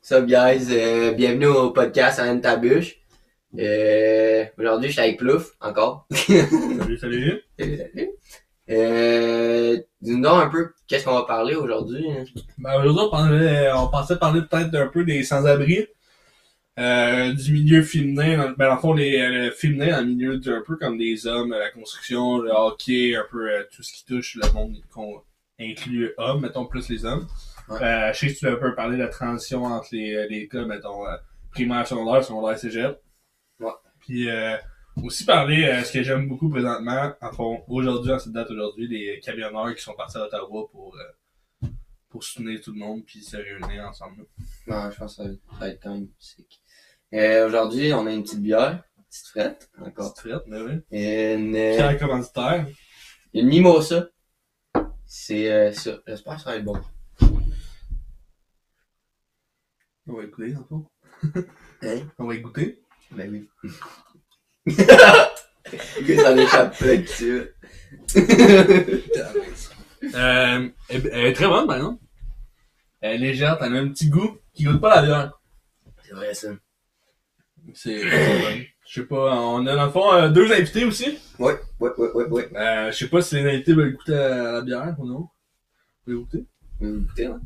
Sup guys, bienvenue au podcast Anne Tabuche. Aujourd'hui je suis avec Plouf, encore. Salut, salut. Salut. Dis-nous donc un peu qu'est-ce qu'on va parler aujourd'hui. Hein? Aujourd'hui, on pensait parler peut-être un peu des sans-abri, du milieu féminin, dans le fond, le féminin dans le milieu un peu comme des hommes, la construction, le hockey, un peu tout ce qui touche le monde qu'on inclut hommes, mettons plus les hommes. Ouais. Je sais que tu as un peu parlé de la transition entre les cas, mettons, primaire, secondaire, cégep. Ouais. Puis aussi parler, ce que j'aime beaucoup présentement, en fond, aujourd'hui, en cette date aujourd'hui, les camionneurs qui sont partis à Ottawa pour soutenir tout le monde puis se réunir ensemble. Ouais, je pense que ça va être quand même sick. Aujourd'hui, on a une petite bière, une petite frette, encore. Petite frette, mais oui. Une Fier commanditaire. mimosa. C'est ça. J'espère que ça va être bon. On va écouter, en fond. Hein? On va écouter. Ben oui. Que ça m'échappe pas dessus. Elle est très bonne, par exemple. Elle est légère, elle a un petit goût qui goûte pas la bière. C'est vrai ça. C'est bon. Je sais pas, on a dans le fond deux invités aussi. Ouais. Je sais pas si les invités veulent goûter à la bière ou non. Vous voulez goûter? Écoutez, hein.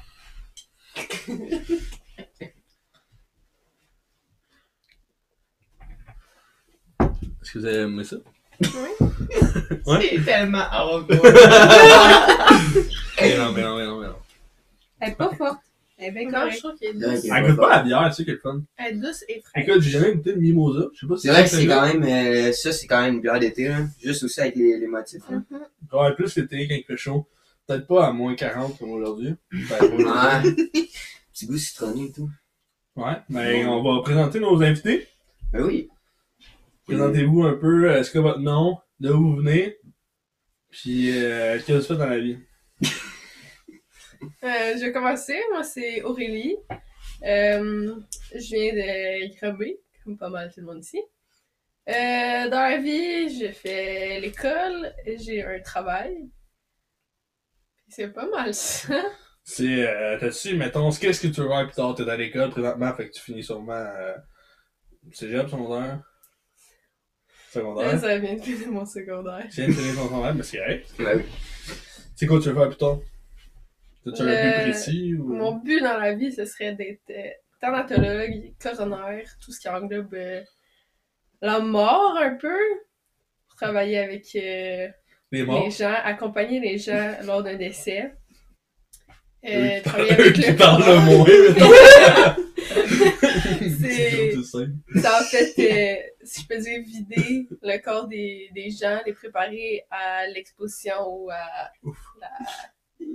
Est-ce que vous avez aimé ça? Oui. Ouais. C'est tellement hardcore. Mais non. Elle est pas forte. Elle est bien correcte. Je trouve qu'elle est douce. Elle goûte pas la bière, c'est ça qui est le fun. Elle est douce et fraîche. Écoute, j'ai jamais goûté de mimosa. Je sais pas si C'est vrai que c'est quand même, ça c'est quand même une bière d'été, là. Juste aussi avec les motifs, là. Ouais, plus l'été quand il fait chaud. Peut-être pas à moins 40 comme aujourd'hui. Ben, Ouais. Petit goût citronné et tout. ouais, ben on va présenter nos invités. Ben oui. Présentez-vous un peu, c'est quoi votre nom, de où vous venez, puis qu'est-ce que vous faites dans la vie. Je vais commencer. Moi, c'est Aurélie. Je viens de Granby, comme pas mal tout le monde ici. Dans la vie, je fais l'école, j'ai un travail. C'est pas mal ça. C'est, t'as-tu, mettons, qu'est-ce que tu veux faire plus tard? T'es à l'école présentement, fait que tu finis sûrement cégep, secondaire? Là, Secondaire? ça vient de finir mon secondaire. Tu viens de finir ton secondaire, mais c'est correct. Ben oui. C'est quoi tu veux faire plus tard? T'as-tu un but Euh, précis ou... Mon but dans la vie, ce serait d'être thanatologue, coroner, tout ce qui englobe la mort un peu. Travailler avec Les morts? les gens, accompagner les gens lors d'un décès. Eux Travailler avec qui le parlent corps. le moins, C'est tout simple. en fait, si je peux dire, vider le corps des gens, les préparer à l'exposition ou à la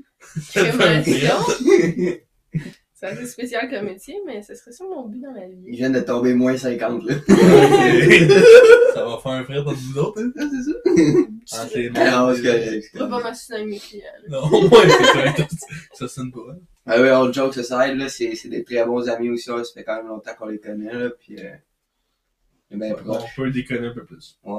crémation. C'est assez spécial comme métier, mais ce serait ça mon but dans la Ils vie. viennent de tomber moins 50, là. Ça va faire un frère dans vous autres, hein? C'est ça? Entre les Alors, mains. c'est correct. Je vais pas m'assiner avec mes clients. Là. Non, au moins, c'est ça. Ça sonne pas. Hein? Ah oui, on joke aside, là, c'est des très bons amis aussi, là. Ça fait quand même longtemps qu'on les connaît, là, pis on est bien On proches. peut le déconner un peu plus. Ouais.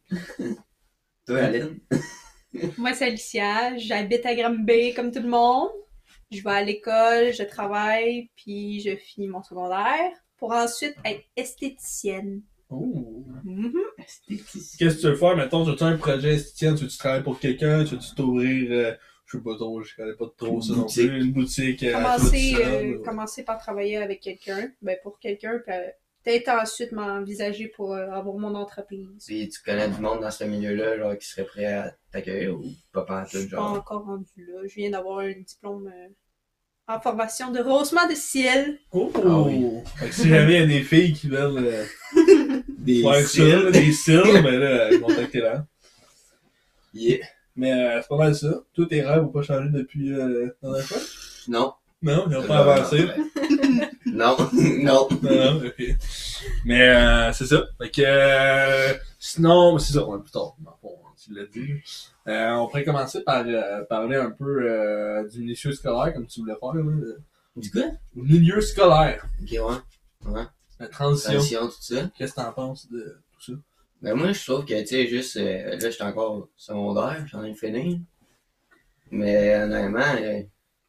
Toi, Aline? Moi, c'est Alicia. J'habite à Granby comme tout le monde. Je vais à l'école, je travaille, puis je finis mon secondaire pour ensuite être esthéticienne. Oh. Esthéticien. Qu'est-ce que tu veux faire? Mettons, tu as un projet esthétien, tu veux-tu travailler pour quelqu'un, tu veux-tu t'ouvrir, je sais pas trop, je connais pas trop ça non plus, une boutique. Commencer par travailler avec quelqu'un, ben pour quelqu'un, puis peut-être ensuite m'envisager pour avoir mon entreprise. Pis tu connais du monde dans ce milieu-là, genre, qui serait prêt à t'accueillir ou pas pantoute, Je suis pas genre? encore rendue là. Je viens d'avoir un diplôme en formation de rehaussement de cils. Oh! Ah oui. Fait que si jamais il y a des filles qui veulent Des faire ça, cils. là, des cils, ben là, contactez là. Yeah. Mais c'est pas mal ça. Tous tes rêves n'ont pas changé depuis la dernière fois? Non. Non, ils n'ont pas avancé. Non. Non. Non, ok. Mais c'est ça. Fait que sinon, c'est ça, on va plus tard. Bon, tu l'as dit. On pourrait commencer par parler un peu du milieu scolaire, comme tu voulais faire. Là. Du quoi? Milieu scolaire. Ok, ouais. La transition. Transition, tout ça. Qu'est-ce que t'en penses de tout ça? Ben moi, je trouve que, tu sais, juste, là, j'étais encore secondaire, j'en ai fini. Mais honnêtement,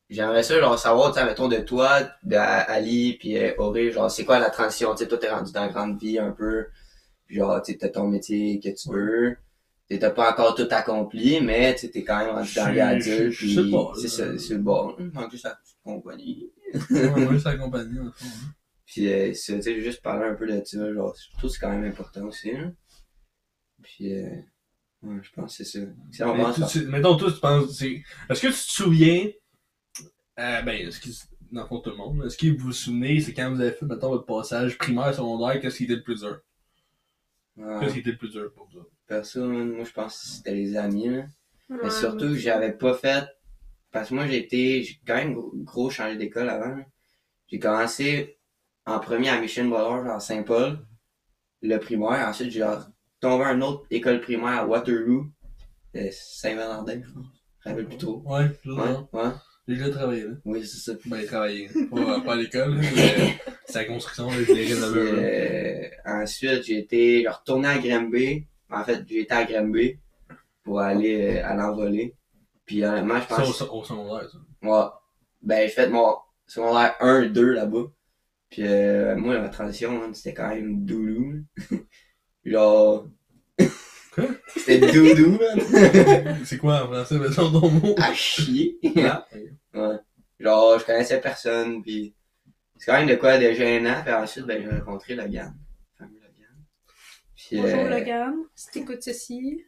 j'aimerais ça, genre, savoir, tu sais, mettons, de toi, Ali, puis Auré, genre, c'est quoi la transition? Tu sais, toi, t'es rendu dans la grande vie un peu, puis genre, tu sais, t'as ton métier que tu veux. T'as pas encore tout accompli, mais tu sais, t'es quand même rendu dans les adultes, Je sais puis pas, c'est ça, c'est bon. En plus, ça compagnie. Ouais, c'est la compagnie, dans le fond. Hein. Puis, ça, tu sais, juste parler un peu de ça, genre, je trouve que c'est quand même important aussi, hein. Puis, ouais, je pense que c'est ça. C'est Mais vraiment ça. mettons, toi, tu penses, est-ce que tu te souviens, ben, dans le fond, tout le monde, est-ce que vous vous souvenez, c'est quand vous avez fait, mettons, votre passage primaire, secondaire, qu'est-ce qui était le plus dur? Qu'est-ce qui était le plus dur pour toi? Perso, moi, je pense que c'était les amis, là. Mais Ouais, surtout moi que aussi. j'avais pas fait, parce que moi, j'ai quand même gros changé d'école avant, là. J'ai commencé en premier à Mission Brothers, genre à Saint-Paul, le primaire. Ensuite, j'ai tombé à une autre école primaire à Waterloo, Saint-Valentin, je pense. Je me rappelle plus trop. Ouais, c'est Ouais, ça. ouais. J'ai déjà travaillé, là. Oui, c'est ça. Ben, travaillé. Pas à l'école, là, mais c'est la construction, là, je l'ai Puis, rénové. ensuite, j'ai retourné à Granby. En fait, j'ai été à Granby pour aller à l'envolée. Puis honnêtement, je Ça, pense... au secondaire, ça. Ouais. Ben, j'ai fait mon secondaire 1-2 là-bas. Puis moi, ma transition, man, c'était quand même doudou. Genre... Quoi? C'était doudou, man. C'est quoi en français, mettons ton mot? À chier. Ah, Ouais. Genre, je connaissais personne, puis c'est quand même de quoi de gênant. Puis ensuite, ben, j'ai rencontré Logan. Le fameux Logan. Puis, Bonjour Logan, si t'écoutes ceci.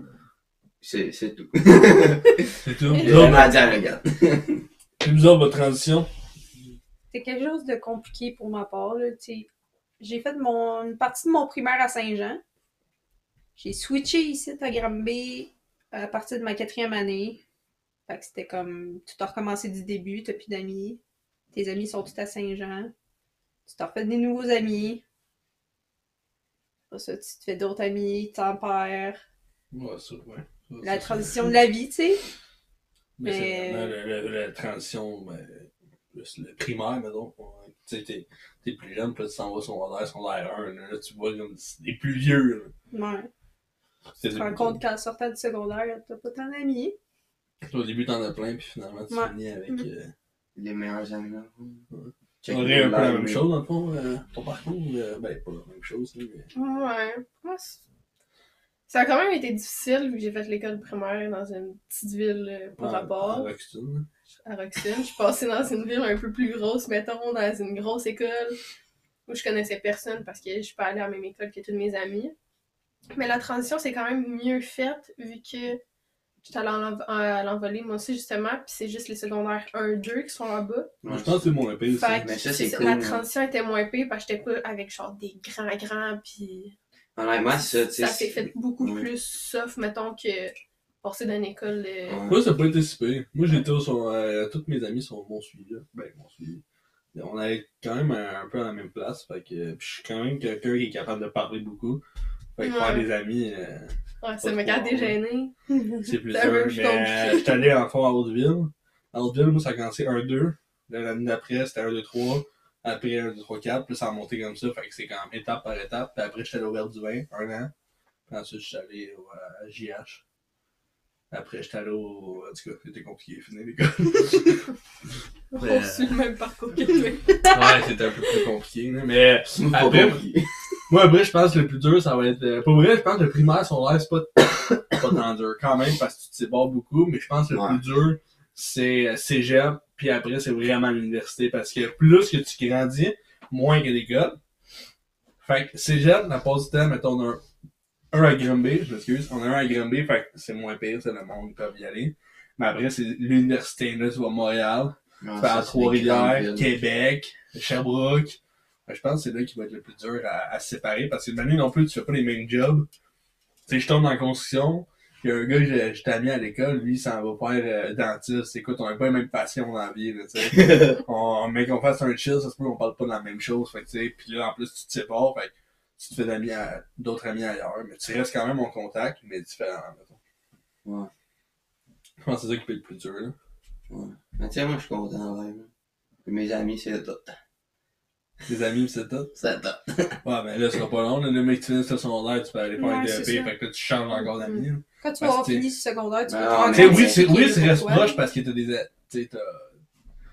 c'est tout. c'est tout. J'ai Nous autres, vraiment dit à Logan. nous autres, votre transition. C'est quelque chose de compliqué pour ma part, là, tu sais. J'ai fait une partie de mon primaire à Saint-Jean. J'ai switché ici à Granby à partir de ma 4e année. Fait que c'était comme, tout a recommencé du début, t'as plus d'amis. Tes amis sont tous à Saint-Jean. Tu t'en refais des nouveaux amis. Après ça, tu te fais d'autres amis, tu t'en perds. Ouais, ça, ouais. Ça, La ça, transition de la vie, tu sais. Mais c'est Mais- vraiment la transition, ben, plus le primaire, mettons. Ouais. Tu sais, t'es plus jeune, puis là, tu s'en vas secondaire 1, là, tu vois comme des plus vieux, là. Ouais. Tu te rends compte qu'en sortant du secondaire, t'as pas tant d'amis. Au début, t'en as plein, puis finalement, tu Ouais. finis avec. Les meilleurs amis, là. Tu aurais un peu la même chose, dans le fond, ton parcours. Ben, pas la même chose, là, mais. Ouais. Moi, ça a quand même été difficile vu que j'ai fait l'école primaire dans une petite ville par À rapport Roxton, à Roxton. Je suis passée dans une ville un peu plus grosse, mettons, dans une grosse école où je connaissais personne parce que je suis pas allée à la même école que tous mes amis. Mais la transition, c'est quand même mieux faite vu que j'étais allée à l'envolée moi aussi, justement, puis c'est juste les secondaires 1-2 qui sont là-bas. Je pense que c'est mon épée, ça. Fait que Mais ça, c'est ça, cool, la hein. transition était moins pire parce que j'étais pas avec genre des grands, puis Honnêtement, c'est ça, tu sais. ça s'est fait beaucoup Ouais. plus soft, mettons, que passer d'une école de... Ouais. Moi, ça n'a pas été si pire. Moi, j'étais tous mes amis sont bons suivis, là. Ben, bons suivis. On est quand même un peu à la même place, fait que puis je suis quand même quelqu'un qui est capable de parler beaucoup. Fait que faire Ouais. des amis, Ouais, ça Pas m'a trop, gardé ouais. gênée. c'est plus C'est un peu dur. plus Mais compliqué. j'étais allé en fond à Hauteville. À Hauteville, moi, ça a commencé 1-2. L'année d'après, c'était 1-2-3. Après 1-2-3-4. Puis ça a monté comme ça. Fait que c'est quand même étape par étape. Puis après, j'étais allé au Verdun, 1 an. Puis ensuite, j'étais allé à JH. Après, j'étais allé au. En tout cas, c'était compliqué, finir l'école. On suit le même parcours que lui. Ouais, c'était un peu plus compliqué. Là. Mais Pas après, compliqué. moi, après, je pense que le plus dur, ça va être. Pour vrai, je pense que le primaire, son l'air, c'est pas tant dur quand même parce que tu te sépares beaucoup. Mais je pense que le Ouais. plus dur, c'est cégep. Puis après, c'est vraiment l'université parce que plus que tu grandis, moins qu'il y a d'école. Fait que cégep, la plupart du temps, mettons, on a un à Granby, je m'excuse. On a un à Granby, fait que c'est moins pire, c'est le monde, ils peuvent y aller. Mais après, c'est l'université, là, tu vas à Montréal. Non, Tu vas à ça, c'est des grandes Trois-Rivières, villes. Québec, Sherbrooke. Je pense que c'est là qui va être le plus dur à se séparer parce que maintenant non plus, tu fais pas les mêmes jobs. Tu sais, je tombe dans la construction, il y a un gars que j'étais ami à l'école, lui, il s'en va faire dentiste. Écoute, on n'a pas les mêmes passions dans la vie, là, tu sais. Mais qu'on fasse un chill, ça se peut qu'on parle pas de la même chose, fait que, tu sais. Puis là, en plus, tu te sépares, fait que tu te fais d'autres amis ailleurs, mais tu restes quand même en contact, mais différemment, mettons. Ouais. Je pense que c'est ça qui peut être le plus dur, là. Ouais. Mais tu sais, moi, je suis content, vraiment. Mes amis, c'est tout. Tes amis, c'est tout. C'est tout. Ouais, mais là, ce sera pas long. Là, le mec, tu finis le secondaire, tu peux aller faire un Ouais, DEP, c'est ça. fait que là, tu changes encore d'amis. Quand tu Parce vas avoir que fini ce secondaire, tu vas Ben te non, rendre mais Tu sais, compte oui, que tu restes pourquoi. proche parce que t'as des. Tu sais,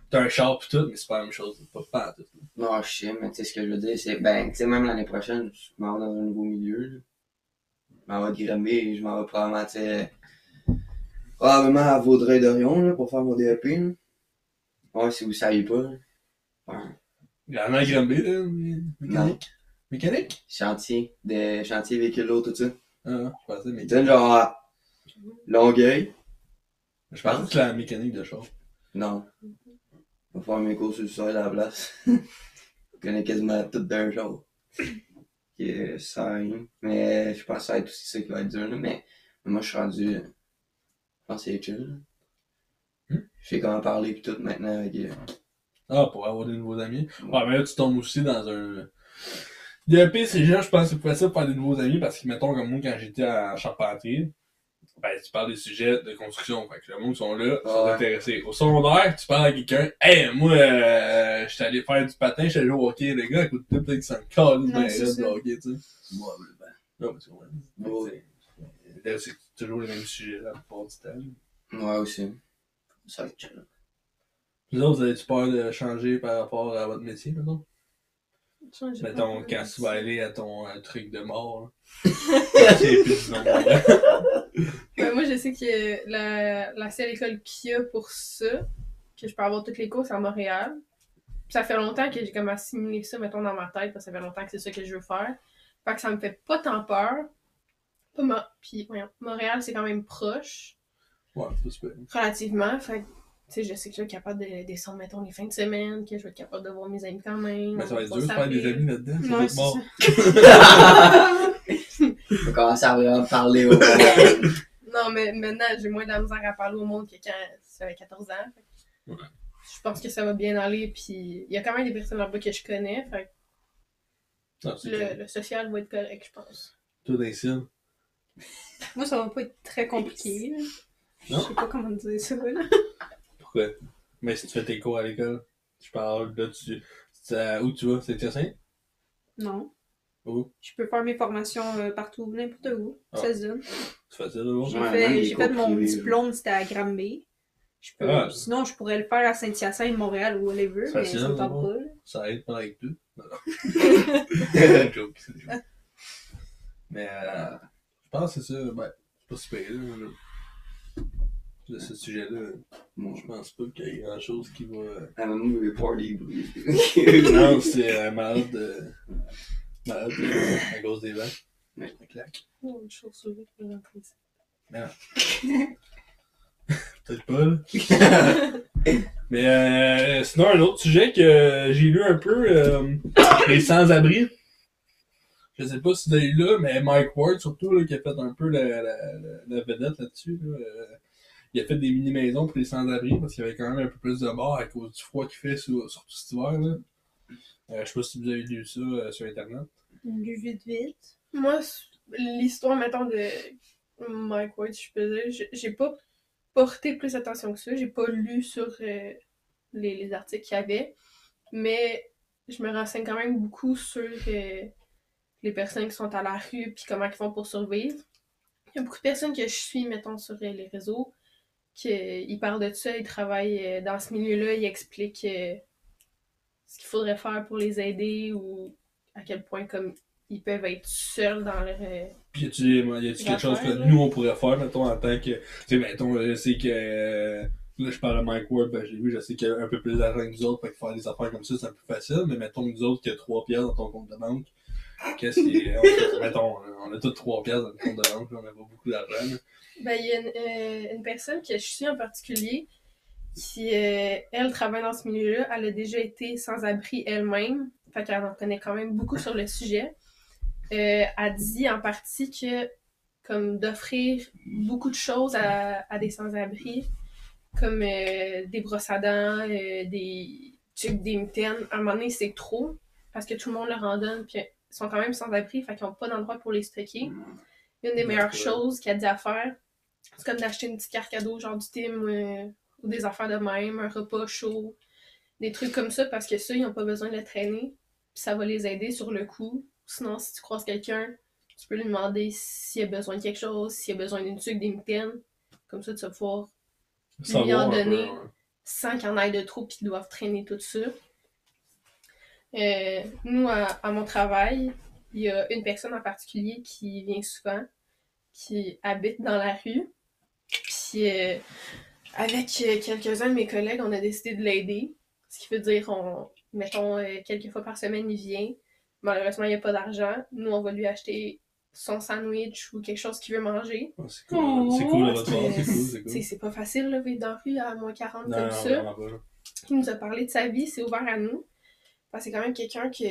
t'as un char pis tout, mais c'est pas la même chose. C'est pas tout. Non, je sais, mais tu sais, ce que je veux dire, c'est, ben, tu sais, même l'année prochaine, je m'en vais dans un nouveau milieu, là. Je m'en vais de Granby et je m'en vais probablement, tu sais, probablement à Vaudreuil-Dorion, là, pour faire mon DEP, là. Ouais, si vous saviez pas, là. Ouais. Il y en a à Granby, là, mécanique. Mécanique? Chantier véhicule lourd, tout ça. Ah, je pensais Tu mécanique. sais, genre, à Longueuil. Je pensais que c'était la mécanique de char. Non. On va faire mes cours sur le sol à la place. Je connais quasiment tout d'un jour. Ça sert à rien. Mais je pense que ça va être aussi ça qui va être dur, là. Mais moi, je suis rendu. Je pense que c'est chill. Je sais comment parler pis tout maintenant avec. Ah, pour avoir des nouveaux amis. Ouais, mais là, tu tombes aussi dans un. DEP, c'est genre, je pense que c'est plus facile de faire des nouveaux amis parce que, mettons, comme moi, quand j'étais à charpentier, ben, tu parles des sujets de construction. Fait que le monde qui sont là, sont intéressés. Au secondaire, tu parles à quelqu'un, hey, moi, j'étais allé faire du patin, j'étais allé au hockey, les gars, écoute, peut-être qu'ils s'en calent, ben, de hockey, tu sais. Moi, ben. Non, mais tu vois. Ouais. Là, c'est toujours les mêmes sujets, là, la plupart du temps. Ouais, aussi. Ça va être chill. Vous autres, vous avez-tu peur de changer par rapport à votre métier, mettons? Mettons, quand tu vas aller à ton truc de mort, là. C'est plus du nom. Ben, moi, je sais que la seule école qu'il y a pour ça, que je peux avoir toutes les cours, c'est à Montréal. Puis ça fait longtemps que j'ai comme assimilé ça, mettons, dans ma tête, parce que ça fait longtemps que c'est ça que je veux faire. Fait que ça me fait pas tant peur. Puis, voyons, Montréal, c'est quand même proche. Ouais, c'est super. Relativement. Fait que, tu sais, je sais que je vais être capable de descendre, mettons, les fins de semaine, que je vais être capable de voir mes amis quand même. Mais ça va être dur de faire des amis là-dedans, c'est Ouais, pas mort. On commence à vraiment parler au monde. Non, mais maintenant, j'ai moins de la misère à parler au monde que quand j'avais 14 ans. Fait que Ouais. je pense que ça va bien aller. Puis, il y a quand même des personnes là-bas que je connais. Fait Non, que c'est cool. le social va être correct, je pense. Toi, Dancine. Moi, ça va pas être très compliqué. Là. Non? Je sais pas comment dire ça. Là. Pourquoi? Mais si tu fais tes cours à l'école, tu parles, là, où tu vas? C'est Tiersin? Non. Où? Je peux faire mes formations partout, n'importe où. Ah. Ça se donne. C'est facile, là, J'ai Ouais, fait, même les j'ai fait cours mon privés, diplôme, c'était à Granby. Sinon, je pourrais le faire à Saint-Hyacinthe, Montréal ou whatever, mais Facile, ça me tente bon. pas. Là. Ça aide pas avec tout. Non, non. C'est une joke, c'est une joke. Mais, je pense que c'est ça, ben, c'est pas super, là. De ce sujet-là, Bon, je pense pas qu'il y ait grand-chose qui va... I'm a movie party. Non, c'est malade à cause des vents. Ouais. Ça claque. Oh, une chauve-souris qui est rentrée ici. Peut-être pas, là. Mais sinon, un autre sujet que j'ai lu un peu, les sans-abri. Je sais pas si vous avez lu là, mais Mike Ward, surtout, là, qui a fait un peu la vedette là-dessus, là, il a fait des mini-maisons pour les sans-abri parce qu'il y avait quand même un peu plus de morts à cause du froid qu'il fait surtout cet hiver, là. Je sais pas si vous avez lu ça sur Internet. Du vite. Moi, l'histoire, mettons, de Mike White, je peux dire, j'ai pas porté plus attention que ça. J'ai pas lu sur les articles qu'il y avait. Mais je me renseigne quand même beaucoup sur les personnes qui sont à la rue puis comment ils font pour survivre. Il y a beaucoup de personnes que je suis, mettons, sur les réseaux, qui parlent de ça, ils travaillent dans ce milieu-là, ils expliquent ce qu'il faudrait faire pour les aider ou à quel point comme ils peuvent être seuls dans leur... Puis y a-tu quelque chose que nous on pourrait faire, mettons, en tant que. Tu sais, mettons, je sais que. Là, je parle de Mike Ward, ben, j'ai vu, je sais qu'il y a un peu plus d'argent que nous autres, fait que faire des affaires comme ça, c'est un peu facile, mais mettons, nous autres, qui a 3 piastres dans ton compte de banque, qu'est-ce qui est. Mettons, on a tous 3 piastres dans le compte de banque, on n'a pas beaucoup d'argent. Là. Ben, il y a une personne que je suis en particulier qui, elle, travaille dans ce milieu-là. Elle a déjà été sans-abri elle-même, fait qu'elle en connaît quand même beaucoup sur le sujet. Elle dit en partie que, comme d'offrir beaucoup de choses à des sans-abri, comme des brosses à dents, des trucs, des mitaines, à un moment donné, c'est trop, parce que tout le monde leur en donne, puis ils sont quand même sans-abri, fait qu'ils n'ont pas d'endroit pour les stocker. Une des meilleures choses qu'elle dit à faire, c'est comme d'acheter une petite carte cadeau, genre du Tim, ou des affaires de même, un repas chaud, des trucs comme ça, parce que ça, ils n'ont pas besoin de le traîner, puis ça va les aider sur le coup. Sinon, si tu croises quelqu'un, tu peux lui demander s'il a besoin de quelque chose, s'il a besoin d'une tuque, des mitaines, comme ça, tu vas pouvoir lui en donner sans qu'il y en ait de trop, puis ils doivent traîner tout ça. Nous, à mon travail, il y a une personne en particulier qui vient souvent, qui habite dans la rue. Puis avec quelques-uns de mes collègues, on a décidé de l'aider. Ce qui veut dire, mettons, quelques fois par semaine, il vient. Malheureusement, il n'y a pas d'argent. Nous, on va lui acheter son sandwich ou quelque chose qu'il veut manger. Oh, c'est cool, c'est cool de votre part, c'est cool. C'est pas facile, là, vivre dans la rue à moins 40 Non, comme non, ça. vraiment pas. Il nous a parlé de sa vie, c'est ouvert à nous. Parce que c'est quand même quelqu'un que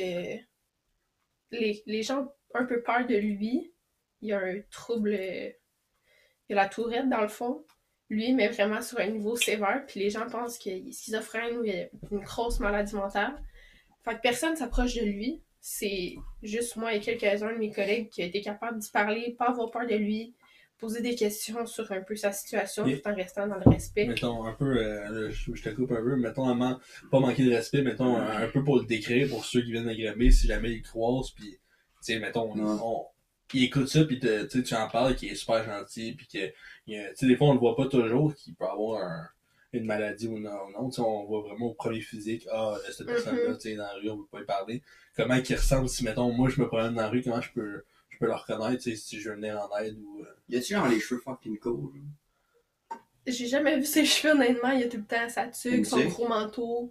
les gens ont un peu peur de lui. Il y a un trouble, il y a la tourette dans le fond. Lui, mais vraiment sur un niveau sévère. Puis les gens pensent qu'il est schizophrène ou il a une grosse maladie mentale. Fait que personne s'approche de lui. C'est juste moi et quelques-uns de mes collègues qui ont été capables d'y parler, pas avoir peur de lui, poser des questions sur un peu sa situation tout en restant dans le respect. Mettons un peu, je te coupe un peu, mettons pas manquer de respect, mettons un peu pour le décrire pour ceux qui viennent d'aggraver si jamais ils croisent, puis tu sais, mettons, il écoute ça, puis tu en parles, qu'il est super gentil, puis que, tu sais, des fois on le voit pas toujours, qu'il peut avoir une maladie ou non, tu sais, on voit vraiment au premier physique, cette personne-là, tu sais, dans la rue, on peut pas y parler. Comment il ressemble si, mettons, moi je me promène dans la rue, comment je peux le reconnaître, tu sais, si je veux venir en aide ou... Y a-tu genre les cheveux fucking cool? J'ai jamais vu ses cheveux, honnêtement. Il y a tout le temps sa tuque, son gros manteau,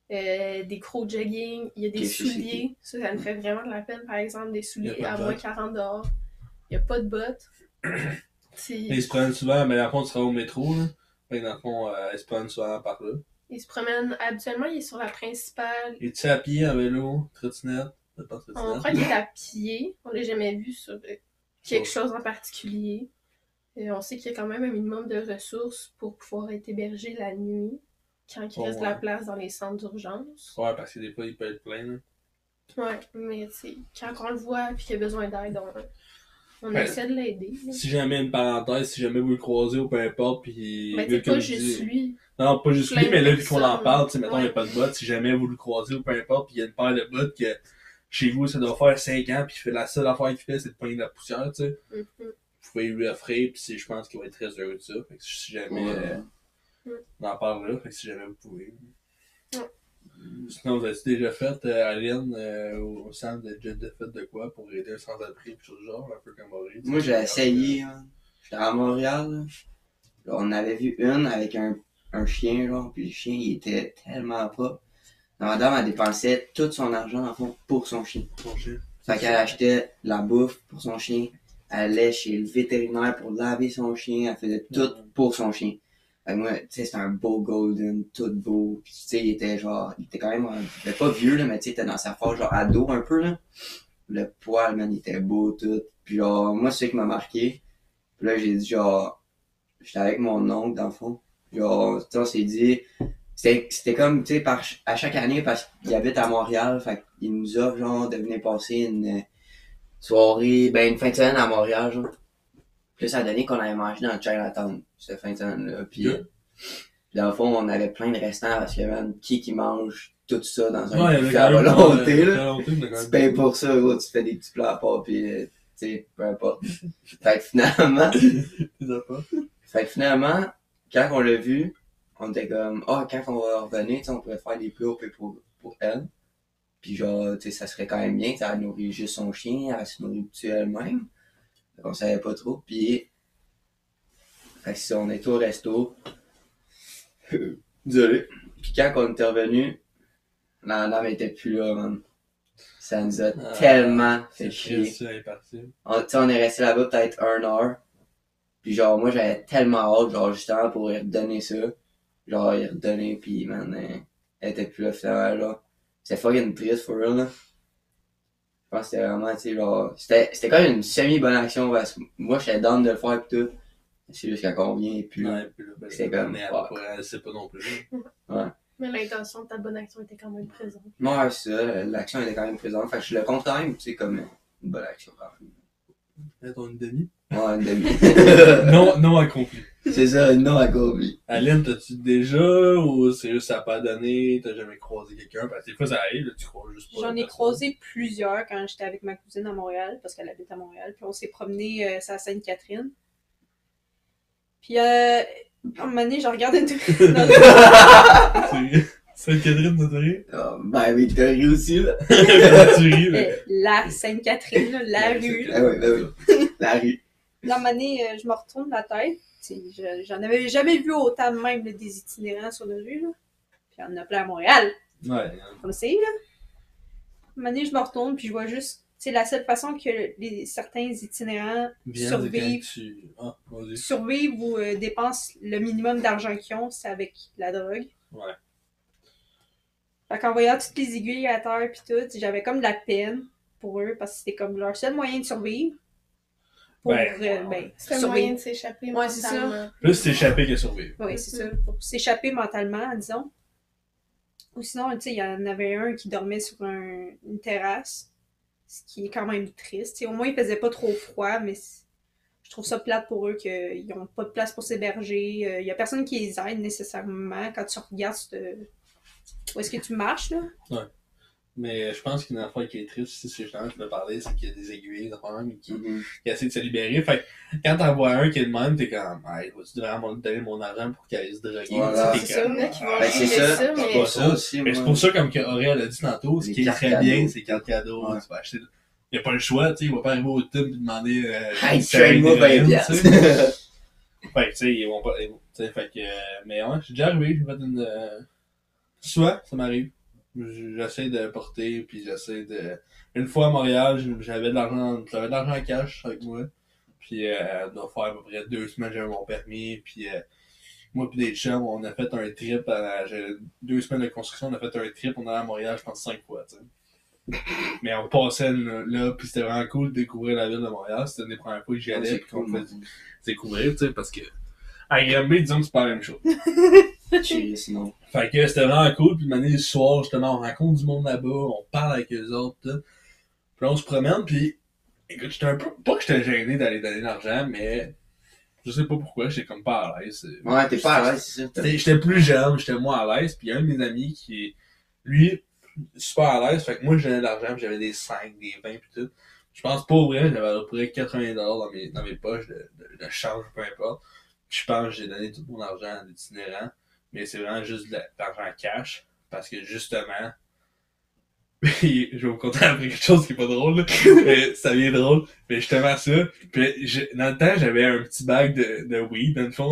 des gros jogging. Il y a des souliers. Ça me fait vraiment de la peine, par exemple, des souliers à moins 40 dehors. Il n'y a pas de bottes. Il se promène souvent, mais dans le fond, tu seras au métro, là. Fait que dans le fond, il se promène souvent par là. Il se promène, habituellement, il est sur la principale. Es-tu à pied, à vélo, trottinette? On croit qu'il est à pied. On l'a jamais vu sur quelque chose en particulier. Et on sait qu'il y a quand même un minimum de ressources pour pouvoir être hébergé la nuit quand il reste de la place dans les centres d'urgence. Ouais, parce que des fois, il peut être plein, là. Ouais, mais tu sais, quand on le voit et qu'il a besoin d'aide, on essaie de l'aider. Si jamais une parenthèse, si jamais vous le croisez ou peu importe, puis... Mais c'est pas juste lui. Non, pas juste lui, mais là, vu qu'on en parle, tu sais, mettons, il ouais. n'y a pas de bottes, si jamais vous le croisez ou peu importe, puis il y a une paire de bottes que chez vous, ça doit faire 5 ans, puis la seule affaire qu'il fait, c'est de pogner de la poussière, tu sais. Mm-hmm. Vous pouvez lui offrir, puis je pense qu'il va être très heureux de ça. Fait que si jamais on en parle là, fait que si jamais vous pouvez. Sinon, vous avez déjà fait, Aline, au centre de déjà fait de quoi pour aider un sans-abri, quelque chose du genre, un peu comme Maurice? Moi, j'ai essayé, hein. J'étais à Montréal, là. Là, on avait vu une avec un chien, genre, puis le chien, il était tellement propre. La madame, elle dépensait tout son argent, en fond, pour son chien. Fait qu'elle achetait de la bouffe pour son chien, elle allait chez le vétérinaire pour laver son chien, elle faisait tout pour son chien. Fait que moi, tu sais, c'était un beau golden, tout beau. Puis tu sais, il était quand même, il était pas vieux, là, mais tu sais, il était dans sa phase, genre, ado un peu, là. Le poil, man, il était beau, tout. Puis genre, moi, c'est ça qui m'a marqué. Puis là, j'ai dit, genre, j'étais avec mon oncle, dans le fond. Genre, tu sais, on s'est dit, c'était comme, tu sais, à chaque année, parce qu'il habite à Montréal, fait qu'il nous offre, genre, de venir passer une soirée, une fin de semaine à Montréal, genre. Puis là, ça a donné qu'on avait mangé dans le Chinatown, cette fin de semaine-là. Puis dans le fond, on avait plein de restants parce que, man, qui mange tout ça dans un buffet à volonté, là. Tu payes pour ça, gros, tu fais des petits plats à part, pis, tu sais, peu importe. Fait que finalement, quand on l'a vu, on était comme, quand on va revenir, on pourrait faire des plats pour elle. Puis genre, tu sais, ça serait quand même bien, elle nourrit juste son chien, elle se nourrit plus elle-même. On savait pas trop, puis fait que ça, on est au resto. Désolé. Puis quand on était revenu, la dame était plus là, man. Ça nous a tellement fait chier. On est resté là-bas peut-être 1 heure. Puis genre, moi j'avais tellement hâte, genre justement pour lui redonner ça. Genre, lui redonner, puis man, elle était plus là finalement, là. C'était fucking triste for real, là. Je pense que c'était vraiment, tu sais, genre, c'était quand même une semi-bonne action parce que moi j'étais down de le faire pis tout. C'est juste quand on vient et puis là, c'est comme, c'est pas non plus. Ouais. Mais l'intention de ta bonne action était quand même présente. Ouais, c'est ça, l'action était quand même présente. Fait que je le compte quand même, tu sais, comme une bonne action. Mettons une demi? Ouais, une demi. non accompli. C'est ça, non accompli. Aline, t'as-tu déjà, ou c'est juste ça n'a pas donné, t'as jamais croisé quelqu'un? Parce que des fois ça arrive, là, tu croises juste pas. J'en ai croisé plusieurs quand j'étais avec ma cousine à Montréal, parce qu'elle habite à Montréal. Puis on s'est promené à Sainte-Catherine. Puis À un moment donné, je regarde une C'est Sainte-Catherine de Toré. Ben, Victorie aussi, là. Tu ris, là. La Sainte-Catherine, là, la rue. Là. Ah oui, ben oui. La rue. Là, à un moment donné, je me retourne la tête. J'en avais jamais vu autant de même là, des itinérants sur la rue. Là. Puis il y en a plein à Montréal. Ouais. On le sait, là. À un moment donné, je me retourne, puis je vois juste... C'est la seule façon que certains itinérants survivent ou dépensent le minimum d'argent qu'ils ont, c'est avec la drogue. Ouais. Fait qu'en voyant toutes les aiguilles à terre pis tout, j'avais comme de la peine pour eux, parce que c'était comme leur seul moyen de survivre. Pour, c'est un moyen de s'échapper mentalement. Plus s'échapper que survivre. Oui, c'est ça. Pour s'échapper mentalement, disons. Ou sinon, tu sais, il y en avait un qui dormait sur une terrasse, ce qui est quand même triste. T'sais, au moins, il faisait pas trop froid, mais je trouve ça plate pour eux qu'ils n'ont pas de place pour s'héberger. Il y a personne qui les aide nécessairement quand tu regardes où est-ce que tu marches, là. Ouais. Mais je pense qu'une affaire qui est triste, c'est justement que tu m'as parlé, c'est qu'il y a des aiguilles, qui essaient de se libérer. Fait que quand t'en vois un qui est le même, t'es comme, hey, vas-tu vraiment me donner mon argent pour qu'il aille se droguer? Voilà. C'est ça, il y en a qui vont c'est ça, mais... pas ça aussi. Mais c'est pour ça, comme Aurel a dit tantôt, ce Les qui est cartes très cadeaux. bien, c'est cartes cadeaux. Ouais. Tu vas acheter. Il n'y a pas le choix, tu sais, il va pas arriver au tube et demander. Hey, si ça va traîne-moi être 20 héroïne, piastres. tu sais. Fait que, tu sais, ils vont pas. Tu sais, fait que. Mais ouais, j'ai déjà arrivé, j'ai fait une. Soit, ça m'arrive. J'essaie de porter, puis j'essaie de. Une fois à Montréal, j'avais de l'argent en cash avec moi. Puis, ça doit faire à peu près 2 semaines, j'avais mon permis. Puis, moi, puis des chums, on a fait un trip. J'avais 2 semaines de construction, on a fait un trip. On allait à Montréal, je pense, 5 fois, tu sais. Mais on passait là, puis c'était vraiment cool de découvrir la ville de Montréal. C'était une des premières fois que j'y allais, puis qu'on me faisait découvrir, tu sais, parce que. À Granby, disons que c'est pas la même chose. Sinon. Fait que c'était vraiment cool, puis le soir, justement, on rencontre du monde là-bas, on parle avec eux autres, tout. Puis là, on se promène, puis écoute, j'étais un peu, pas que j'étais gêné d'aller donner de l'argent, mais je sais pas pourquoi, j'étais comme pas à l'aise. Ouais, t'es pas à l'aise, c'est ça. J'étais plus jeune, j'étais moins à l'aise, puis il y a un de mes amis qui, lui, super à l'aise, fait que moi, je donnais de l'argent, puis j'avais des 5, des 20, puis tout. Je pense pas vrai, j'avais à peu près $80 dans mes poches de change, peu importe. Je pense que j'ai donné tout mon argent à l'itinérant, mais c'est vraiment juste de l'argent cash, parce que justement, je vais vous conter après quelque chose qui est pas drôle, là. Mais ça vient drôle, mais justement ça, puis dans le temps, j'avais un petit bag de weed, dans le fond,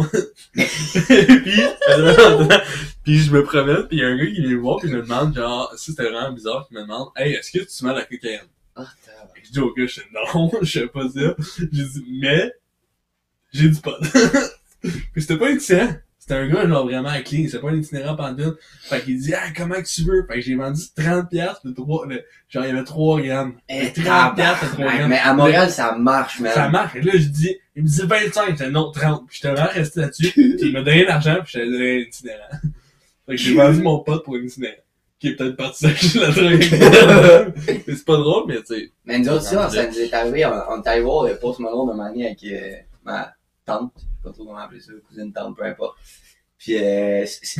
puis je me promène, puis il y a un gars qui vient me voir, puis il me demande, genre, ça c'était vraiment bizarre, il me demande, hey, est-ce que tu mets la cocaïne? Je dis au gars, je dis non, je sais pas ça, j'ai dit, mais, j'ai du pot. Puis c'était pas un itinérant. C'était un gars, genre, vraiment clean. C'était pas un itinérant pantoute. Fait qu'il dit, ah, comment que tu veux? Fait que j'ai vendu 30$, genre, il y avait 3 grammes. 30$, 3 grammes. Mais à Montréal, ça marche, man. Ça marche. Et là, je dis, il me dit 25, c'est non, 30. Puis j'étais vraiment resté là-dessus. Puis il m'a donné l'argent, puis j'allais donner à l'itinérant. Fait que j'ai vendu mon pote pour un itinérant. Qui est peut-être parti s'acheter la drogue. Mais c'est pas drôle, mais tu sais. Mais nous autres, ça nous est arrivé, on est allé voir le Post Malone de Manny avec ma tante, je sais pas trop comment appeler ça, cousine, tante, peu importe. Puis c'était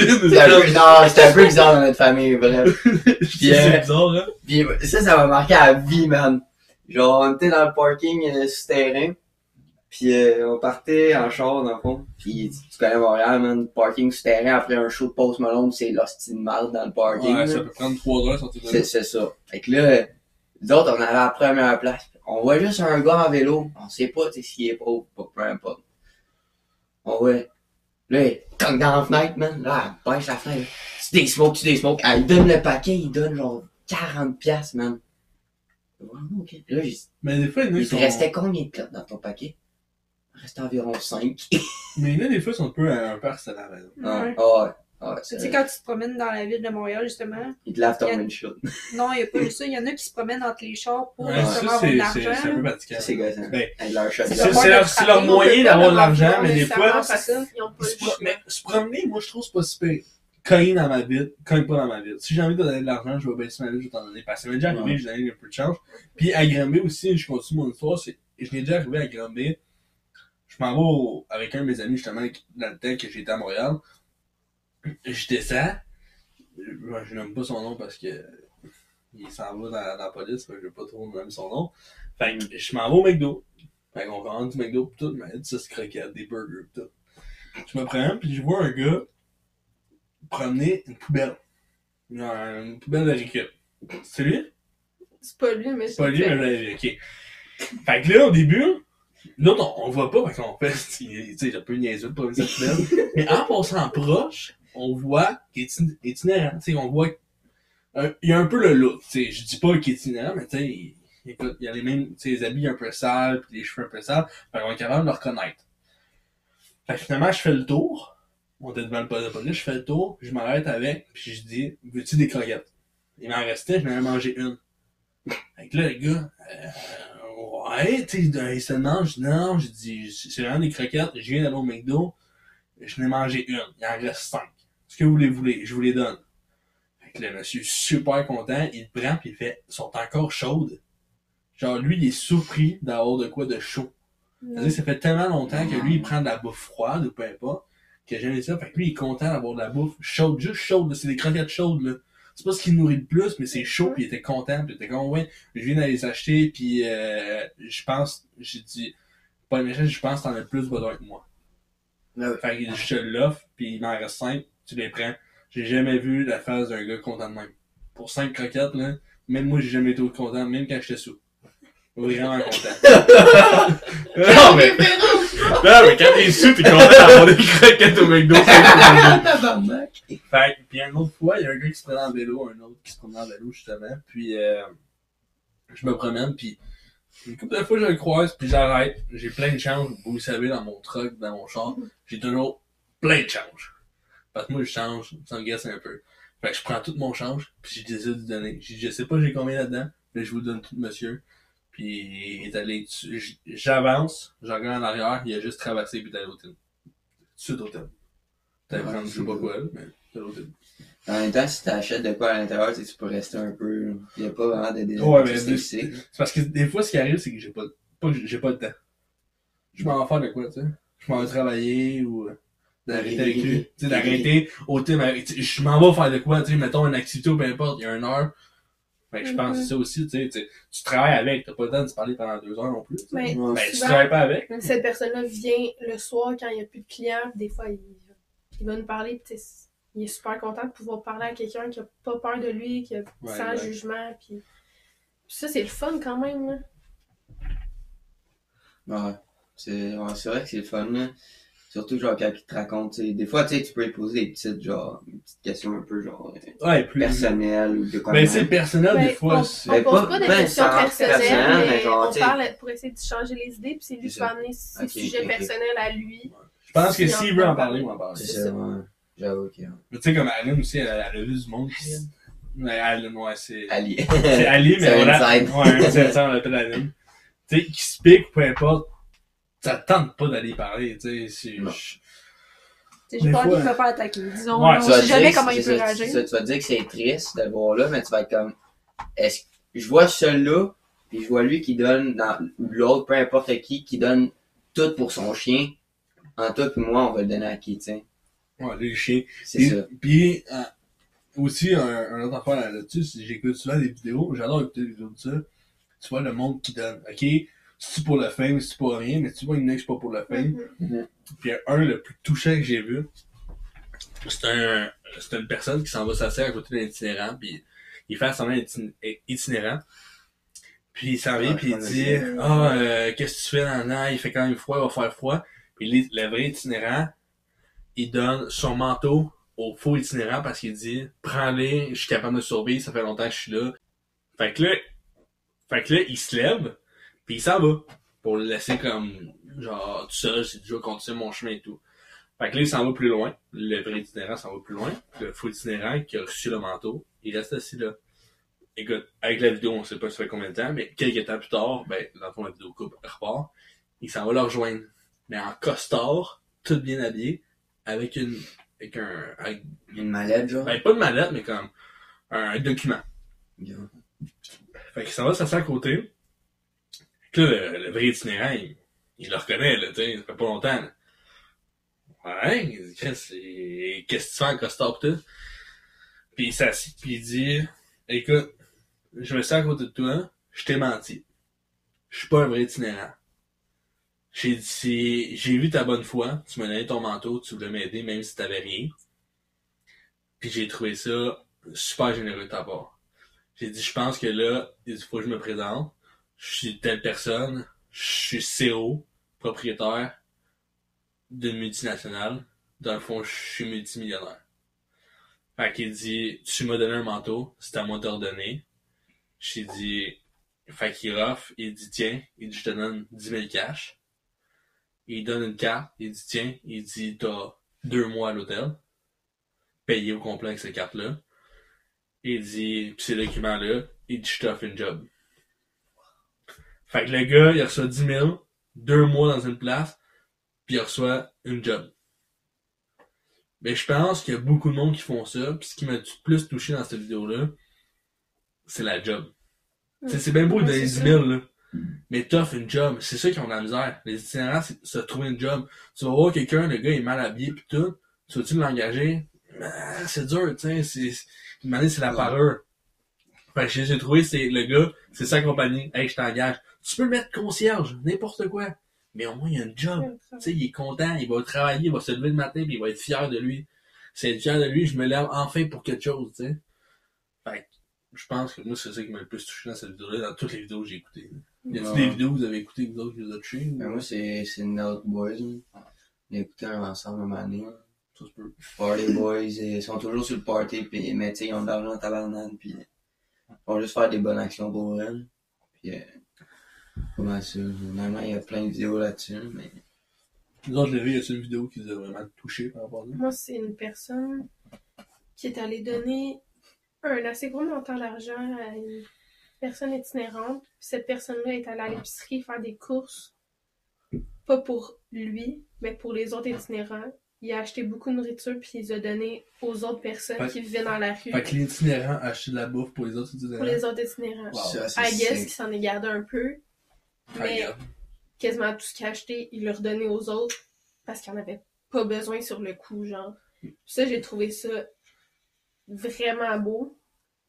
un peu bizarre dans notre famille, bref. Puis, c'est bizarre, hein? Puis ça m'a marqué à vie, man. Genre, on était dans le parking souterrain, puis on partait en char, dans le fond. Puis tu connais Montréal, man, parking souterrain après un show de Post Malone, c'est l'hostie de marde dans le parking. Ouais, ça peut prendre 3 heures sortir de là. C'est ça. Fait que là, nous autres, on avait la première place. On voit juste un gars en vélo. On sait pas s'il est pauvre ou pas, peu importe. On voit. Là, il cogne dans la fenêtre, man. Là, elle baisse la fenêtre. Tu des smokes. Elle donne le paquet, il donne genre 40$, man. Vraiment, ok. Là, mais des fois, il te restait combien de clopes dans ton paquet? Il restait environ 5. Mais là, des fois, ils sont un peu harcelants, par exemple. Ouais. Ouais, tu sais, quand tu te promènes dans la ville de Montréal, justement. Ils te lavent ton windshield. Non, il n'y a pas juste ça. Il y en a qui se promènent entre les chars pour Ouais, justement avoir de l'argent. C'est un peu fatigant. C'est gossant. Ben, avec leur shot. C'est leur moyen d'avoir de l'argent, mais des fois, ils ont pas le choix. mais se promener, moi, je trouve que c'est pas super. Cogne dans ma ville, cogne pas dans ma ville. Si j'ai envie de donner de l'argent, je vais baisser ma ville, je vais t'en donner. Parce que ça m'est déjà arrivé, j'ai donné un peu de change. Puis à Granby aussi, je continue mon histoire, je l'ai déjà arrivé à Granby. Je m'en vais avec un de mes amis, justement, dans le temps que j'étais à Montréal. Je descends. Je nomme pas son nom parce que il s'en va dans la police, je vais pas trop nommer son nom. Fait que je m'en vais au McDo. Fait qu'on rentre du McDo pis tout, mais 10 croquettes, des burgers pis tout. Je me prends, puis je vois un gars promener une poubelle. Une poubelle de récup. C'est lui? C'est pas lui, mais C'est pas lui, mais je l'avais vu, ok. Fait que là, au début, là, on voit pas parce qu'on fait, tu sais, j'ai un peu niaiseux de promener cette poubelle. Mais en passant proche, on voit qu'il est itinérant. Tu sais, on voit il y a un peu le look, tu sais. Je dis pas qu'il est itinérant, mais tu sais, écoute, il y a les mêmes, tu sais, les habits un peu sales, puis les cheveux un peu sales. Fait qu'on est capable de le reconnaître. Fait que finalement, je fais le tour. On était devant le poste de police, je fais le tour, puis je m'arrête avec, puis je dis, veux-tu des croquettes? Il m'en restait, je m'en ai mangé une. Fait que là, le gars, ouais, tu sais, il se demande, je dis non, je dis, c'est vraiment des croquettes, je viens d'aller au McDo, je n'ai mangé une, il en reste 5. Est-ce que vous les voulez? Je vous les donne. Fait que le monsieur, super content, il le prend, puis il fait, sont encore chaudes. Genre, lui, il est surpris d'avoir de quoi de chaud. C'est-à-dire, ça fait tellement longtemps que lui, il prend de la bouffe froide, ou peu importe, que j'aime ça. Fait que lui, il est content d'avoir de la bouffe chaude, juste chaude, là. C'est des croquettes chaudes, là. C'est pas ce qui le nourrit le plus, mais c'est chaud, puis il était content, puis il était comme, ouais, je viens d'aller les acheter, puis je pense, j'ai dit, pas méchant, je pense que t'en as plus besoin que moi. Ouais. Fait que je te l'offre, puis il m'en reste 5, tu les prends. J'ai jamais vu la face d'un gars content de même. Pour 5 croquettes, là, même moi, j'ai jamais été content, même quand j'étais sous. Vraiment content. Non, mais quand t'es sous, t'es content d'avoir des croquettes au McDo. Fait puis une autre fois, il y a un gars qui se prenait en vélo, un autre qui se promenait en vélo, justement. Puis, je me promène, puis une couple de fois, je le croise, puis j'arrête. J'ai plein de change. Vous le savez, dans mon truck, dans mon char, j'ai toujours plein de change. Parce que moi, je change, ça me gasse un peu. Fait que je prends tout mon change, puis je décide de donner. Je sais pas j'ai combien là-dedans, mais je vous donne tout, monsieur. Puis il est allé dessus. J'avance, je regarde en arrière, il a juste traversé, puis il est allé au thym. Sud au thym. T'as prendre je sais pas quoi, mais c'est au thym. En même temps, si t'achètes de quoi à l'intérieur, tu sais, tu peux rester un peu. Il y a pas vraiment de Ouais, mais c'est parce que des fois, ce qui arrive, c'est que j'ai pas le temps. Je m'en vais faire de quoi, tu sais. Je m'en vais travailler ou d'arrêter avec lui. Tu sais, d'arrêter au thym avec. Je m'en vais faire de quoi, tu sais, mettons une activité ou peu importe, il y a 1 heure. Fait que je pense que c'est ça aussi, tu sais, tu travailles avec, t'as pas le temps de se parler pendant 2 heures non plus. Mais Ben, tu travailles pas avec. cette personne-là vient le soir quand il n'y a plus de clients, des fois il va nous parler, pis il est super content de pouvoir parler à quelqu'un qui a pas peur de lui, qui a sans jugement, pis ça c'est le fun quand même, là. Ouais, c'est vrai que c'est le fun, là. Surtout, genre, quand il te raconte, tu sais, des fois, tu sais, tu peux lui poser des petites questions un peu, genre, personnelles ou de quoi. Ben, c'est personnel, des fois. On pose pas des questions personnelles, mais genre, on parle pour essayer de changer les idées, puis c'est lui qui va amener ses sujets personnels à lui. Je pense que s'il veut en parler, on va en parler. C'est ça, ouais. J'avoue que. Mais tu sais, comme Aline aussi, elle a vu du monde qui. Aline, ouais, c'est. Ali. C'est Ali, mais on l'appelle Aline. Tu sais, qui se pique, peu importe. Ça tente pas d'aller parler, tu sais. J'ai pas envie de me faire attaquer. Disons, ouais, on sait jamais comment il peut réagir. Tu vas te dire que c'est triste de le voir là, mais tu vas être comme. Est-ce que je vois celui-là, puis je vois lui qui donne, ou l'autre, peu importe qui donne tout pour son chien. En toi puis moi, on va le donner à qui, tu sais. Ouais, les chiens. C'est ça. Puis, aussi, un autre affaire là-dessus, si j'écoute souvent des vidéos, j'adore écouter des vidéos de ça. Tu vois le monde qui donne. Ok, c'est pour le fame, c'est pour rien, mais tu vois, il n'est pas pour le fame. Puis le plus touchant que j'ai vu, c'est une personne qui s'en va s'asseoir à côté d'un itinérant, puis il fait semblant itinérant. Puis il s'en vient, puis il dit qu'est-ce que tu fais là? Il fait quand même froid, il va faire froid. Puis le vrai itinérant, il donne son manteau au faux itinérant parce qu'il dit prends-les, je suis capable de survivre, ça fait longtemps que je suis là. Fait que là, il se lève, puis il s'en va. Pour le laisser comme, genre, tout seul, c'est déjà continuer mon chemin et tout. Fait que là, il s'en va plus loin. Le vrai itinérant s'en va plus loin. Le faux itinérant qui a reçu le manteau, il reste assis là. Écoute, avec la vidéo, on sait pas ça fait combien de temps, mais quelques temps plus tard, ben, dans le fond, la vidéo coupe repart. Il s'en va le rejoindre. Mais en costard, tout bien habillé, avec une mallette, genre? Ben, pas de mallette, mais comme un document. Yeah. Fait qu'il s'en va s'asseoir à côté. Fait que là, le vrai itinérant, il le reconnaît, là, tu sais, ça fait pas longtemps, là. Ouais, il dit, qu'est-ce que tu fais en costard pis tout? Puis il s'assit, puis il dit, écoute, je me sers à côté de toi, je t'ai menti. Je suis pas un vrai itinérant. J'ai vu ta bonne foi, tu m'as donné ton manteau, tu voulais m'aider même si t'avais rien. Puis j'ai trouvé ça super généreux de ta part. J'ai dit, je pense que là, il faut que je me présente. Je suis telle personne, je suis CO, propriétaire d'une multinationale. Dans le fond, je suis multimillionnaire. Fait qu'il dit, tu m'as donné un manteau, c'est à moi de te redonner. J'ai dit, fait qu'il offre, il dit, tiens, il dit, je te donne 10 000 cash. Il donne une carte, il dit, tiens, il dit, t'as 2 mois à l'hôtel, payé au complet avec cette carte-là. Il dit, pis ces documents-là, il dit, je t'offre une job. Fait que le gars, il reçoit 10 000, 2 mois dans une place, puis il reçoit une job. Mais je pense qu'il y a beaucoup de monde qui font ça, pis ce qui m'a le plus touché dans cette vidéo-là, c'est la job. C'est bien beau de donner 10 000, là. Mais t'offres une job. C'est ça qui ont de la misère. Les itinérants, c'est se trouver une job. Tu vas voir quelqu'un, le gars est mal habillé pis tout. Tu vas-tu l'engager? C'est dur, tu sais. Une manière, c'est la parure. Fait que j'ai trouvé, c'est le gars, c'est sa compagnie. Hey, je t'engage. Tu peux le mettre concierge, n'importe quoi. Mais au moins, il y a une job. Tu sais, il est content, il va travailler, il va se lever le matin pis il va être fier de lui. C'est être fier de lui, je me lève enfin pour quelque chose, tu sais. Fait que, je pense que moi, c'est ça qui m'a le plus touché dans cette vidéo-là, dans toutes les vidéos que j'ai écoutées. Y a-t-il des vidéos que vous avez écoutées, vous autres, qui vous a touché? Ben, moi, c'est Note Boys. On a écouté un ensemble une année. Ça se peut. Party Boys, ils sont toujours sur le party, pis, mais tu sais, ils ont de l'argent en tabarnane, pis ils vont juste faire des bonnes actions pour elles. Pis, comment ça? Normalement, il y a plein de vidéos là-dessus, mais... Nous autres, Lévi, y a-t-il une vidéo qui vous a vraiment touché par rapport à ça? Moi, c'est une personne qui est allée donner un assez gros montant d'argent à une personne itinérante. Cette personne-là est allée à l'épicerie faire des courses, pas pour lui, mais pour les autres itinérants. Il a acheté beaucoup de nourriture puis il les a donné aux autres personnes qui vivaient dans la rue. Fait que l'itinérant a acheté de la bouffe pour les autres itinérants. Pour les autres itinérants. Wow. Ça, I guess qu'il s'en est gardé un peu, mais Regarde. quasiment tout ce qu'il a acheté, il l'a redonné aux autres parce qu'il en avait pas besoin sur le coup, genre. Ça, j'ai trouvé ça vraiment beau.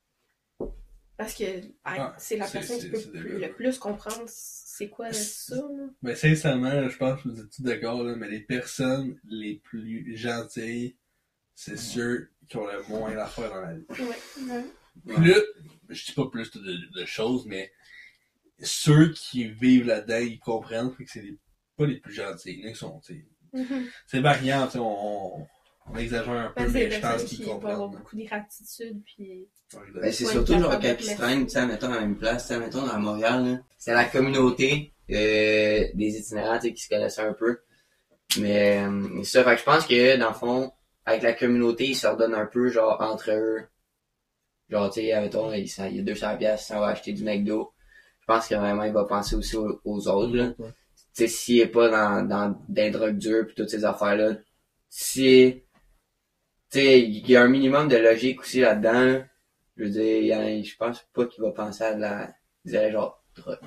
Parce que c'est la personne qui peut le plus comprendre c'est quoi ça, là. Mais sincèrement, je pense que vous êtes tous d'accord, là, mais les personnes les plus gentilles, c'est ceux qui ont le moins d'affaires dans la vie. Ouais. Plus, je dis pas plus de choses, mais ceux qui vivent là-dedans, ils comprennent que c'est pas les plus gentils. Ils sont, tu sais. C'est variant, tu sais, on exagère un peu, mais je pense qu'ils comprennent. Il va avoir beaucoup d'ingratitude, puis... Ben, c'est surtout genre quand ils se traînent, tu sais, mettons à la même place, tu sais, mettons à Montréal, là. C'est la communauté des itinérants, tu sais, qui se connaissaient un peu. Mais ça, fait que je pense que, dans le fond, avec la communauté, ils se redonnent un peu, genre, entre eux. Genre, tu sais, mettons, il y a 200 piastres, on va acheter du McDo. Je pense que vraiment, il va penser aussi aux autres, là. Tu sais, s'il est pas dans des drogues dures pis toutes ces affaires-là, si, tu sais, il y a un minimum de logique aussi là-dedans, là. Je veux dire, je pense pas qu'il va penser à de la, je dirais genre, drogue.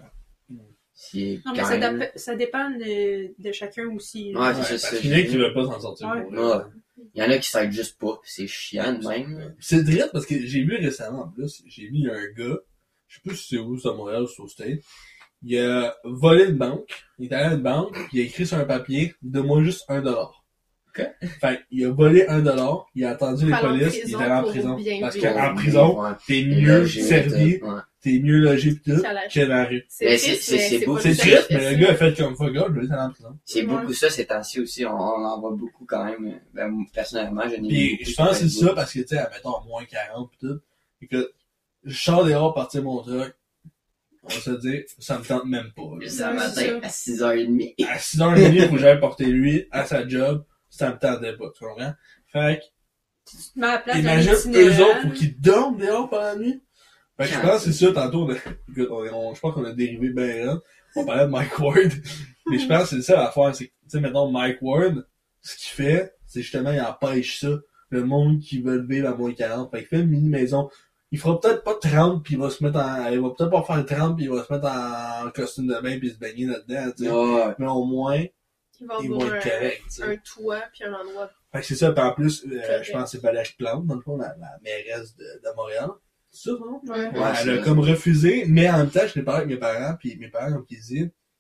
Non, mais ça dépend de chacun aussi. Ouais, c'est ça. Parce qu'il y en a qui veulent pas s'en sortir. Ouais. Ouais. Il y en a qui s'aident juste pas, pis c'est chiant de même. C'est drôle parce que j'ai vu récemment, en plus, j'ai vu un gars, je sais plus si c'est où, c'est à Montréal ou c'est au State, il a volé une banque, il est allé à une banque, puis il a écrit sur un papier, donne-moi juste $1. Okay. Fait il a volé $1, il a attendu les polices, il est allé en prison. Parce qu'en prison, t'es mieux servi, t'es mieux logé pis tout, que dans la rue. C'est beaucoup. C'est triste, mais le gars a fait comme fuck off, je vais aller en prison. C'est beaucoup ça ces temps-ci aussi, on en voit beaucoup quand même. Ben, personnellement, je n'ai Pis je pense que c'est ça parce que, tu sais, admettons, moins 40 pis tout, et que je sors dehors partir mon truck, on va se dire, ça me tente même pas. Juste un matin à 6h30. À 6h30, il faut que j'aille porter lui à sa job, ça me tentait pas, tu comprends? Fait que, imagine eux autres, faut qu'ils dorment dehors pendant la nuit. Fait que je pense que c'est ça, tantôt, écoute, je pense qu'on a dérivé bien là. On parlait de Mike Ward. Mais je pense que c'est ça l'affaire, c'est que, tu sais, maintenant, Mike Ward, ce qu'il fait, c'est justement, il empêche ça. Le monde qui veut vivre à moins 40. Fait qu'il fait une mini-maison. Il fera peut-être pas 30 pis il va se mettre il va peut-être pas faire 30 pis il va se mettre en costume de bain pis se baigner là-dedans, tu sais. Ouais. Mais au moins, il va ils vont être corrects, tu sais. Un toit pis un endroit. Fait que c'est ça, pis en plus, je pense que c'est Valérie Plante, dans le fond, la mairesse de Montréal. C'est ça, non? Ouais. Ouais, elle a comme refusé, mais en même temps, je l'ai parlé avec mes parents, pis mes parents, comme ils disent,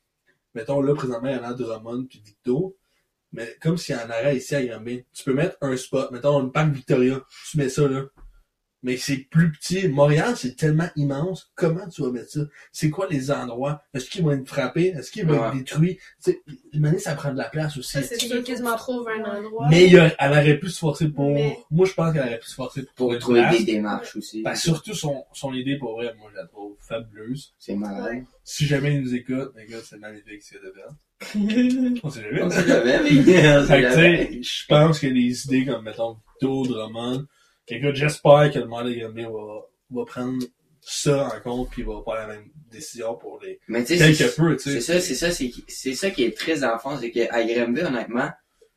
mettons là, présentement, il y en a à Drummond puis Victo, mais comme s'il y en aurait ici à Granby, tu peux mettre un spot, mettons une parc Victoria, tu mets ça là. Mais c'est plus petit. Montréal, c'est tellement immense. Comment tu vas mettre ça? C'est quoi les endroits? Est-ce qu'ils vont être frappés? Est-ce qu'ils vont être détruits? Tu sais, une année, ça prend de la place aussi. Ça, c'est sûr que tu trouves un endroit. Mais elle aurait pu se forcer pour... Moi, je pense qu'elle aurait pu se forcer pour trouver des démarches aussi. Ben, surtout son idée, pour vrai, moi, je la trouve fabuleuse. C'est malade. Ouais. Si jamais il nous écoute, les gars, c'est magnifique ce qu'il a de faire. On sait jamais. On sait jamais, mais... Fait que, tu sais, je pense que des idées comme, mettons, Victo, Drummond... Écoute, j'espère que le maire de Granby va prendre ça en compte pis va faire la même décision pour les mais tu sais, quelques peu, tu sais. C'est ça qui est triste dans le fond, c'est qu'à Granby, honnêtement,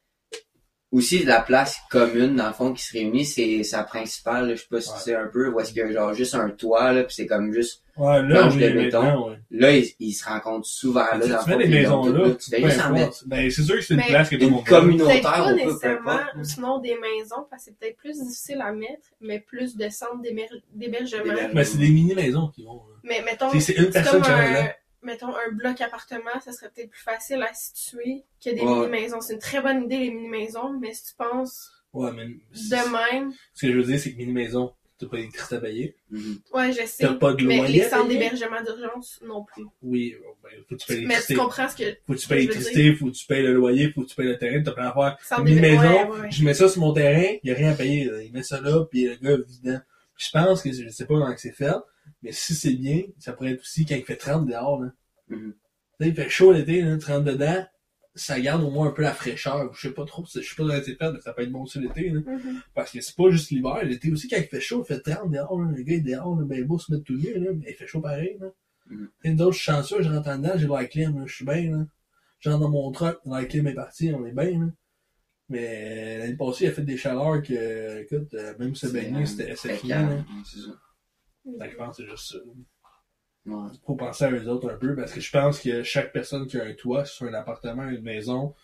aussi de la place commune, dans le fond, qui se réunit, c'est sa principale, là, je sais pas si tu sais un peu, où est-ce qu'il y a genre juste un toit, là, pis c'est comme juste planche de béton. Ouais. Là, ils se rencontrent souvent, là, dans tu mets des maisons là, tu fais juste en mettre. Ben, c'est sûr que c'est une Mais place que tout le Une monde Peut-être communautaire, pas on peut, peu nécessairement, importe. ou sinon des maisons, parce que c'est peut-être plus difficile à mettre, mais plus de centres d'hébergement. Ben, c'est des mini-maisons qui vont, là. Mais mettons, C'est une personne comme qui en a. mettons un bloc appartement, ça serait peut-être plus facile à situer que des Ouais. mini-maisons. C'est une très bonne idée, les mini-maisons, mais si tu penses Ouais, mais. de même, Ce que je veux dire, c'est que mini-maison, t'as pas d'électricité à payer. ouais, je sais. T'as pas de Mais loyer les à centres payer. d'hébergement d'urgence non plus. Oui, ben, faut que tu payes Mais tu l'électricité. comprends ce que. Faut que tu payes je veux l'électricité, faut que tu payes le loyer, faut que tu payes le terrain, t'as plein d'affaires. Centre Une mini-maison, ouais. je mets ça sur mon terrain, il y a rien à payer, là. Il met ça là, puis le gars vit dedans. Je pense que, je sais pas comment c'est fait, mais si c'est bien, ça pourrait être aussi quand il fait 30 dehors, là. Mhm. Tu sais, il fait chaud l'été, là, 30 dedans, ça garde au moins un peu la fraîcheur. Je sais pas trop, je sais pas comment c'est fait, mais ça peut être bon aussi l'été, là. Mhm. Parce que c'est pas juste l'hiver, l'été aussi, quand il fait chaud, il fait 30 dehors, là. Le gars est dehors, là, ben beau se mettre tout nu, là, mais il fait chaud pareil, là. Mhm. Et nous autres, je suis chanceux, je rentre en dedans, j'ai l'air clim, là, je suis bien, là. Je rentre dans mon truck, l'air clim est parti, on est bien, là. Mais l'année passée, il a fait des chaleurs que, écoute, même se baigner, c'était fini, là. C'est ça. Fait que je pense que c'est juste ça. Ouais. Faut penser à eux autres un peu, parce que je pense que chaque personne qui a un toit, sur un appartement, une maison,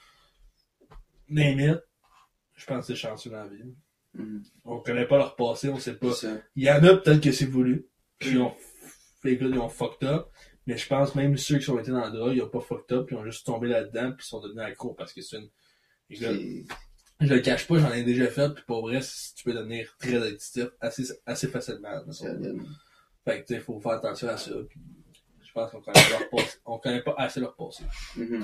limite, je pense que c'est chanceux dans la vie. Mhm. On connaît pas leur passé, on sait pas. C'est ça. Il y en a peut-être que c'est voulu, puis ils ont fucked up, mais je pense même ceux qui ont été dans le drogue, ils ont pas fucked up, puis ils ont juste tombé là-dedans, puis ils sont devenus accros, parce que c'est une... Écoute, je le cache pas, j'en ai déjà fait, puis pour vrai, tu peux devenir très addictif assez facilement. Fait que tu sais, faut faire attention à ça. Puis, je pense qu'on connaît leur passé. On connaît pas assez leur passé. Mhm.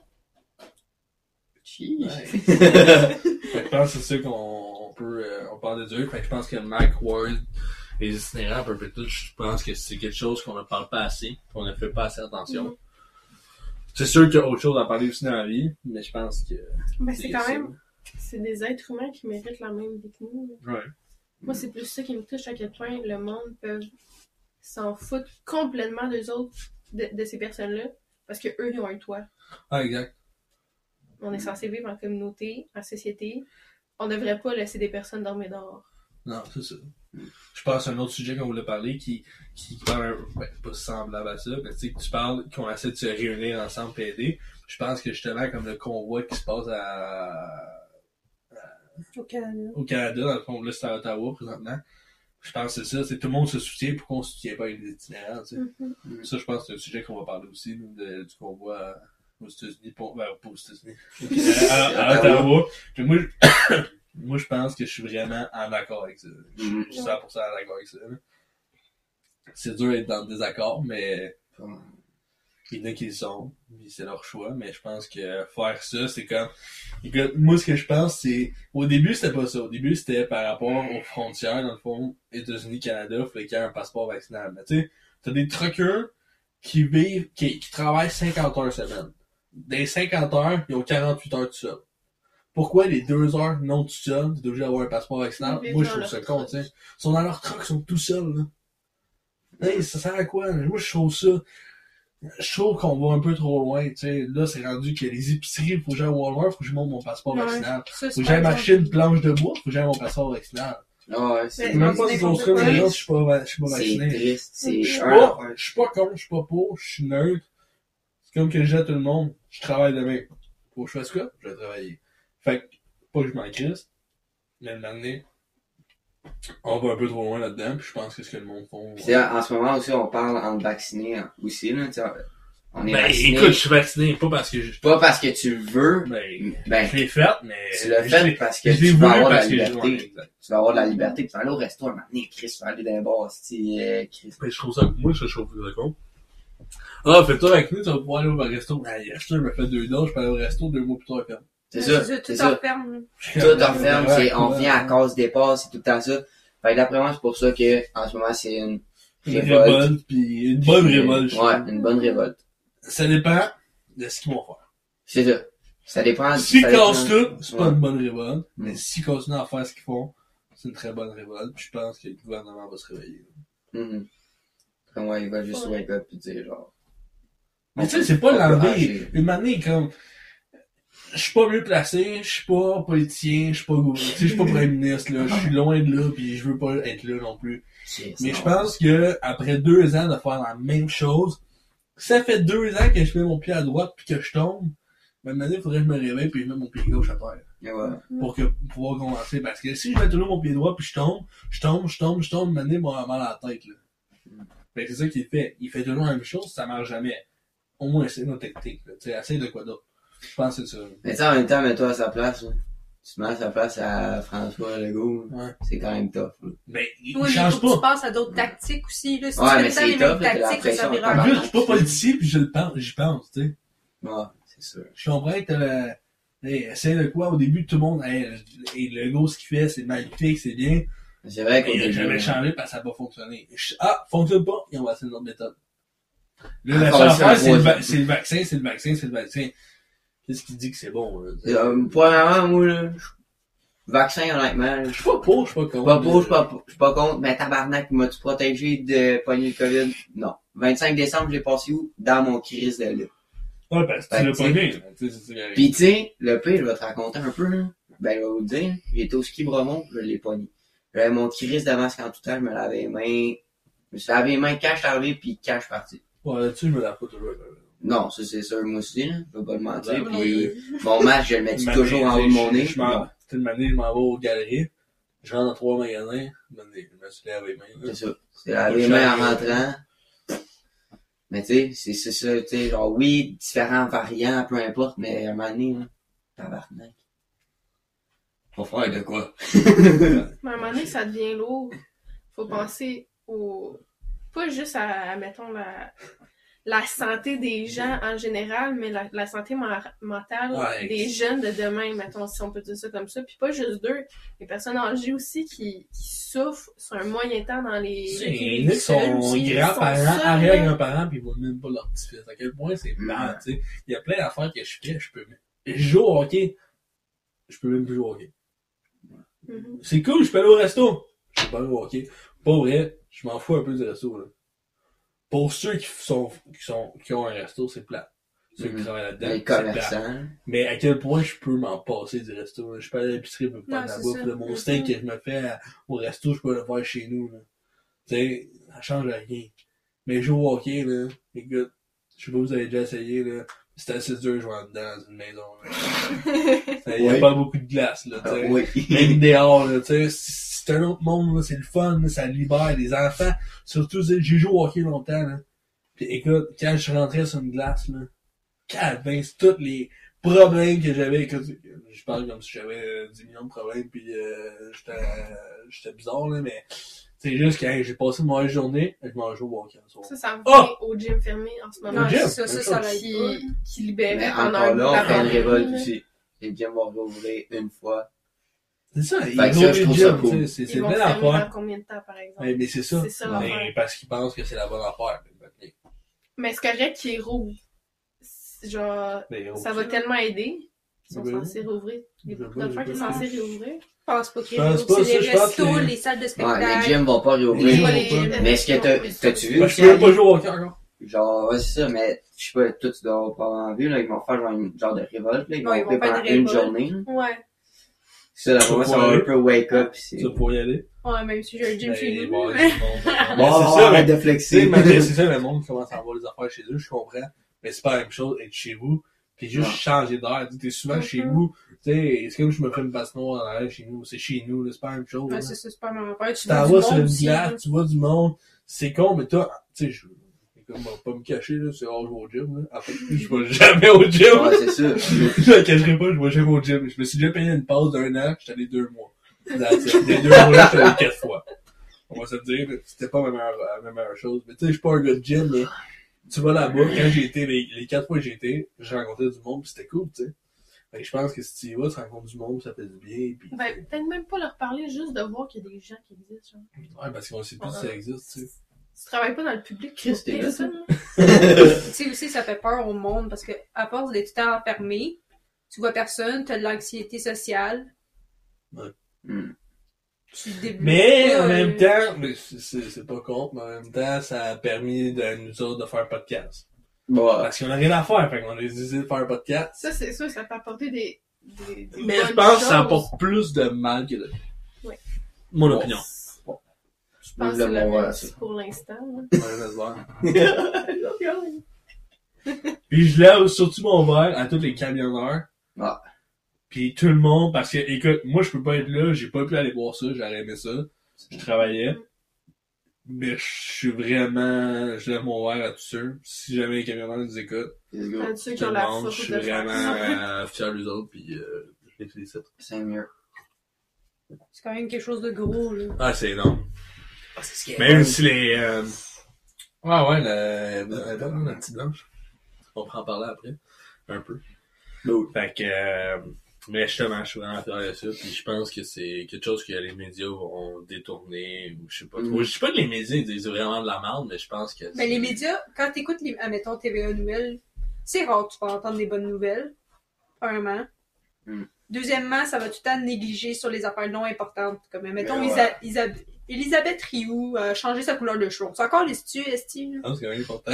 Ouais. Fait que je pense que c'est ça qu'on peut. On parle de Dieu. Fait que je pense que Mike Ward, les itinérants, un peu tout, je pense que c'est quelque chose qu'on ne parle pas assez, qu'on ne fait pas assez attention. C'est sûr qu'il y a autre chose à parler aussi dans la vie, mais je pense que. Mais c'est quand ça. même. C'est des êtres humains qui méritent la même vie que nous. Ouais. Moi, c'est plus ça qui me touche, à quel point le monde peut s'en foutre complètement d'eux autres, de ces personnes-là, parce que eux ils ont un toit. Ah, exact. On est censé vivre en communauté, en société. On devrait pas laisser des personnes dormir dehors. Non, c'est ça. Je pense à un autre sujet qu'on voulait parler qui parle pas semblable à ça, mais tu sais, que tu parles qu'on essaie de se réunir ensemble et aider. Je pense que justement, comme le convoi qui se passe au Canada, dans le fond, là c'est à Ottawa présentement, je pense que c'est ça, c'est tout le monde se soutient pour qu'on se soutienne pas avec les itinérants, tu sais. Mm-hmm. Ça, je pense que c'est un sujet qu'on va parler aussi, du convoi aux États-Unis, pas aux États-Unis, à Ottawa. Puis moi, je pense que je suis vraiment en accord avec ça. Je suis 100% en accord avec ça. Là. C'est dur d'être dans le désaccord, mais il y en a qui le sont, puis c'est leur choix, mais je pense que faire ça, c'est comme... Écoute, moi, ce que je pense, c'est... Au début, c'était pas ça. Au début, c'était par rapport aux frontières, dans le fond, États-Unis-Canada, il fallait qu'il y ait un passeport vaccinal. Mais tu sais, t'as des truckers qui vivent, qui travaillent 50 heures semaine. Des 50 heures, ils ont 48 heures tout seul. Pourquoi les 2 heures non tout seul, t'es obligé d'avoir un passeport vaccinal? Moi, je trouve ça con, tu sais. Ils sont dans leur truck, ils sont tout seuls, là. Hey, ça sert à quoi? Moi, je trouve ça... Je trouve qu'on va un peu trop loin, tu sais. Là, c'est rendu que les épiceries, faut que j'aille au Walmart, faut que je monte mon passeport vaccinal. Faut que j'aille m'acheter une planche de bois, faut que j'aille mon passeport vaccinal. Ah ouais, c'est même pas si on se fait je suis pas vacciné. C'est triste, c'est Je suis pas con, je suis pas pour, je suis neutre. C'est comme que je dis à tout le monde, je travaille demain. Faut que je fasse quoi? Je vais travailler. Fait que, pas que je m'en crisse, mais le donné, on va un peu trop loin là-dedans, puis je pense que ce que le monde font... Puis en ce moment aussi, on parle en vacciner aussi, là, On est Ben, vacciné. écoute, je suis vacciné, pas parce que je... Pas parce que tu le veux, Ben, je l'ai fait, mais... tu l'as je fait l'ai- parce que je l'ai tu veux voulu avoir de la parce que liberté. ouais, exact. Tu vas avoir de la liberté. Tu vas aller au resto un moment donné, Chris, tu vas aller dans les bars, Chris. Ben, je trouve ça, moi, je trouve ça con. Ah, fais-toi avec nous, tu vas pouvoir aller au resto. Ben, le resto, il me fait 2 doses, je peux aller au resto 2 mois plus tard, quand même. C'est ça, Tout c'est en ça. ferme. Tout en ferme, on revient à case départ, c'est tout le temps ça. Fait que d'après moi, c'est pour ça que, en ce moment, c'est une Une révolte. révolte, pis une bonne révolte, je Ouais, trouve. une bonne révolte. Ça dépend de ce qu'ils vont faire. C'est ça. Ça dépend. S'ils ça dépend- cassent tout, c'est pas Ouais. une bonne révolte. Mais Mm. s'ils continuent à faire ce qu'ils font, c'est une très bonne révolte. Puis je pense que le gouvernement va se réveiller. Mhm. Après moi, il va juste Ouais. wake up et dire genre. Mais tu sais, c'est pas on peut l'enlever. hacher. Une année, comme, je suis pas mieux placé, je suis pas politicien, je suis pas tu sais, je suis pas premier ministre, là. Je suis loin de là, pis je veux pas être là non plus. Mais je pense que, après 2 ans de faire la même chose, ça fait 2 ans que je mets mon pied à droite pis que je tombe, même année, il faudrait que je me réveille pis je mette mon pied gauche à terre. Et voilà. Pour pouvoir commencer. Parce que si je mets toujours mon pied droit puis je tombe, une année, moi, avoir mal à la tête, là. Fait que c'est ça qu'il fait. Il fait toujours la même chose, ça marche jamais. Au moins, essaye notre technique, là. Tu sais, essaye de quoi d'autre. Je pense que c'est ça. Mais tu sais, en même temps, mets-toi à sa place, là. Tu te mets à sa place à François Legault, là. Ouais. C'est quand même tough, là. Mais, il Oui, mais il change faut que tu pas. passes à d'autres tactiques aussi. Là. Si Ouais, tu mais fais c'est tout le temps les tough, mêmes là, t'as la tactiques, ça pression servira en à En rien. plus, je suis pas politicien pis j'y pense, tu sais. Ouais, c'est sûr. Je comprends que t'as le, hey, essaye de quoi, au début, tout le monde, hey, Legault, ce qu'il fait, c'est magnifique, c'est bien. C'est vrai Mais qu'on il a jamais changé parce que ça n'a pas fonctionné. Fonctionne pas, et on va essayer une autre méthode. Là, la seule affaire, c'est le vaccin. Qu'est-ce qui dit que c'est bon, là? Premièrement, moi, là, vaccin, honnêtement, Je suis pas pour, je suis pas contre. je suis pas contre, mais tabarnak, m'as-tu protégé de pogner le COVID? Non. 25 décembre, je l'ai passé où? Dans mon crise de là. Ouais, parce que tu l'as pas bien, tu sais, c'est ça qui arrive. Pis tu sais, le pire, je vais te raconter un peu, là. Ben, je vais vous le dire, j'étais au ski Bromont, je l'ai pogné. J'avais mon crise de masque en tout temps, je me lavais les mains. Je me suis lavé les mains quand je suis arrivé, pis quand je suis parti. Ouais, là-dessus, je me lave pas toujours. Non, ça c'est sûr, moi aussi, là. Je vais pas le mentir. Ouais, Pis mon masque, je le mets toujours en haut de mon nez. Je une année, je m'en vais aux galeries. Je rentre dans 3 magasins. Je me suis lavé les mains. C'est ça. C'est laver les mains en rentrant. Mais tu sais, c'est ça, tu sais, genre, oui, différents variants, peu importe, mais à un moment donné, là, tabarnak. Faut faire de quoi? Mais à un moment donné, ça devient lourd. Faut penser au... Pas juste à mettons, la santé des gens en général, mais la santé mentale Ouais. des jeunes de demain, mettons, si on peut dire ça comme ça. Puis pas juste d'eux, les personnes âgées aussi qui souffrent sur un moyen temps dans les... Il y en a qui sont grands-parents, arrière-grands-parents, pis ils voient même pas leur petit-fils. À quel point c'est mal, tu sais. Il y a plein d'affaires que je fais, je joue au hockey. Je peux même plus jouer au hockey. Mhm. C'est cool, je peux aller au resto. Je peux pas aller au hockey. Pas vrai, je m'en fous un peu du resto, là. Pour ceux qui ont un resto, c'est plat. Ceux qui travaillent là-dedans, Les c'est plat. commerçants. Mais à quel point je peux m'en passer du resto, là. Je peux aller à l'épicerie, je peux prendre Ouais, la c'est bouffe, ça. là. Mon steak que je me fais au resto, je peux le faire chez nous, là. Tu sais, ça change rien. Mais jouer au hockey, là, écoute, je sais pas si vous avez déjà essayé, là. C'est assez dur de jouer en dedans dans une maison, là. Il y a Oui. pas beaucoup de glace, là, tu sais. Oui. Même dehors, là, tu sais, c'est un autre monde, là, c'est le fun, là, ça libère les enfants. Surtout, j'ai joué au hockey longtemps, là. Pis écoute, quand je suis rentré sur une glace, là, calvin, c'est tous les problèmes que j'avais. Écoute, je parle comme si j'avais 10 millions de problèmes, pis j'étais bizarre, là, mais c'est juste que hey, j'ai passé une mauvaise journée, et je m'en joue au hockey en soir. Ça me Oh! vient au gym fermé en ce moment. Au gym? Ça l'aide pas. Qui libérait Mais pendant encore là, on la fait une pandémie, révolte là. aussi. Les gyms vont rouvrir une fois. C'est ça, Fait ils que ça, ouvrent je les trouve ça gyms, cool. tu sais, c'est Ils vont plein fermer dans d'affaires. combien de temps, par exemple? Mais c'est ça. C'est ça Ouais. l'affaire. Mais parce qu'ils pensent que c'est la bonne affaire. Mais c'est correct qu'ils rouvrent. Genre, Mais, ça va tellement aider. Ils sont Oui. censés rouvrir. Il y a Je beaucoup sais d'affaires pas, qui sont je censées réouvrir. Je pense pas qu'il Je pense pas, c'est ça, les je pense restos, que- les salles de Ouais, spectacle. les gyms vont pas réouvrir. Les- Mais est-ce que t'as-tu vu? Je aussi, peux même pas Ali? jouer au hockey encore. Genre, ouais, c'est ça, mais je sais pas, toi, tu dois avoir probablement vu, là, ils vont faire genre une genre de révolte, là, ils vont Ouais, ils vont ouvrir faire pendant des une révoltes. journée, là. Ouais. Ça, d'après moi, ça va un peu wake up, pis c'est... Tu vas pouvoir y aller. Ouais, même si j'ai un gym chez nous. bon, mais- c'est bon. Bon, c'est ça, arrête mais de tu sais, flexer. mais c'est ça, le monde commence à avoir les affaires chez eux, je comprends. Mais c'est pas la même chose être chez vous, puis juste Ouais. changer d'air. Tu sais, t'es souvent chez vous, tu sais, c'est comme je me fais une passe noire dans l'air chez nous, c'est chez nous, là, c'est pas la même chose. Ouais, là. c'est pas ma affaire. Tu t'en vas sur une glace, tu vois du monde, c'est con, mais toi, tu sais, écoute, comme, on va pas me cacher, là, c'est hors, je vais au gym, là. En fait, je vais jamais au gym. Ouais, c'est ça. Je le cacherai pas, je vais jamais au gym. Je me suis déjà payé une pause d'1 an, j'étais allé 2 mois. Les 2 mois-là, j'étais allé 4 fois. On va se le dire, c'était pas la meilleure chose. Mais tu sais, je suis pas un gars de gym, mais tu vas là-bas, quand j'ai été, les 4 fois que j'ai été, j'ai rencontré du monde, pis c'était cool, tu sais. Fait que je pense que si tu y vas, tu rencontres du monde, ça fait du bien, pis... Ben, peut-être même pas leur parler, juste de voir qu'il y a des gens qui existent, genre. Ouais, parce qu'on sait plus si ça existe, tu sais. Tu travailles pas dans le public, Chris, t'es là, ça. Tu sais aussi, ça fait peur au monde parce que, à force d'être tout le temps enfermé, tu vois personne, t'as de l'anxiété sociale. Mm. Tu développes Mais, pas, en même temps, mais c'est pas con, mais en même temps, ça a permis de nous autres de faire podcast. Bon, Parce qu'on a rien à faire, fait qu'on a décidé de faire un podcast. Ça, c'est sûr, ça peut apporter des Mais je bonnes pense que ça choses. apporte plus de mal que de bien. Oui. Mon Bon. opinion. Je pense que le c'est la voir, même ça. pour l'instant. là. Ouais, laisse voir. Puis je lève surtout mon verre à tous les camionneurs. Ah. Puis tout le monde, parce que, écoute, moi je peux pas être là, j'ai pas pu aller voir ça, j'aurais aimé ça. Je travaillais. Mais je lève mon verre à tous ceux. Si jamais les camionneurs nous écoutent, let's go. À ceux qui tout ont le la monde, force je suis de faire vraiment ça. fier d'eux autres, puis je les félicite. C'est mieux. C'est quand même quelque chose de gros, là. Ah, c'est énorme. Ah, c'est scary. Même si les... ouais, la petite blanche. On pourra en parler après. Un peu. L'autre. Fait que... mais justement, je suis vraiment fier de ça. Puis je pense que c'est quelque chose que les médias vont détourner. Ou je sais pas trop. Je sais pas que les médias ils disent vraiment de la merde, mais je pense que... Mais les médias, quand t'écoutes admettons, TVA Nouvelles, c'est rare que tu vas entendre des bonnes nouvelles. Premièrement. Mm. Deuxièmement, ça va tout le temps négliger sur les affaires non importantes. Comme, admettons, Mais ouais. Elisabeth Rioux a changé sa couleur de cheveux. C'est encore les stu, esti, là? Ah, c'est quand même important.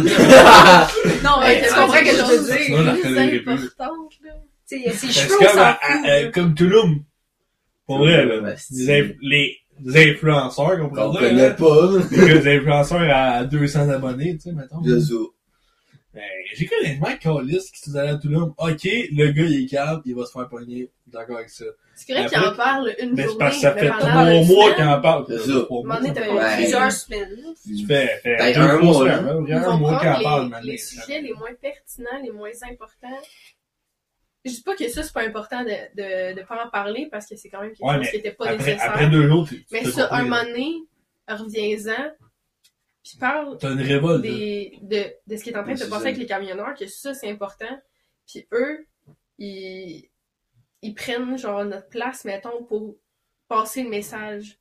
Non, mais tu comprends ce que je veux Sinon, je la dire. reconnaîtrais plus. importante, là. Tu sais, ses C'est cheveux, on comme, s'en fout. comme Touloum. Pour vrai, là. Ouais, Les influenceurs, qu'on Qu'on pourrait dire. connaît là. pas. Les influenceurs à 200 abonnés, tu sais, mettons. Je sais. Ben, j'ai connu des mecs Callis qui se disaient à Touloum, ok, le gars il est calme, il va se faire pogner. D'accord avec ça. C'est vrai qu'il Après- en parle une Mais c'est journée. parce que ça mais fait pendant 3 une mois semaine, qu'il en parle. C'est ça. 3 mois. À un moment donné, t'avais Ouais. Plusieurs semaines. Tu fais Ben, 2 un mois, mois, là. là. Ils Un vont mois qu'il en parle, prendre maintenant. les sujets les moins pertinents, les moins importants. Je dis pas que ça, c'est pas important de pas en parler parce que c'est quand même quelque Ouais, chose mais qui était pas Après nécessaire. 2 jours, tu Mais t'as ça, un compris, moment là. donné, reviens-en, puis parle T'as une révolte, là. de ce qui est en train de se C'est passer ça. avec les camionneurs, que ça, c'est important. Puis eux, ils prennent genre notre place, mettons, pour passer le message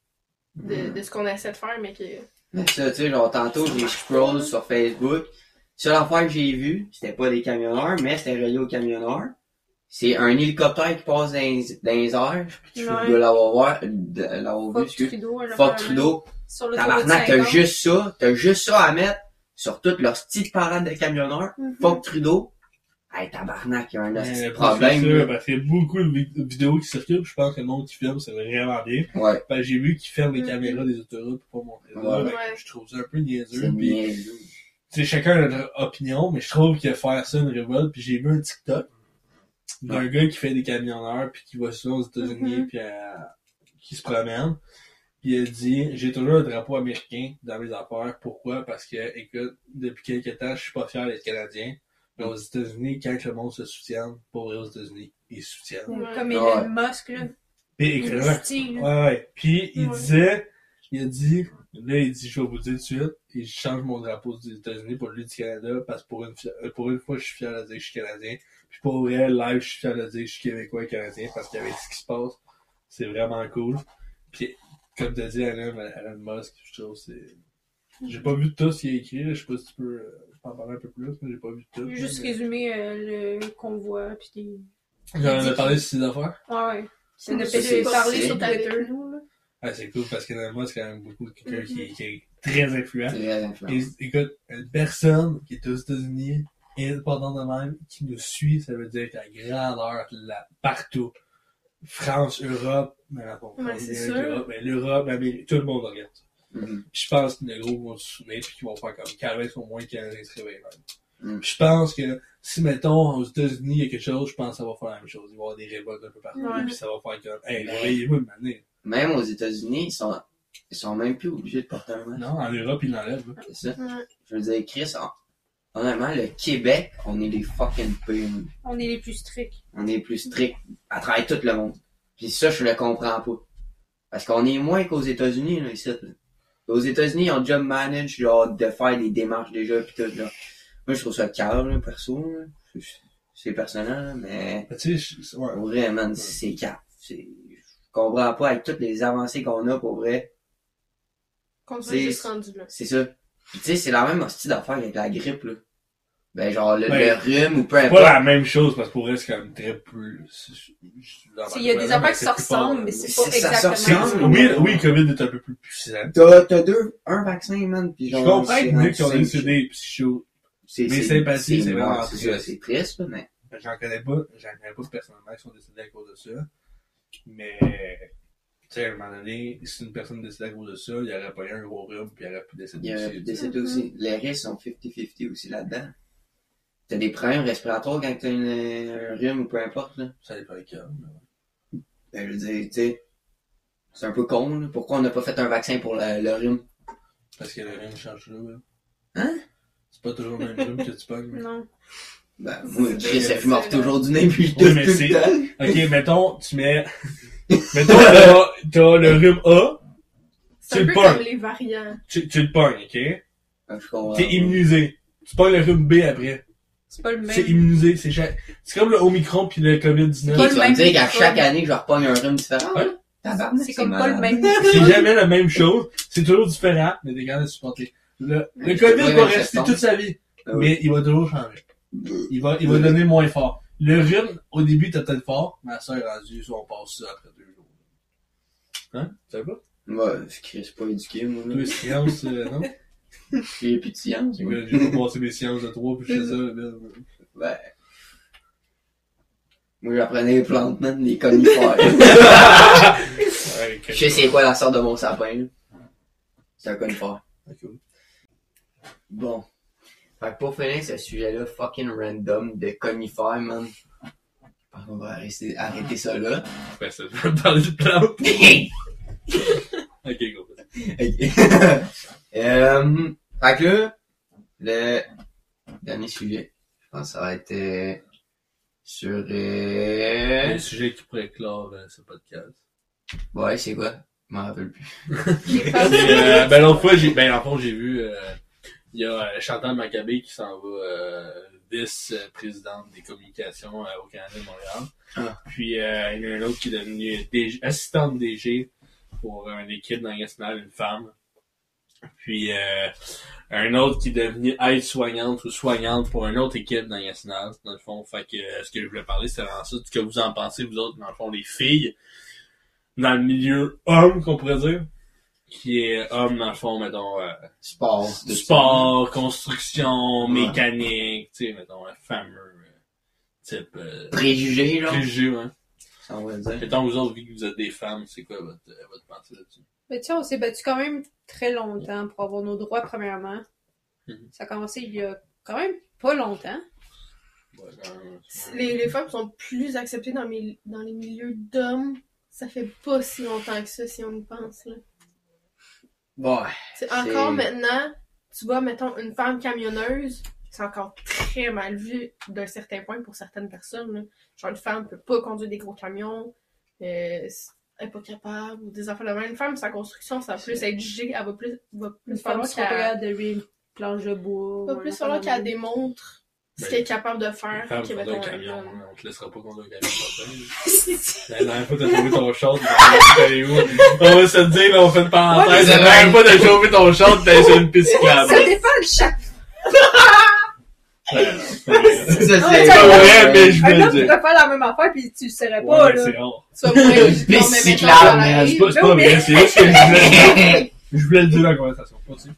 de ce qu'on essaie de faire, mais que... Mais ça, tu sais, genre, tantôt, j'ai scroll sur Facebook. Seule affaire que j'ai vue, c'était pas des camionneurs, mais c'était relié aux camionneurs. C'est un hélicoptère qui passe dans les airs. Je Ouais. dois l'avoir vu, Fuck excuse. Trudeau, un Fuck affaire Trudeau. sur le Tabarnak, t'as juste ça à mettre sur toute leur petite parade de camionneurs. Fuck Trudeau. Hey, tabarnak, il y a un Mais petit problème. c'est ça, là. parce qu'il y a beaucoup de vidéos qui circulent, puis je pense que le monde qui filme, c'est vraiment bien. Ouais, Ben, j'ai vu qu'ils ferment les Mhm. caméras des autoroutes pour pas montrer ça. Ouais. Ben, Ouais. je trouve ça un peu niaiseux. c'est Puis, niaiseux. tu sais, chacun a leur opinion, mais je trouve que faire ça une révolte, puis j'ai vu un TikTok d'un gars qui fait des camionneurs, puis qui va souvent aux États-Unis, Mhm. puis qui se promène. Puis il a dit, j'ai toujours un drapeau américain dans mes affaires. Pourquoi? Parce que, écoute, depuis quelques temps, je suis pas fier d'être Canadien. Mais aux États-Unis, quand le monde se soutient, pour vrai aux États-Unis, ils se soutiennent. Comme Ouais. Elon Musk, là. Puis, Il écoute, se tient, là. ouais. Puis il Ouais. disait, il a dit, je vais vous dire tout de suite, et je change mon drapeau des États-Unis pour lui du Canada, parce que pour une fois, je suis fier de dire que je suis Canadien. Puis pour vrai, live, je suis fier de dire que je suis Québécois et Canadien, parce qu'avec ce qui se passe, c'est vraiment cool. Puis, comme t'as dit, Elon Musk, je trouve c'est... J'ai pas vu tout ce qu'il a écrit, là. Je sais pas si tu peux en parler un peu plus, mais j'ai pas vu tout. Je vais juste mais- résumer le convoi, puis des... J'en ai parlé sur ses affaires. Ouais. C'est On a Ça, fait c'est- parler c'est- sur Twitter. avec nous, là. Ah, c'est cool, parce qu'Elon Musk, c'est quand même beaucoup quelqu'un qui est très influent. C'est très influent. Et, écoute, une personne qui est aux États-Unis, indépendante de même, qui nous suit, ça veut dire qu'à grandeur, partout. France, Europe, mais bon, Ouais, c'est Europe, sûr. mais l'Europe, l'Amérique, tout le monde regarde ça. Mhm. Puis je pense que les gros vont se souvenir, puis qu'ils vont faire comme carrément au moins Canadiens se réveillent. Mm. Puis je pense que si, mettons, aux États-Unis, il y a quelque chose, je pense que ça va faire la même chose. Il va y avoir des révoltes un peu partout, Ouais. puis ça va faire comme, hey, Ouais. réveillez-vous une année. Même aux États-Unis, ils sont même plus obligés de porter un masque. Non, en Europe, ils l'enlèvent. Là. C'est ça. Ouais. Je veux dire, Chris, honnêtement, le Québec, on est les fucking pires. On est les plus stricts. On est plus stricts à travers tout le monde. Puis ça, je le comprends pas. Parce qu'on est moins qu'aux États-Unis, là, ici. Là. Aux États-Unis, ils ont déjà managé, genre, de faire des démarches déjà, pis tout, là. Moi, je trouve ça calme, là, perso, là. C'est personnel, là, mais... Tu sais, ouais. Pour vrai, man, c'est cap. Je comprends pas avec toutes les avancées qu'on a, pour vrai. Qu'on soit C'est- juste rendu là. C'est ça. Pis tu sais, c'est la même hostie d'affaire avec la grippe, là. Ben, genre, le Ouais. rhume ou peu C'est importe. pas la même chose, parce que pour elle, c'est quand même très plus... Il y a des affaires qui se ressemblent, mais c'est pas C'est- ça se exactement ressemble. ça. Oui, le COVID est un peu plus puissant. T'as un vaccin, man, pis Je genre... comprends c'est que rendu Nick, qui ont simple. une CD psycho. Mes C'est sympathies, c'est mort, vraiment c'est triste. ça, c'est triste, là, mais... J'en connais pas personnellement qui sont décédés à cause de ça. Mais, tu sais, à un moment donné, si une personne décédait à cause de ça, il aurait pas eu un gros rhume, puis il aurait pu décéder Il y a aussi. des décédés aussi. Les risques sont 50-50 aussi là-dedans. T'as des problèmes respiratoires quand t'as un rhume ou peu importe, là. Ça dépend des cas. Ben, je veux dire, tu sais, c'est un peu con, là. Pourquoi on n'a pas fait un vaccin pour le rhume? Parce que le rhume change toujours, là. Hein? C'est pas toujours le même rhume que tu pognes. là. Non. Ben, moi, Chris, C'est je mords toujours du nez, puis je Oui, tousse mais tout c'est- le temps. Ok, mettons, tu mets... mettons, t'as le rhume A, C'est Tu un le peu pognes. comme les variants. tu le pognes, ok? Ah, je comprends. T'es immunisé. Tu pognes le rhume B après. C'est pas le même. C'est immunisé, c'est comme le Omicron puis le COVID-19. Ok, pas tu le vas me même dire qu'à microbe. chaque année, je repogne un rhume différent. Ouais. Tabarnak, C'est comme pas malade. le même. C'est jamais la même chose. C'est toujours différent, mais t'es capable de supporter. Le Ouais, COVID ouais, va ouais, rester ça toute sa vie. Ah oui. Mais il va toujours changer. Il va donner moins fort. Le rhume, au début, t'as peut-être fort. Ma soeur est rendue, on passe ça après 2 jours. Hein? Tu sais pas? Moi, je suis pas éduqué, moi. Toi, sciences, non? J'ai plus de science, moi. J'ai pas passé mes sciences de 3 puis je fais ça, là. Ben. Moi, j'apprenais les plantes, man, les conifères. Ouais, Je sais c'est quoi la sorte de mon sapin, là. C'est un conifère. Ok. Bon. Fait que pour finir ce sujet-là, fucking random, de conifères, man. On va arrêter ça là. Ouais, ça, je vais parler de plantes. Ok, go. Ok. Fait que là, le dernier sujet, je pense que ça va être sur... Un sujet qui pourrait clore ce podcast. Ouais, c'est quoi? Je m'en rappelle plus. Les femmes. Ben l'autre fois, j'ai vu, il y a Chantal Maccabé qui s'en va vice-présidente des communications au Canada de Montréal. Ah. Puis il y a un autre qui est devenu assistante DG pour une équipe dans nationale, une femme. Puis un autre qui est devenu aide-soignante ou soignante pour une autre équipe dans nationale, dans le fond. Fait que ce que je voulais parler, c'est vraiment ça. Ce que vous en pensez, vous autres, dans le fond, les filles, dans le milieu homme, qu'on pourrait dire. Qui est homme, dans le fond, mettons, Sport. sport, construction, mécanique, tu sais, mettons, un fameux type Préjugés, genre. préjugé, hein. Ça, on va dire. Mettons, vous autres, vu que vous êtes des femmes, c'est quoi votre pensée là-dessus? Mais tu sais, on s'est battu quand même très longtemps pour avoir nos droits, premièrement. Mhm. Ça a commencé il y a quand même pas longtemps. Ouais, Les femmes sont plus acceptées dans les milieux d'hommes. Ça fait pas si longtemps que ça, si on y pense, là. Bon, C'est encore maintenant, tu vois, mettons, une femme camionneuse, c'est encore très mal vu d'un certain point pour certaines personnes, là. Genre, une femme peut pas conduire des gros camions, elle est pas capable, ou des affaires de même. Une femme, sa construction, ça va plus être jugé, elle va plus Une femme qui sera pas qu'elle capable de louer une planche de bois. va ou plus un falloir affaire de qu'elle même. démontre ce Ben, qu'elle est capable de faire. femme que, conduire un mettons, camion, homme. on te laissera pas conduire un camion. La dernière fois, t'as chauffé ton short, t'es où? On va se le dire, là, on fait une parenthèse. Ouais, La dernière fois, t'as chauffé ton short, t'es sur une piste cyclable. Ça dépend de chaque. Ouais, non, c'est pas vrai. ça, Non, c'est... mais ça, pas vrai, mais je Un veux homme dire. pourrait faire la même affaire pis tu le saurais pas, Ouais, là. c'est rare. Soit moins Une non, piste mais cyclable, mettons, ça mais arrive. C'est pas vrai, c'est juste que je voulais le dire dans la conversation. Continue.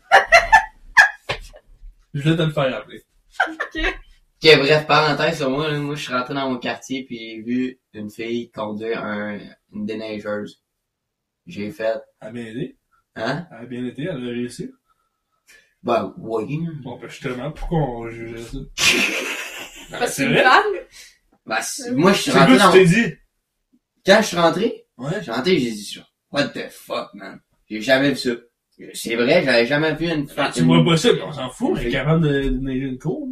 Je voulais te le faire rappeler. Ok, bref, parenthèse sur moi, là, moi je suis rentré dans mon quartier pis j'ai vu une fille conduire une déneigeuse. J'ai fait, Elle a bien aidé. hein? Elle a bien été, elle a réussi. Ben, oui. Bon, ben, justement, pourquoi on jugeait ça? Parce que c'est c'est une vrai? femme. Ben, moi je suis C'est rentré quoi dans... tu t'es dit? Quand je suis rentré, Ouais. j'ai dit, what the fuck, man? J'ai jamais vu ça. C'est vrai, j'avais jamais vu une femme. Tu vois pas ça, mais on s'en fout, elle est capable de neiger une cour.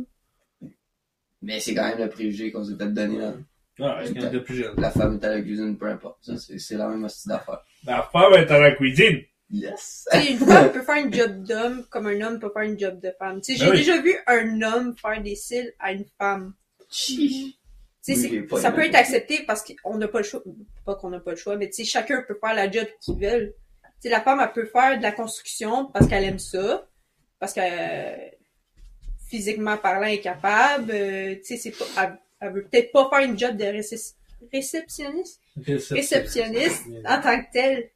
Mais c'est quand même le préjugé qu'on s'est fait donner là. Ah, c'est quand même de plus jeune. La femme est à la cuisine, peu importe. Ça, c'est la même hostie d'affaires. La femme est à la cuisine. Yes! Tu sais, une femme peut faire une job d'homme comme un homme peut faire une job de femme. Tu sais, j'ai déjà vu un homme faire des cils à une femme. Tu sais, ça peut être accepté parce qu'on n'a pas le choix. Pas qu'on n'a pas le choix, mais tu sais, chacun peut faire la job qu'ils veulent. Tu sais, la femme, elle peut faire de la construction parce qu'elle aime ça. Parce que physiquement parlant, elle est capable. Tu sais, c'est pas, elle veut peut-être pas faire une job de réceptionniste en tant que telle.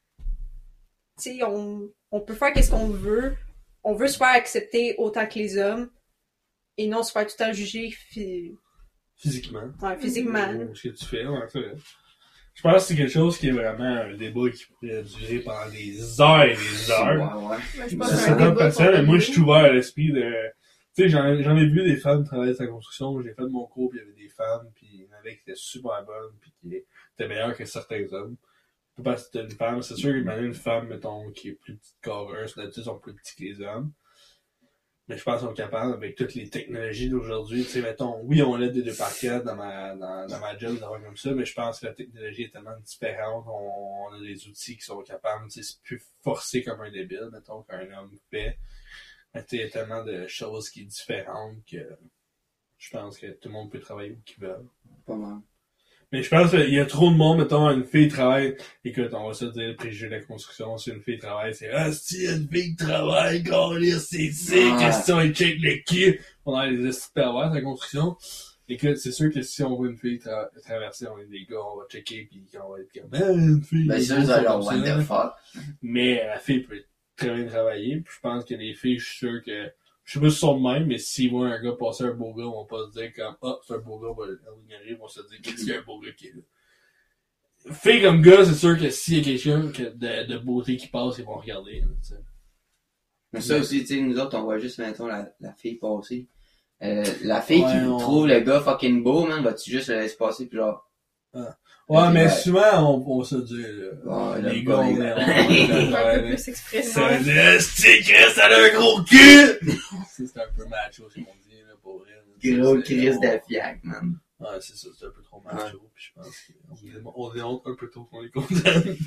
Tu sais, on peut faire qu'est-ce qu'on veut. On veut se faire accepter autant que les hommes. Et non se faire tout le temps juger physiquement. Ouais, physiquement. Ce que tu fais, ouais, c'est vrai. Je pense que c'est quelque chose qui est vraiment un débat qui pourrait durer pendant des heures et des heures. Ouais. Mais je pense Ça que c'est pas ça, mais moi je suis ouvert à l'esprit de... Tu sais, j'en ai vu des femmes travailler sur la construction, j'ai fait mon cours, puis il y avait des femmes, puis il y en avait qui étaient super bonnes, puis qui étaient meilleures que certains hommes. Pas parce que t'es une femme, c'est sûr qu'il y a une femme, mettons, qui est plus petite qu'heureuse, d'habitude, sont plus petits que les hommes. Mais je pense qu'on est capable, avec toutes les technologies d'aujourd'hui, tu sais, mettons, oui, on aide des 2x4 dans ma job, d'avoir comme ça, mais je pense que la technologie est tellement différente, on a des outils qui sont capables, tu sais, c'est plus forcé comme un débile, mettons, qu'un homme fait. Mais tu sais, il y a tellement de choses qui sont différentes que je pense que tout le monde peut travailler où qu'il veut. Pas mal. Mais je pense qu'il y a trop de monde, mettons, une fille travaille. Écoute, on va se dire le préjugé de la construction. Si une fille travaille, c'est si une fille travaille, question, elle check le cul. On a les pervers de la construction. Écoute, c'est sûr que si on voit une fille traverser, on est des gars, on va checker pis on va être comme, une fille. Ben, ça, c'est leur what the fuck. Mais la fille peut très bien travailler. Puis je pense que les filles, je suis sûr que, je sais pas si sont de même, mais s'ils voient un gars passer un beau gars, on va pas se dire comme, c'est un beau gars, on va l'ignorer, on va se dire qu'il y a un beau gars qui est là. Filles comme gars, c'est sûr que s'il y a quelqu'un de beauté qui passe, ils vont regarder, là, tu sais. Mais ça aussi, tu sais, nous autres, on voit juste, mettons, la fille passer. La fille qui trouve le gars fucking beau, man, vas-tu juste le laisser passer pis genre... Ouais, mais souvent, on se dit, les gars, on est un peu plus expressif. Ça veut dire, Chris, elle a un gros cul! C'est un peu macho, c'est ce qu'on dit, là, pour vrai. Gros Chris de fiac, man. Ouais, c'est ça, c'est un peu trop macho, pis je pense qu'on démontre un peu trop qu'on les condamne.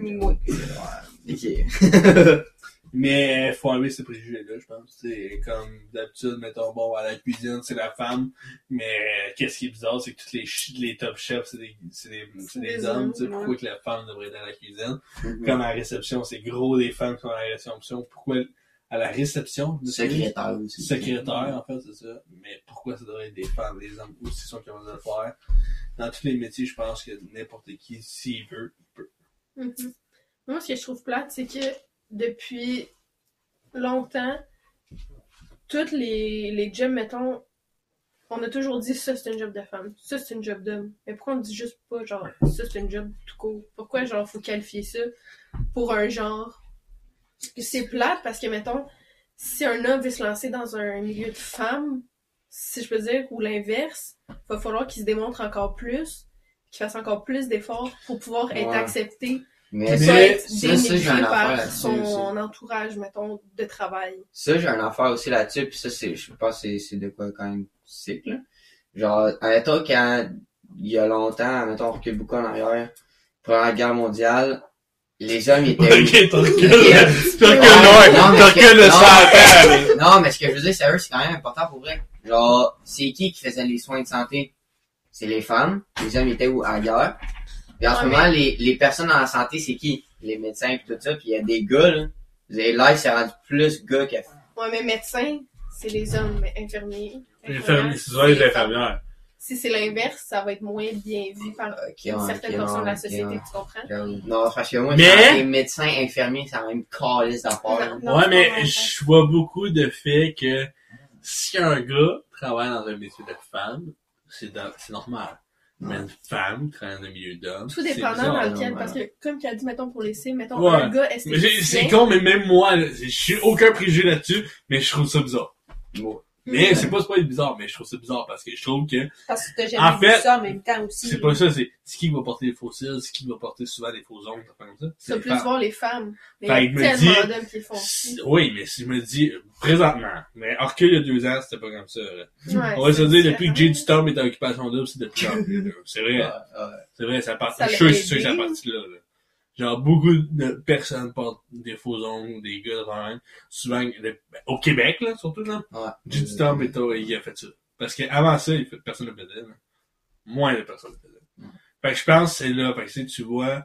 Ok. Mais faut enlever ces préjugés-là, je pense. C'est comme d'habitude, mettons, bon, à la cuisine, c'est la femme, mais qu'est-ce qui est bizarre, c'est que tous les top chefs, c'est des hommes, tu sais, pourquoi que la femme devrait être dans la cuisine? Comme à la réception, c'est gros des femmes qui sont à la réception, pourquoi à la réception? Secrétaire aussi. Secrétaire, en fait, c'est ça. Mais pourquoi ça devrait être des femmes, des hommes aussi sont capables de le faire? Dans tous les métiers, je pense que n'importe qui, s'il veut, il peut. Moi, ce que je trouve plate, c'est que depuis longtemps, tous les jobs, mettons, on a toujours dit ça c'est un job de femme, ça c'est un job d'homme. Mais pourquoi on dit juste pas genre ça c'est un job tout court? Pourquoi genre faut qualifier ça pour un genre? C'est plate parce que mettons, si un homme veut se lancer dans un milieu de femmes, si je peux dire, ou l'inverse, il va falloir qu'il se démontre encore plus, qu'il fasse encore plus d'efforts pour pouvoir être accepté. Mais ça, être j'ai un dénigré affaire par là-dessus son aussi. entourage, mettons, de travail. Ça, j'ai un affaire aussi là-dessus, pis ça, je pense que c'est de quoi quand même sick, là. Genre, admettons quand, il y a longtemps, admettons, on recule beaucoup en arrière, Première Guerre mondiale, les hommes étaient... Ok, t'as Non, mais ce que je veux dire, sérieux, c'est quand même important pour vrai. Genre, c'est qui faisait les soins de santé? C'est les femmes. Les hommes étaient où? À la guerre. Puis en ce moment, les personnes dans la santé, c'est qui? Les médecins pis tout ça. Puis il y a des gars, là. Là, il s'est rendu plus gars que... Ouais, mais médecins, c'est les hommes, mais infirmiers. Infirmiers, c'est souvent les infirmières. Si c'est l'inverse, ça va être moins bien vu par une certaine portion de la société, tu comprends? Non, parce que moi, les médecins, infirmiers, c'est la même calice d'affaires. Ouais, mais je vois beaucoup de fait que si un gars travaille dans un métier de femme, c'est normal. Mais une femme travaille dans un milieu d'hommes. Tout dépendant dans lequel, parce que comme tu as dit, mettons pour les filles, mettons un gars esthéticien. C'est con, mais même moi, je suis aucun préjugé là-dessus, mais je trouve ça bizarre. Bon. Mais c'est pas bizarre, mais je trouve ça bizarre parce que je trouve que Parce que t'as En jamais fait, vu ça en même temps aussi. c'est pas ça, c'est qui va porter les faux cils, c'est qui va porter souvent les faux ongles, comme ça. Ça les plus femmes. voir les femmes. Mais Fait il que y a je me tellement dis- d'hommes qui le font aussi. Oui, mais si je me dis, présentement, mais alors qu'il y a 2 ans, c'était pas comme ça, là. Ouais, On va se c'est dire, depuis que Jay différent. Storm est en occupation double, c'est de plus en plus, là. C'est vrai. Ouais. C'est vrai, ça part, Ça je l'a suis sûr que aidé. ça partie là, là. Genre, beaucoup de personnes portent des faux ongles, des gars de même. Souvent, au Québec, là, surtout, là. Ouais. Jay Storm, il a fait ça. Parce qu'avant ça, personne ne le faisait, là. Moins de personnes le faisaient. Fait que je pense que c'est là, fait que si tu vois,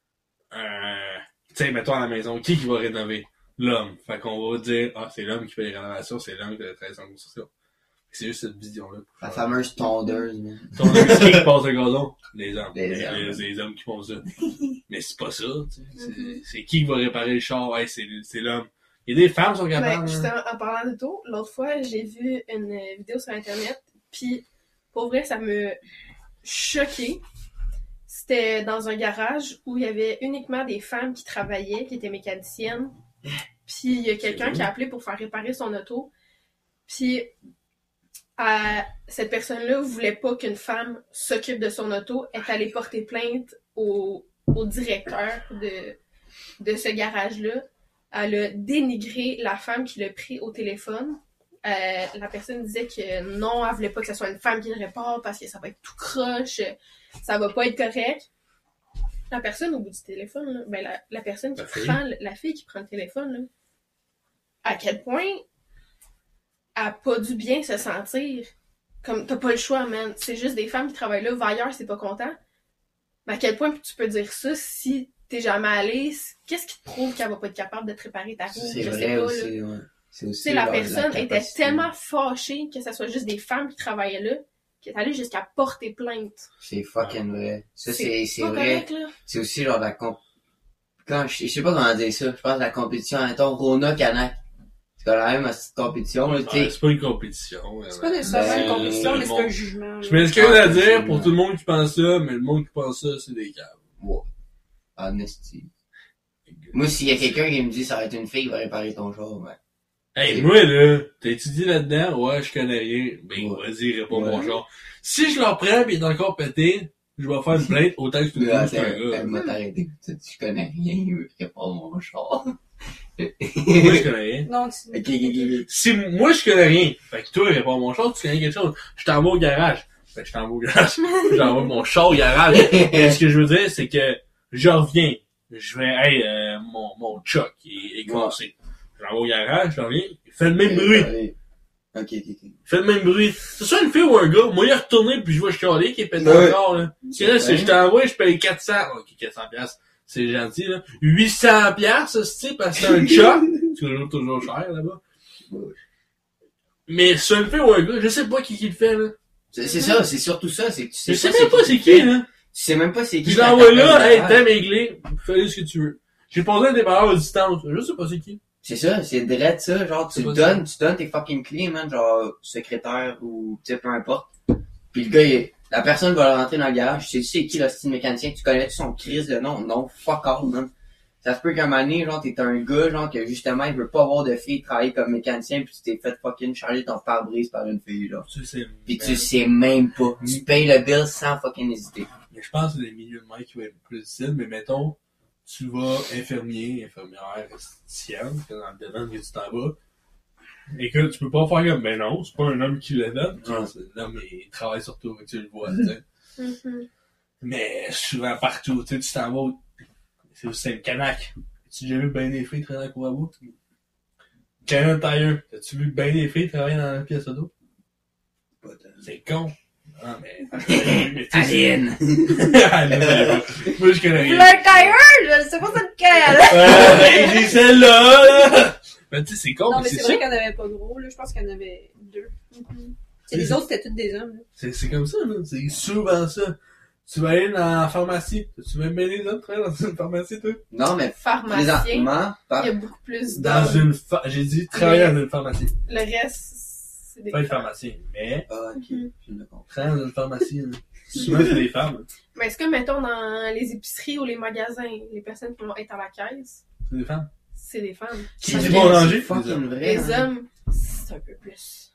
tu sais, mettons à la maison, qui va rénover? L'homme. Fait qu'on va dire, c'est l'homme qui fait les rénovations, c'est l'homme qui fait les travaux sociaux. C'est juste cette vision-là. La fameuse tondeuse, man. Ton ami qui passe le gazon? Les hommes. Les hommes. Les hommes qui font ça. Mais c'est pas ça, tu sais. C'est qui va réparer le char? Hey, c'est l'homme. Il y a des femmes qui sont Ben, capables. hein. justement, en parlant d'auto, l'autre fois, j'ai vu une vidéo sur Internet, puis pour vrai, ça me choqué. C'était dans un garage où il y avait uniquement des femmes qui travaillaient, qui étaient mécaniciennes. Puis il y a quelqu'un qui a appelé pour faire réparer son auto. Puis cette personne-là voulait pas qu'une femme s'occupe de son auto, est allée porter plainte au directeur de ce garage-là. Elle a dénigré la femme qui l'a pris au téléphone. La personne disait que non, elle voulait pas que ce soit une femme qui le répare parce que ça va être tout croche, ça va pas être correct. La personne au bout du téléphone, là, ben la personne qui la fille qui prend le téléphone, là, à quel point elle a pas dû bien se sentir. Comme, t'as pas le choix, man. C'est juste des femmes qui travaillent là, va ailleurs, c'est pas content. Mais à quel point tu peux dire ça si t'es jamais allé? Qu'est-ce qui te prouve qu'elle va pas être capable de te réparer ta roue? C'est Je vrai sais pas, aussi, là. ouais. C'est aussi Tu sais, la genre, personne était capacité. tellement fâchée que ça soit juste des femmes qui travaillaient là, qu'elle est allée jusqu'à porter plainte. C'est fucking vrai. Ça, c'est pas vrai. correct, là. C'est aussi genre je sais pas comment dire ça. Je pense la compétition, mettons, Rona Canac. C'est quand même une petite compétition, là, tu sais. C'est pas une compétition. C'est pas nécessairement Ben, une compétition, mais c'est bon. un jugement. Je là. m'excuse à Ah, dire c'est pour bon. tout le monde qui pense ça, mais le monde qui pense ça, c'est des câbles. Ouais. Honesty. Moi, s'il y a quelqu'un qui me dit ça va être une fille qui va réparer ton char, ben. Hey, moi, là, t'as étudié là-dedans? Ouais, je connais rien. Ben, Ouais. vas-y, réponds Ouais. mon genre. Si je le reprends pis il est encore pété, je vais faire une plainte autant que tu me Là, dis c'est un gars. elle m'a arrêté. Je connais rien, je réponds mon char. Moi, je connais rien. Non, tu... Ok. Si moi, je connais rien, fait que toi, réponds mon char, tu connais quelque chose. Je t'envoie au garage. Fait que je t'envoie au garage. J'envoie mon char au garage. Et ce que je veux dire, c'est que je reviens. Je vais, mon choc est cassé. J'envoie au garage, je reviens. Il fait le même bruit. Ok. Il fait le même bruit. C'est soit une fille ou un gars, moi, il est retourné puis je vois chialer qui est pété Ouais. encore, là. Parce que là, si je t'envoie, je paye 400. Ok, 400 piastres. C'est gentil, là. 800 piastres, c'est parce que c'est un choc. C'est toujours cher, là-bas. Ouais. Mais c'est une fille ou un gars, je sais pas qui le fait, là. C'est ça, c'est surtout ça, c'est que tu sais Je sais même pas c'est qui, là. Tu sais même pas c'est qui. Je l'envoie là, hey, t'aimes régler, fais ce que tu veux. J'ai posé un dépanneur à distance, je sais pas c'est qui. C'est ça, c'est direct ça, genre C'est tu pas donnes tes fucking clés, man, genre secrétaire ou tu sais peu importe. Puis le gars, la personne va rentrer dans le garage, tu sais qui le style mécanicien, tu connais-tu son crise de nom? Non, fuck all, man. Ça se peut qu'à un moment donné, genre t'es un gars, genre que justement il veut pas avoir de fille travailler comme mécanicien puis tu t'es fait fucking charger ton pare-brise par une fille, genre. Tu sais, Pis tu sais même pas. Tu payes le bill sans fucking hésiter. mais je pense que c'est les milieux de mecs qui vont être plus difficiles, mais mettons, tu vas infirmière, esthéticienne, que dans le domaine que tu t'en vas. Écoute, tu peux pas faire comme, ben non, c'est pas un homme qui le donne. Ouais. L'homme, il travaille surtout, tu le vois, tu sais. Mhm. Mais souvent partout, tu sais, tu t'en vas, c'est le Canac. As-tu déjà vu ben des filles travailler dans la cour à bout? Canon Tire, as-tu vu ben des filles travailler dans la pièce auto? C'est con. Ah, mais Alien! Alien. Moi, je connais rien. Blur Tire, je sais pas c'est lequel. Ben, j'ai celle-là, là! Ben, tu sais, c'est con, Non, mais mais c'est c'est ça. vrai qu'il n'y en avait pas gros, là. Je pense qu'il y en avait 2. Et les autres, c'était tous des hommes, là. C'est comme ça, là. C'est souvent ça. Tu vas aller dans la pharmacie. Tu vas mêler les hommes travailler dans une pharmacie, toi? Non, mais Pharmacien, présentement, il y a beaucoup plus Dans d'hommes. une j'ai dit travailler dans une pharmacie. Le reste, c'est des Pas une femmes. pharmacien, mais Ah, ok, Mhm. je le comprends. travailler dans une pharmacie, là. Souvent, c'est des femmes. Mais est-ce que, mettons, dans les épiceries ou les magasins, les personnes qui vont être à la caisse, C'est des femmes. c'est des femmes. Qui Parce dit que bon ranger? C'est fucking vrai. Les hein. hommes, c'est un peu plus mal vu.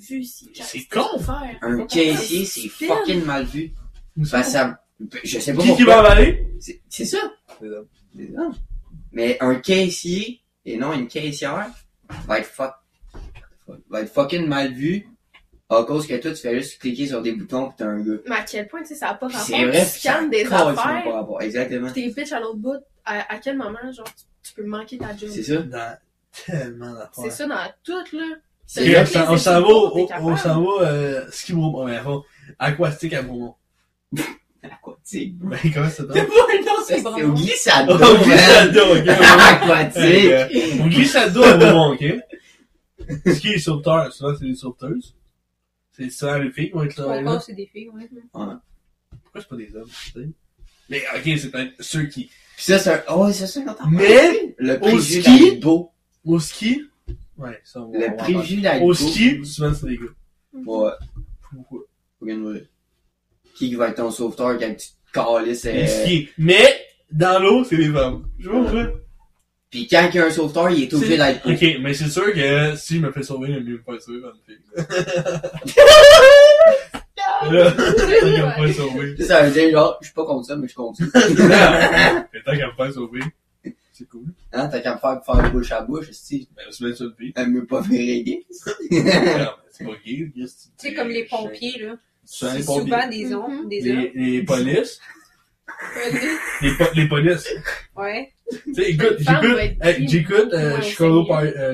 vu si. C'est con! Faire. Un caissier, c'est Spin. fucking mal vu. Ben, ça, je sais pas Qui pourquoi. va avaler? C'est ça. Des hommes. Mais un caissier, et non une caissière, va être fucking mal vu à cause que toi, tu fais juste cliquer sur des boutons pis t'as un gars. Mais à quel point, tu sais, ça a pas rapport. C'est vrai, Tu scannes des calissement affaires. pas rapport. Exactement. T'es pitch à l'autre bout. À quel moment, genre, tu peux manquer ta job? C'est ça. Dans tellement d'affaires. C'est ça dans tout, là. C'est Ok, là toutes les on s'en va, études, t'es on capable. s'en va, ski Bromont, mais fond, aquatique à Bromont. Aquatique. Ben, comment ça C'est s'appelle? pas un nom, C'est c'est vraiment. au glissade. Au glissade, ok. Aquatique. Au glissade d'eau à Bromont, ok? Ski et sauveteurs, souvent c'est des sauveteuses. C'est souvent les filles qui vont être là. Encore, c'est des filles, ouais. Pourquoi c'est pas des hommes, tu sais? Mais ok, c'est peut-être ceux qui... Pis ça, c'est un, oh, c'est ça, quand Mais, le au préjugé ski- d'être beau. Au ski, ouais, ça on va Le en préjugé d'être parler. beau. Au ski, souvent c'est des gars. Ouais. Pourquoi? Aucune idée. Qui va être ton sauveteur quand tu te calisses, Les skis. Mais, dans l'eau, c'est des femmes. Je sais pas pourquoi. Pis quand il y a un sauveteur, il est obligé d'être beau. Ok, mais c'est sûr que si je me fais sauver, il est mieux me faire sauver par une fille. Là, il va me faire sauver. Ça veut dire, genre, je suis pas contre ça, mais je continue. Mais tant qu'à me faire sauver, c'est cool. Hein, t'as qu'à me faire bouche à bouche, si Ben, c'est bien ça le fille. elle me pas virer gay. Non, mais c'est pas gay, Tu sais, comme les pompiers, là. C'est C'est les pompiers. souvent des hommes. Des hommes. Les polices. Les polices. Ouais. Tu sais, écoute, Une femme doit être plus j'écoute moins Chicago enseignée.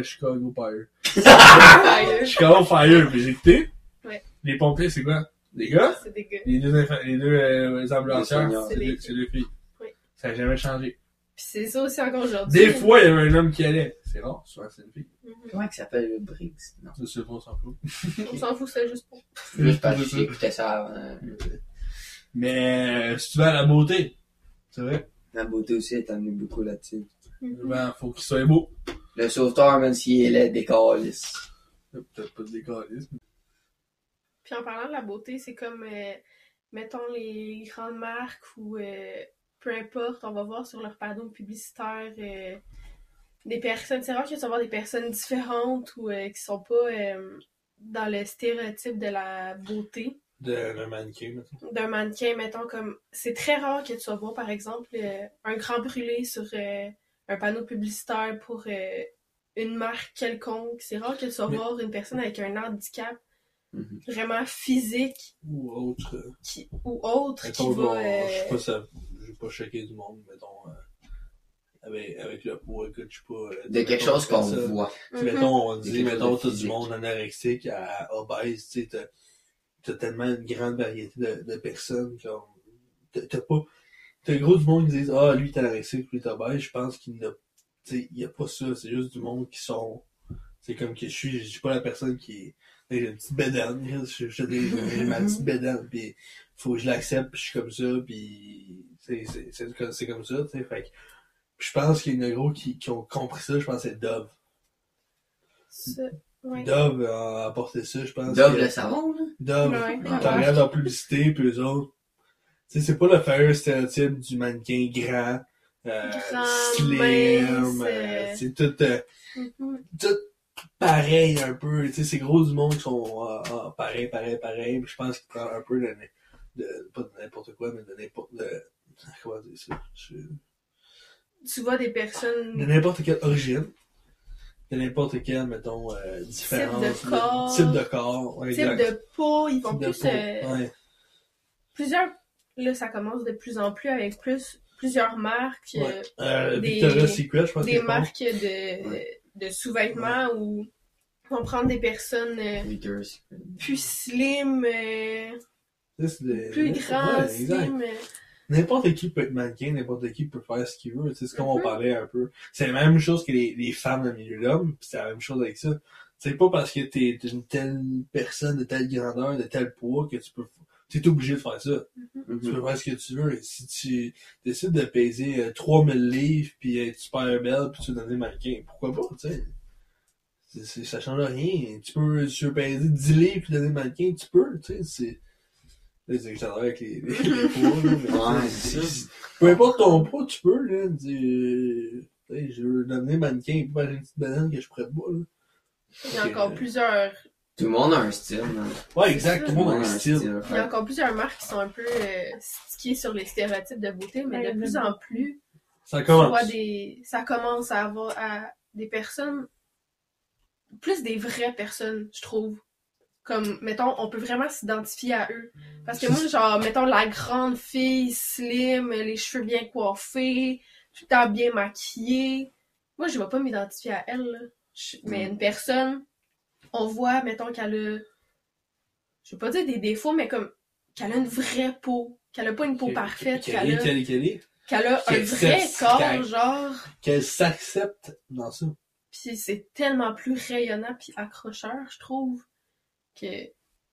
Fire. Chicago Fire, mais j'ai écouté. Ouais. Les pompiers, c'est quoi? Les gars? C'est des gars. Les deux ambulancières, Les c'est seniors. deux filles. Oui. Ça n'a jamais changé. Pis c'est ça aussi encore aujourd'hui. Des fois, il y avait un homme qui allait. C'est rare, souvent c'est une fille. Comment il s'appelle le Briggs? Non. Je sais pas, on s'en fout. On s'en fout, c'est juste pour. Juste parce que j'écoutais ça avant. Mais, si tu vas à la beauté, c'est vrai. La beauté aussi est amenée beaucoup là-dessus. Ben, faut qu'il soit beau. Le sauveteur, même s'il est laid, des calices. Peut-être pas de décalisme. Puis en parlant de la beauté, c'est comme, mettons, les grandes marques ou peu importe, on va voir sur leur panneau publicitaire des personnes. C'est rare que tu vas voir des personnes différentes ou qui sont pas dans le stéréotype de la beauté D'un mannequin, mettons. d'un mannequin, mettons, comme. C'est très rare que tu vas voir, par exemple, un grand brûlé sur un panneau publicitaire pour une marque quelconque. C'est rare que tu vas voir une personne avec un handicap vraiment physique Ou autre. ou autre qui Mettons, va. je sais pas ça. Je vais pas choquer du monde, mettons. Avec le poids, écoute, je sais pas. De quelque chose qu'on ça. voit. Tu sais, mettons, on Quelque dit, chose mettons, de t'as du physique. monde anorexique à obèse, tu sais, t'as tellement une grande variété de personnes, comme, t'as gros du monde qui disent, ah, lui, t'es anorexique, lui, t'es obèse, je pense qu'il n'a, tu sais, il y a pas ça, c'est juste du monde qui sont, c'est comme que je suis pas la personne qui j'ai une petite bédaine, j'ai ma petite bédaine, pis faut que je l'accepte, pis je suis comme ça, pis c'est comme ça, tu sais, fait que, je pense qu'il y en a gros qui ont compris ça, je pense que c'est Dove. Ouais. Dove a apporté ça, je pense. Dove que- le savon, là? Dove, Ouais, t'en ouais. regardes leur publicité, puis eux autres. Tu sais, c'est pas le fameux stéréotype du mannequin grand, Grand, slim, mince, c'est tout, tout pareil un peu. Tu sais, c'est gros du monde qui sont pareil. Puis je pense qu'ils prennent un peu pas de n'importe quoi, mais de n'importe, comment dire ça? Tu vois des personnes. De n'importe quelle origine. De n'importe quelle, mettons, différence. Type de corps. Type de corps, ouais, Type exact. de peau, ils vont Type de plus. peau, ouais. Plusieurs. Là, ça commence de plus en plus avec plusieurs marques. Ouais. des- Victoria's Secret, je pense que Des je pense. marques de sous-vêtements où on prend des personnes Readers. plus slim, Ça, c'est des- plus grands, Ouais, exact. slim. N'importe qui peut être mannequin, n'importe qui peut faire ce qu'il veut. Tu sais, c'est comme on Mhm. parlait un peu. C'est la même chose que les femmes dans le milieu de l'homme, pis c'est la même chose avec ça. C'est pas parce que t'es une telle personne de telle grandeur, de tel poids que t'es obligé de faire ça. Tu peux faire ce que tu veux. Si tu décides de peser 3000 livres pis être super belle pis tu veux devenir mannequin, pourquoi pas, tu sais? Ça change rien. Tu peux peser 10 livres pis devenir mannequin, tu peux, tu sais, là, c'est exagéré avec les poids, là, mais Ouais, c'est- c'est ça. peu importe ton poids, tu peux, là, dire, je veux devenir mannequin, pas une petite banane que je pourrais pas, là. Il y a encore plusieurs Tout le monde a un style, man. Ouais, exact, tout le monde a un style. Il y a encore plusieurs marques qui sont un peu stickées sur les stéréotypes de beauté, mais de plus en plus, Ça tu commence. vois ça commence à avoir des personnes, plus des vraies personnes, je trouve. Comme, mettons, on peut vraiment s'identifier à eux. Parce que moi, genre, mettons, la grande fille slim, les cheveux bien coiffés, tout le temps bien maquillée. Moi, je vais pas m'identifier à elle, là. Mais une personne, on voit, mettons, qu'elle a, je veux pas dire des défauts, mais comme, qu'elle a une vraie peau. Qu'elle a pas une peau parfaite. Qu'elle a un vrai corps, genre. Qu'elle s'accepte dans ça. Pis c'est tellement plus rayonnant pis accrocheur, je trouve, que... Tu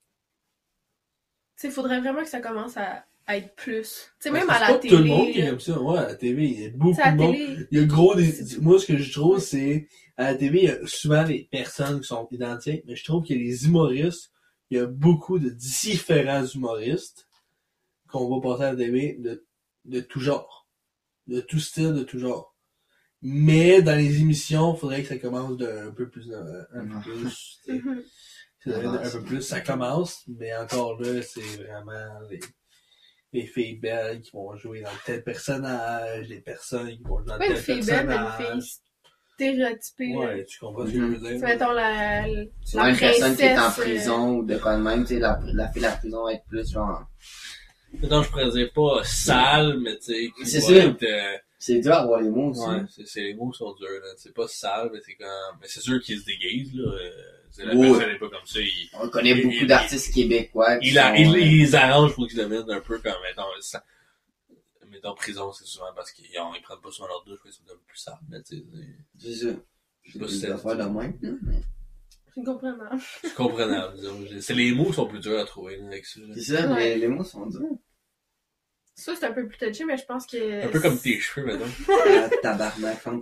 sais, faudrait vraiment que ça commence à être plus. Tu sais, même à la télé. Tout le monde qui est comme ça. Ouais, à la TV, il y a beaucoup à de la monde. télé, Il y a gros des... Moi, ce que je trouve, c'est... À la TV, il y a souvent des personnes qui sont identiques, mais je trouve que les humoristes, il y a beaucoup de différents humoristes qu'on va passer à la TV de tout genre. De tout style, de tout genre. Mais dans les émissions, il faudrait que ça commence un peu plus. Un peu plus. Ça devrait être un peu plus. Ça commence, mais encore là, c'est vraiment les filles belles qui vont jouer dans tel personnage, les personnes qui vont jouer dans tel fille personnage. belle, mais une fille stéréotypée. Ouais, tu comprends ce que je veux dire. Mettons la Souvent, une personne qui est en princesse, prison ou de quoi de même, tu sais, la fille de la prison va être plus genre. Non, je pourrais dire pas sale, mais tu sais, qui C'est va sûr. être, C'est dur à voir les mots aussi. ouais, les mots sont durs, là. C'est pas sale, mais c'est comme, mais c'est sûr qu'ils se déguisent, là. La Ouais. personne n'est pas comme ça. On connaît beaucoup d'artistes québécois qui Ils sont, les arrangent pour qu'ils deviennent un peu comme, mettons, prison, c'est souvent parce qu'ils prennent pas soin de leur douche, ils sont un peu plus sales, mais tu sais, c'est ça. je sais pas C'est si des c'est affaires de même. C'est comprenable. c'est comprenable, disons. C'est les mots qui sont plus durs à trouver, là, avec ça. Là. C'est ça, Ouais. les mots sont durs. Ça, c'est un peu plus touché, mais je pense que... Un peu comme tes cheveux, mettons. Tabarnak, femme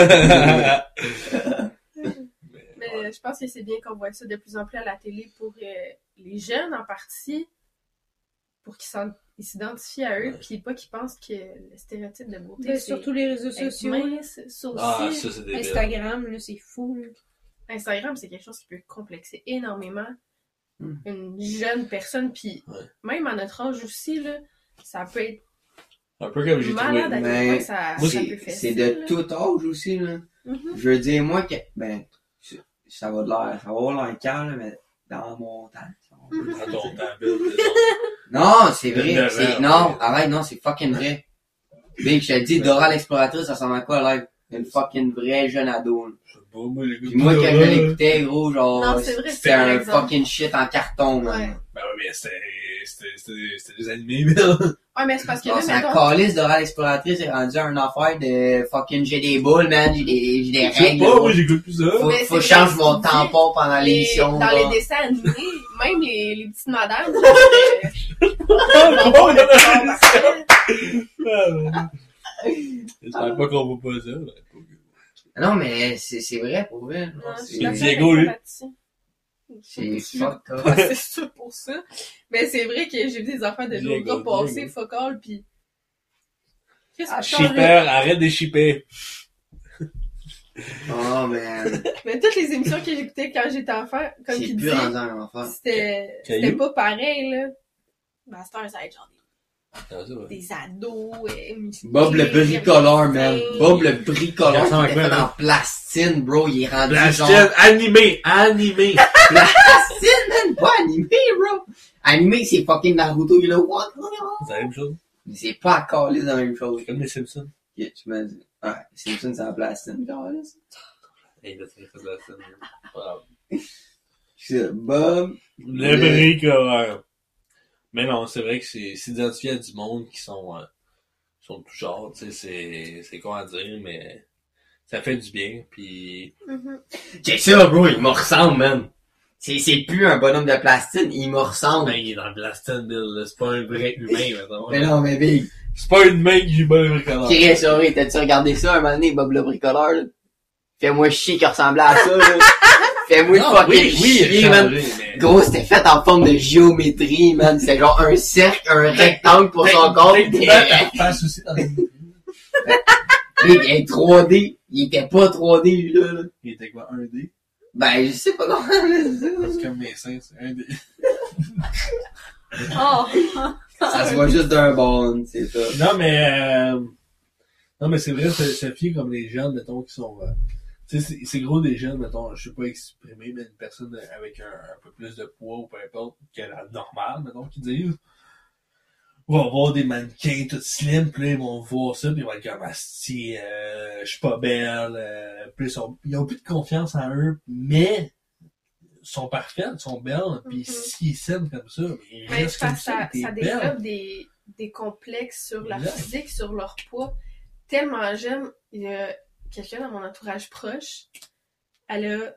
Mais je pense que c'est bien qu'on voit ça de plus en plus à la télé pour les jeunes en partie, pour qu'ils s'identifient à eux, puis pas qu'ils pensent que le stéréotype de beauté, Ben, c'est surtout les réseaux être sociaux. mince, ça aussi. Ah, ça, c'est débile. Instagram, là, c'est fou. Là. Instagram, c'est quelque chose qui peut complexer énormément Mm. une jeune personne, puis Ouais. même à notre âge aussi, là, ça peut être Un peu comme j'ai trouvé. malade à quel mais point ça peut C'est fesser, de là. tout âge aussi, là. Mhm. Je veux dire, moi, ça va avoir l'air calme, mais dans mon temps. Dans ton temps, Bill, Non, c'est vrai. Neuf C'est, ans, non, ouais. arrête, non, c'est fucking vrai. Big, je te dis, Dora l'exploratrice, ça ressemble à quoi, live? Une fucking vraie jeune ado, là. Je sais pas, moi, j'écoute Puis moi, pas quand Dora. je l'écoutais, gros, genre, Non, c'est vrai, c'était par un exemple. fucking shit en carton, man. Ouais. Ben ouais, mais c'était des animés, mais Ouais, mais c'est parce que Genre, là, c'est un mettons, calice Dora l'exploratrice est rendu à une affaire de fucking j'ai des boules, man, j'ai des je sais règles. pas, gros. moi, j'écoute plus ça. Faut Mais que je c'est change vrai, mon tu dis, tampon pendant l'émission. dans genre. les dessins animés, même les petites madames, J'espère pas qu'on voit pas ça. Là. Non, mais c'est vrai, pour vrai. non, je suis C'est d'accord Diego, avec lui. toi là-dessus. c'est C'est fuck pas c'est sûr pour ça. Mais c'est vrai que j'ai vu des affaires de Diego, l'autre gars passer, Diego. fuck all, pis... Qu'est-ce que Shipper, arrête de shipper. Oh, man. Mais toutes les émissions que j'écoutais quand j'étais enfant, comme C'est tu plus disais, rendu à un affaire. c'était Caillou. pas pareil, là. Master, ça va être genre Ah, ça, ouais. des ados, musclés, Bob le bricoleur, man. virgins. Bob le Il bricoleur ressemble qui à était quoi, fait là? en plastine, bro. Il est rendu Plastine, genre... animé. Plastine, man! Pas animé, bro! Animé, c'est fucking Naruto, il est là, what? C'est la même chose. Mais c'est pas à caler dans la même chose. C'est comme les Simpsons. Ok, tu m'as dit. Ouais, Simpson, c'est en plastine, câlisse. Hey, là, c'est la scène. Voilà. C'est Bob. Le bricoleur. Mais non, c'est vrai que c'est s'identifier à du monde qui sont de tout genre, tu sais, c'est con à dire, mais ça fait du bien, pis... Mhm. Check ça, bro, il me ressemble, man. C'est plus un bonhomme de plastine, il me ressemble. Ben, il est dans le Blaston, Bill, là. C'est pas un vrai humain, maintenant. Mais non, mais big. C'est pas un humain qui joue pas le bricoleur. Qui sorry, t'as-tu regardé ça un moment donné, Bob le bricoleur, là? Fais-moi chier qui ressemblait à ça, là. Fais-moi Non, fucking chier, man. mais... Gros, c'était fait en forme de géométrie, man. C'était genre un cercle, un rectangle pour son corps. Face aussi dans le... Il est 3D. Il était pas 3D, lui, là. Il était quoi, 1D? Ben, je sais pas comment le C'est dire. comme mes seins, c'est un des... Oh! Ça se voit juste d'un bord, c'est ça. Non, mais c'est vrai, ça fait comme les jeunes, mettons, qui sont... tu sais, c'est gros des jeunes, mettons, je sais pas exprimer, mais une personne avec un peu plus de poids ou peu importe, que la normale, mettons, qui disent... On va voir des mannequins tout slim, pis là, ils vont voir ça, pis ils vont être comme, asti, je suis pas belle, pis ils ont plus de confiance en eux, mais sont parfaites, sont belles, pis s'ils s'aiment comme ça, ils Mais restent comme ça, t'es ça belle. développe des complexes sur leur Exact. physique, sur leur poids. Tellement jeune, il y a quelqu'un dans mon entourage proche, elle a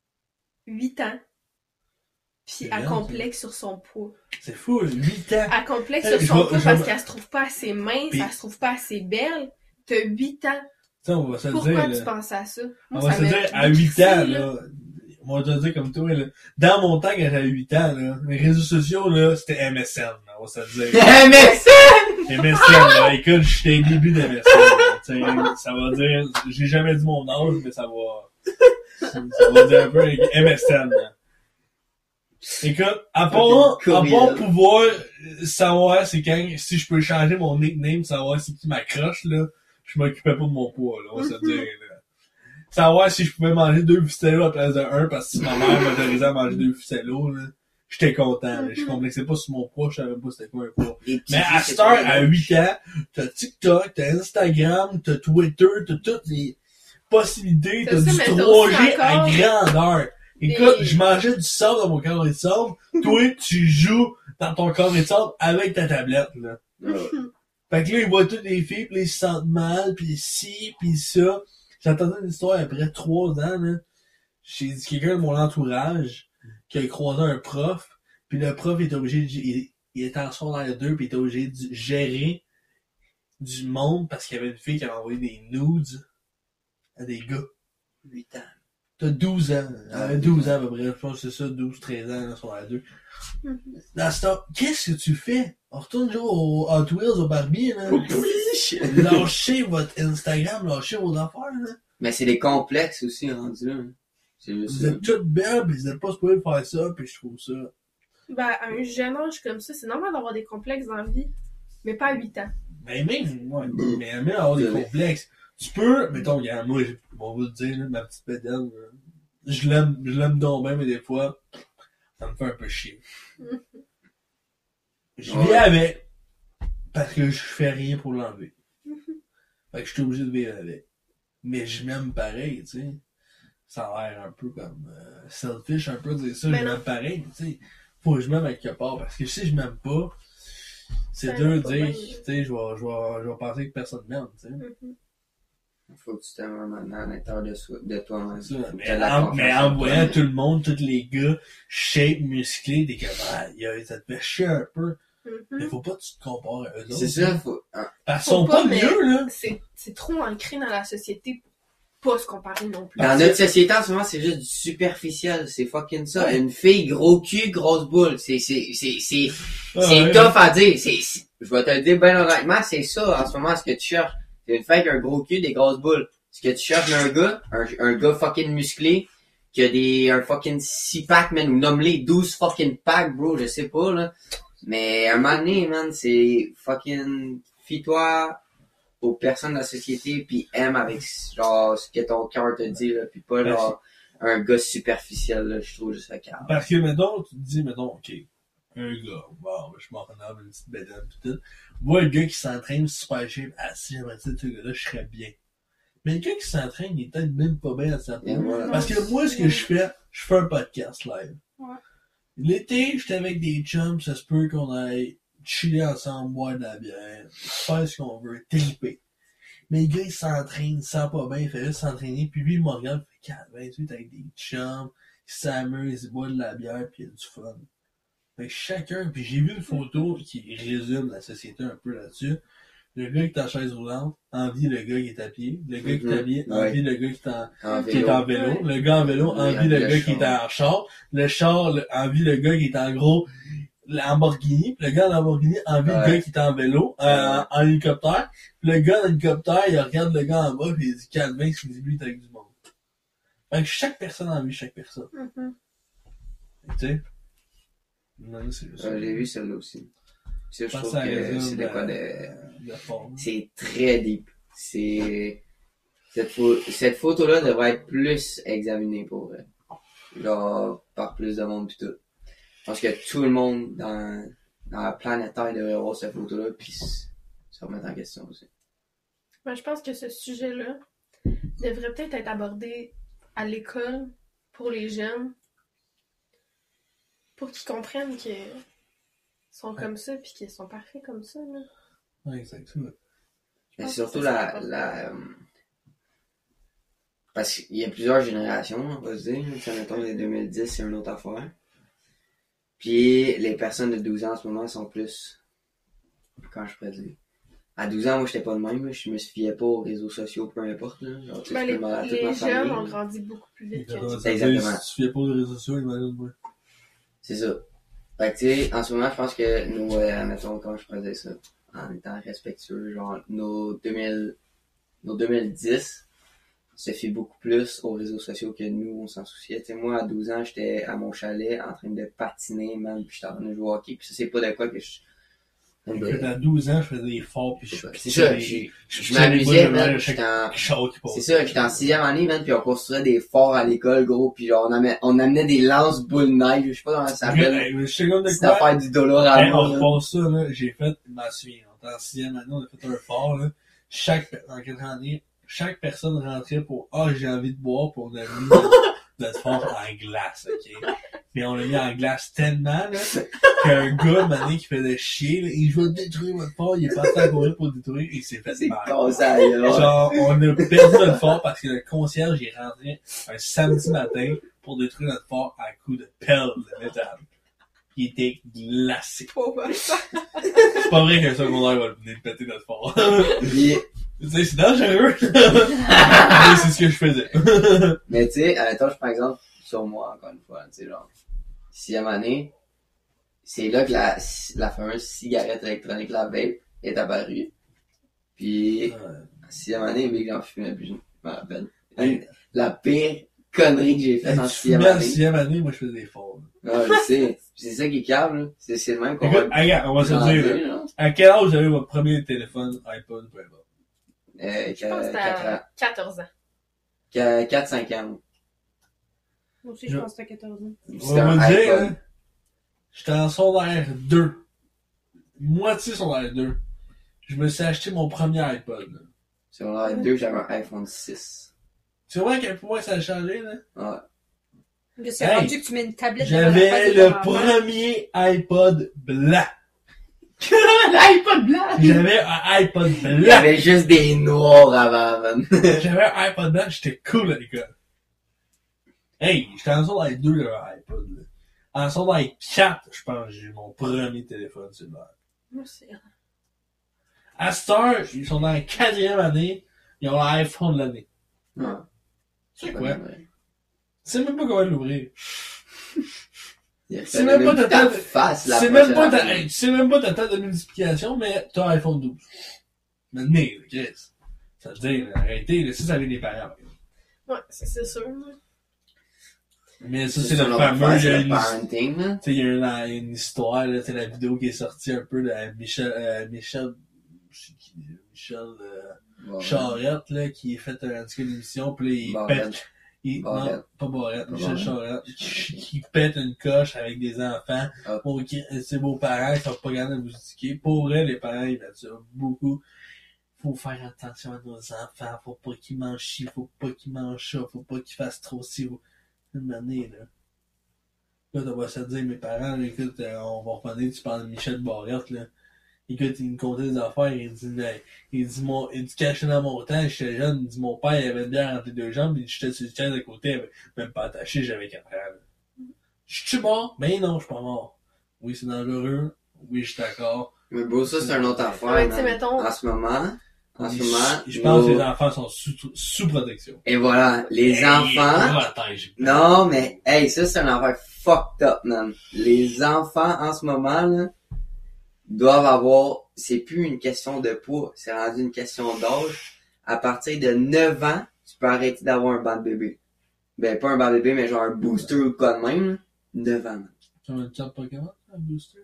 8 ans, puis C'est elle bien, complexe sur son poids. C'est fou, 8 ans. Elle complexe Hey, sur son poids je parce vais- qu'elle se trouve pas assez mince, Puis- elle se trouve pas assez belle. T'as 8 ans. T'sais, on va se le Pourquoi dire, tu là. penses à ça? On Moi, va ça se m'a dire, à 8 décrissé, ans, là, on va te le dire comme toi, là. Dans mon temps, quand j'avais 8 ans, là, les réseaux sociaux, là, c'était MSN, là, on va se le dire. Mais ça! MSN, là, écoute, j'étais au début de MSN, là, t'sais, ça va dire, j'ai jamais dit mon âge, mais ça va dire un peu MSN, là. Écoute, à part pouvoir savoir c'est quand, si je peux changer mon nickname, savoir c'est qui m'accroche, là, je m'occupais pas de mon poids, là, on va se le dire, là. Savoir si je pouvais manger 2 ficellos à la place de 1 parce que si ma mère m'autorisait à manger 2 ficellos, là, j'étais content, là. Je complexais pas sur mon poids, je savais pas c'était quoi un poids. Mais à cette heure, à 8 ans, t'as TikTok, t'as Instagram, t'as Twitter, t'as toutes les possibilités, t'as T'as ça, du mais t'as 3G aussi à encore grandeur. Écoute, des- je mangeais du sable dans mon carré de sable, toi, tu joues dans ton carré de sable avec ta tablette, là. Fait que là, ils voient toutes les filles, pis là, ils se sentent mal, pis ci, pis ça. J'entendais une histoire après 3 ans, là. J'ai dit quelqu'un de mon entourage qui a croisé un prof, pis le prof était obligé il était en secondaire 2, pis il était obligé de gérer du monde parce qu'il y avait une fille qui avait envoyé des nudes à des gars. 8 ans. T'as 12 ans. Elle avait 12 ans à peu près. Je pense que c'est ça, 12, 13 ans, là, sur la 2. Dans ce temps, qu'est-ce que tu fais? On retourne jouer au Hot Wheels, au Barbie, là. Lâchez votre Instagram, lâchez vos affaires, là. Mais c'est des complexes aussi, rendus là. C'est juste Vous ça. êtes toutes belles, pis vous êtes pas supposés faire ça, pis je trouve ça. Ben, à un jeune âge comme ça, c'est normal d'avoir des complexes dans la vie, mais pas à 8 ans. Mais même, ouais, mais même avoir des complexes. Tu peux, mettons, regarde, moi, on va le dire, là, ma petite pédale, je l'aime donc bien, mais des fois, ça me fait un peu chier. Je vis avec, parce que je fais rien pour l'enlever. Fait que je suis obligé de vivre avec. Mais je m'aime pareil, tu sais. Ça a l'air un peu comme selfish, un peu de dire ça, Mais je non. m'aime pareil, tu sais. Faut que je m'aime à quelque part, parce que si je m'aime pas, c'est Ça dur de va pas dire, bien. tu sais, je vais penser que personne m'aime, tu sais. Faut que tu t'aimes maintenant à l'intérieur de toi-même. Ça, Faut que mais t'aies de la en confiance en voyant toi. tout le monde, tous les gars, shape, musclés, t'es comme, ça te fait chier un peu. Mais faut pas que tu te compares à eux autres. C'est ça, faut... ah, Parce qu'ils Faut sont pas mais mieux, là. C'est trop ancré dans la société pour pas se comparer non plus. Dans notre société, en ce moment, c'est juste du superficiel. C'est fucking ça. Une fille, gros cul, grosse boule. C'est Ouais. tough à dire. Je vais te le dire bien honnêtement, c'est ça, en ce moment, ce que tu cherches. C'est une fille avec un gros cul, des grosses boules. Ce que tu cherches d'un gars, un gars fucking musclé, qui a un fucking 6 packs, man, ou nomme-les 12 fucking packs, bro, je sais pas, là. Mais un moment donné, man, c'est fucking, fie-toi aux personnes de la société, pis aime avec, genre, ce que ton cœur te dit, là, pis pas, genre, un gars superficiel, là, je trouve juste le calme. Parce que, mettons, tu te dis, mettons, ok, un gars, bon, je m'en renomme une petite bédaine pis tout. Moi, le gars qui s'entraîne super shape, si j'aimerais dire, ce gars-là, je serais bien. Mais le gars qui s'entraîne, il est peut-être même pas bien à sa peau. Et voilà. Parce que moi, ce que je fais un podcast live. Ouais. L'été, j'étais avec des chums, ça se peut qu'on aille chiller ensemble, boire de la bière, faire ce qu'on veut, triper. Mais le gars, il s'entraîne, il sent pas bien, il fait juste s'entraîner, puis lui, il me regarde, il fait 4-28 avec des chums, il s'amuse, il boit de la bière, puis il a du fun. Fait que chacun, puis j'ai vu une photo qui résume la société un peu là-dessus. Le gars qui est en chaise roulante envie le gars qui est à pied. Le gars qui est à pied envie le gars qui est en vélo. Le gars en vélo envie le gars qui est en char. Le char envie le gars qui est en gros Lamborghini. Puis le gars en Lamborghini envie le gars qui est en vélo, en hélicoptère. Puis le gars en hélicoptère, il regarde le gars en bas puis il dit calme, lui, il est avec du monde. Fait que chaque personne a envie chaque personne. Mhm. Tu sais? Non, c'est juste ça. J'ai vu celle-là aussi. Ça, je pense trouve que ça que résume c'est de quoi de... de forme. C'est très deep. C'est... Cette photo-là devrait être plus examinée pour vrai. Genre, par plus de monde pis tout. Je pense que tout le monde dans la planète Terre devrait voir cette photo-là pis se remettre en question aussi. Ben, je pense que ce sujet-là devrait peut-être être abordé à l'école pour les jeunes. Pour qu'ils comprennent qu'ils sont comme ça puis qu'ils sont parfaits comme ça, là. Ouais, exactement. Mais pense surtout que ça, c'est parce qu'il y a plusieurs générations, on va se dire. Tu sais, mettons, les 2010, c'est une autre affaire. Puis les personnes de 12 ans en ce moment sont plus... Quand je pourrais dire? À 12 ans, moi, j'étais pas de même. Là. Je me fiais pas aux réseaux sociaux, peu importe. Là. Genre, tu sais, Ben, je peux demander à toute ma les famille, jeunes là. ont grandi beaucoup plus vite que nous. Exactement. Si tu fais pas les réseaux sociaux, imagine-moi. C'est ça. Fait que, tu sais, en ce moment, je pense que nous, mettons, comment je pourrais dire ça, en étant respectueux, genre, nos 2010 se fient beaucoup plus aux réseaux sociaux que nous, on s'en souciait. Tu sais, moi, à 12 ans, j'étais à mon chalet en train de patiner, man, puis j'étais en train de jouer au hockey, puis ça, c'est pas de quoi que je... Écoute, à 12 ans, je faisais des forts pis je C'est ça, je m'amusais, man, j'étais en... Chaud qui passe. C'est ça, j'étais en 6e année, man, puis on construisait des forts à l'école, gros, puis genre, on amenait des lances boules neige, je sais pas comment ça s'appelle. Je sais comme de C'est quoi. affaire du dollar à Hey, on moi, là. repasse ça, là. J'ai fait, je m'en souviens, on était en 6e année, on a fait un fort, là. En 4 années, chaque personne rentrait pour, j'ai envie de boire, puis on a mis notre fort en glace, ok? Mais on l'a mis en glace tellement, là, qu'un gars, mané, qui faisait chier, là, je vais détruire votre fort, il est parti à courir pour le détruire, et il s'est fait C'est mal. con, ça, là. Genre, on a perdu notre fort parce que le concierge est rentré un samedi matin pour détruire notre fort à coups de pelle de métal. Il était glacé. Pauvre. C'est pas vrai qu'un secondaire va venir péter notre fort. Puis, Tu sais, c'est dangereux. Mais c'est ce que je faisais. mais tu sais, attends, je prends exemple sur moi, encore une fois, tu sais, genre, 6e année, c'est là que la fameuse cigarette électronique, la vape, est apparue. Puis, 6e année, mais j'en fumais plus, je me rappelle. La pire connerie que j'ai faite en 6e En année. 6e année, moi, je faisais des forts. Non, je sais. C'est ça qui est calme, là. C'est le même qu'on Écoute, va... regarde, on va se grandir, dire, là. là. À quel âge vous avez votre premier téléphone, iPod, peu importe? Je pense que 4 ans. t'as 14 ans. 4-5 ans. Moi aussi, je pense que t'as 14 ans. On C'était va un dire, iPod. hein, j'étais en secondaire 2. Moitié secondaire 2. Je me suis acheté mon premier iPod, là. Sur l'heure 2, j'avais un iPhone 6. Tu vois à quel point ça a changé, là? Ouais. Là, c'est Hey, rendu que tu mets une tablette devant la face J'avais de le ton enfant. premier iPod blanc. L'iPod blanc! J'avais un iPod Il y blanc. avait juste des noirs avant, man. J'avais un iPod blanc, j'étais cool à l'école. Hey, j'étais en secondaire 2, j'avais un iPod, là. En secondaire 4, je pense, j'ai eu mon premier téléphone cellulaire. Moi, c'est... À cette heure, ils sont dans la 4e année, ils ont l'iPhone de l'année. Ouais. C'est quoi? Tu sais même pas comment l'ouvrir. C'est C'est même pas ta ta face, la C'est même pas prochaine ta, année. tu sais même pas ta date de multiplication, mais t'as un iPhone 12. Maintenant, là, Chris. Ça te dit, là, arrêtez, là, ça vient des parents. Ouais, c'est sûr. Là. Mais ça, c'est le son fameux, affaire, il y a c'est une, le parenting, là. tu sais, il y a une histoire, là, c'est la vidéo qui est sortie un peu de Michel, Bon, Charette, là, qui a fait en tout cas une émission, pis là, il Barrette. pète, non, Barrette. pas Barrette, Pas Michel Barrette. Charette, qui pète une coche avec des enfants, Ah. pour ses beaux-parents qui sont pas capables de vous éduquer. Pour vrai, les parents, ils mettent ça beaucoup. Faut faire attention à nos enfants, faut pas qu'ils mangent ci, faut pas qu'ils mangent ça, faut pas qu'ils fassent trop ci. Une année, là. Là, on va se dire, mes parents, là, écoute, on va revenir, tu parles de Michel Barrette, là. Écoute, il me contait des affaires, il dit, caché dans mon temps, j'étais jeune, il dit, mon père, il avait une bière entre les deux jambes, il dit, j'étais sur le chaise à côté, même pas attaché, j'avais 4 ans, là. Je suis mort? Ben non, je suis pas mort. Oui, c'est dangereux. Oui, je suis d'accord. Mais bon, ça, c'est une autre affaire, Ouais, tu sais, man. mettons... En ce moment, Je pense que nos- les enfants sont sous protection. Et voilà, les Hey, enfants... protège. Non, mais, hey, ça, c'est une affaire fucked up, man. Les enfants, en ce moment, là, doivent avoir... C'est plus une question de poids, c'est rendu une question d'âge. À partir de 9 ans, tu peux arrêter d'avoir un banc de bébé. Ben, pas un banc bébé, mais genre un booster ou quoi de même, là. 9 ans. Tu as un chat Pokémon, un booster?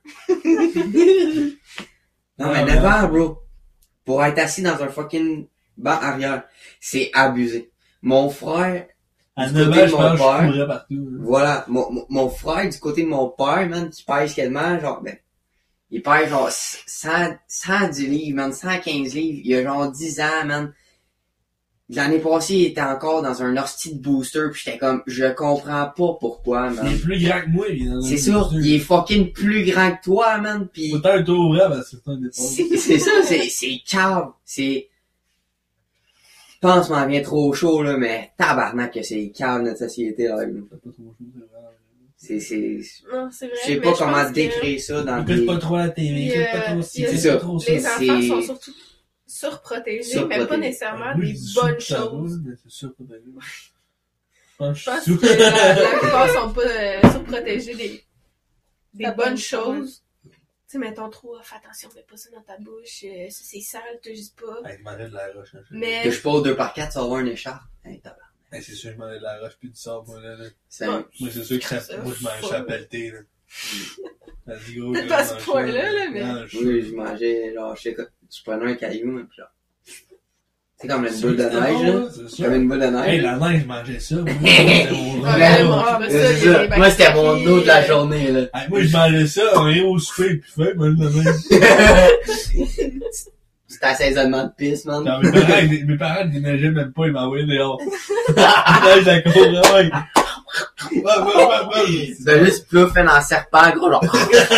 Non, mais 9 ans, bro. Pour être assis dans un fucking banc arrière, c'est abusé. Mon frère, À du 9 côté ans, de je mon pense que je père, courais partout. Là. voilà, mon frère, du côté de mon père, man, qui pèse quasiment, genre, ben, il pèse genre 110 livres, man, 115 livres, il a genre 10 ans, man. L'année passée, il était encore dans un hostie de booster, pis j'étais comme, je comprends pas pourquoi, Il est man. plus grand que moi, il est dans un C'est ça, booster. il est fucking plus grand que toi, man, pis Peut-être tout vrai, ben c'est un des c'est ça, c'est cave, c'est... Je pense que m'en vient trop chaud, là, mais tabarnak que c'est cave, notre société, là. C'est pas trop chaud, c'est vrai. C'est... Non, c'est vrai. Je sais mais pas je comment pense que décrire ça dans Écoute des... pas trop la TV, Il y écoute a- pas trop il y a- ci, c'est pas ça. trop ça. Les enfants c'est- sont surtout surprotégés, mais Surprotégés. pas nécessairement Moi, je des dis bonnes sous, ça va, choses. mais c'est sûr, pas d'accord. Je pense Je que pense je suis que sous. la plupart sont pas surprotégés des La bonnes bonne choses. Tu sais, mettons trop, fais attention, mets pas ça dans ta bouche, ça c'est sale, te juste pas. Hey, je m'en vais de la roche. Hein, Mais Que je pose 2x4, ça va avoir une écharpe. Hey, tabarnak. Hey, c'est sûr, je m'en vais de la roche puis du sable, moi, là. C'est Ouais. Moi, c'est sûr que ça, Ça, moi, je mange à pelleter, là. Vas-y, gros. Peut-être gars, pas à ce mange point-là, ça, là, mais- mange ça. Oui, je mangeais, genre, je sais quoi, je prenais un caillou, pis genre... C'est comme une C'est boule de sûr que neige, c'était bon, là. hein, c'est sûr. Comme une boule de neige. Hey, la neige, je mangeais ça. Moi, c'était mon Ouais, mais bon, bon, après ça, c'est il y a ça. des Moi, c'était mon bactéries, dos de la journée, là. Hey, moi, je mangeais ça, on est au souper, puis fait, moi, je le même. C'était assaisonnement de pisse, man. Quand mes parents ne déneigeaient même pas, ils m'envoyaient dehors. Ils neigent la cour, ouais. Ouais. C'était juste pluffé dans le serpent, gros, genre.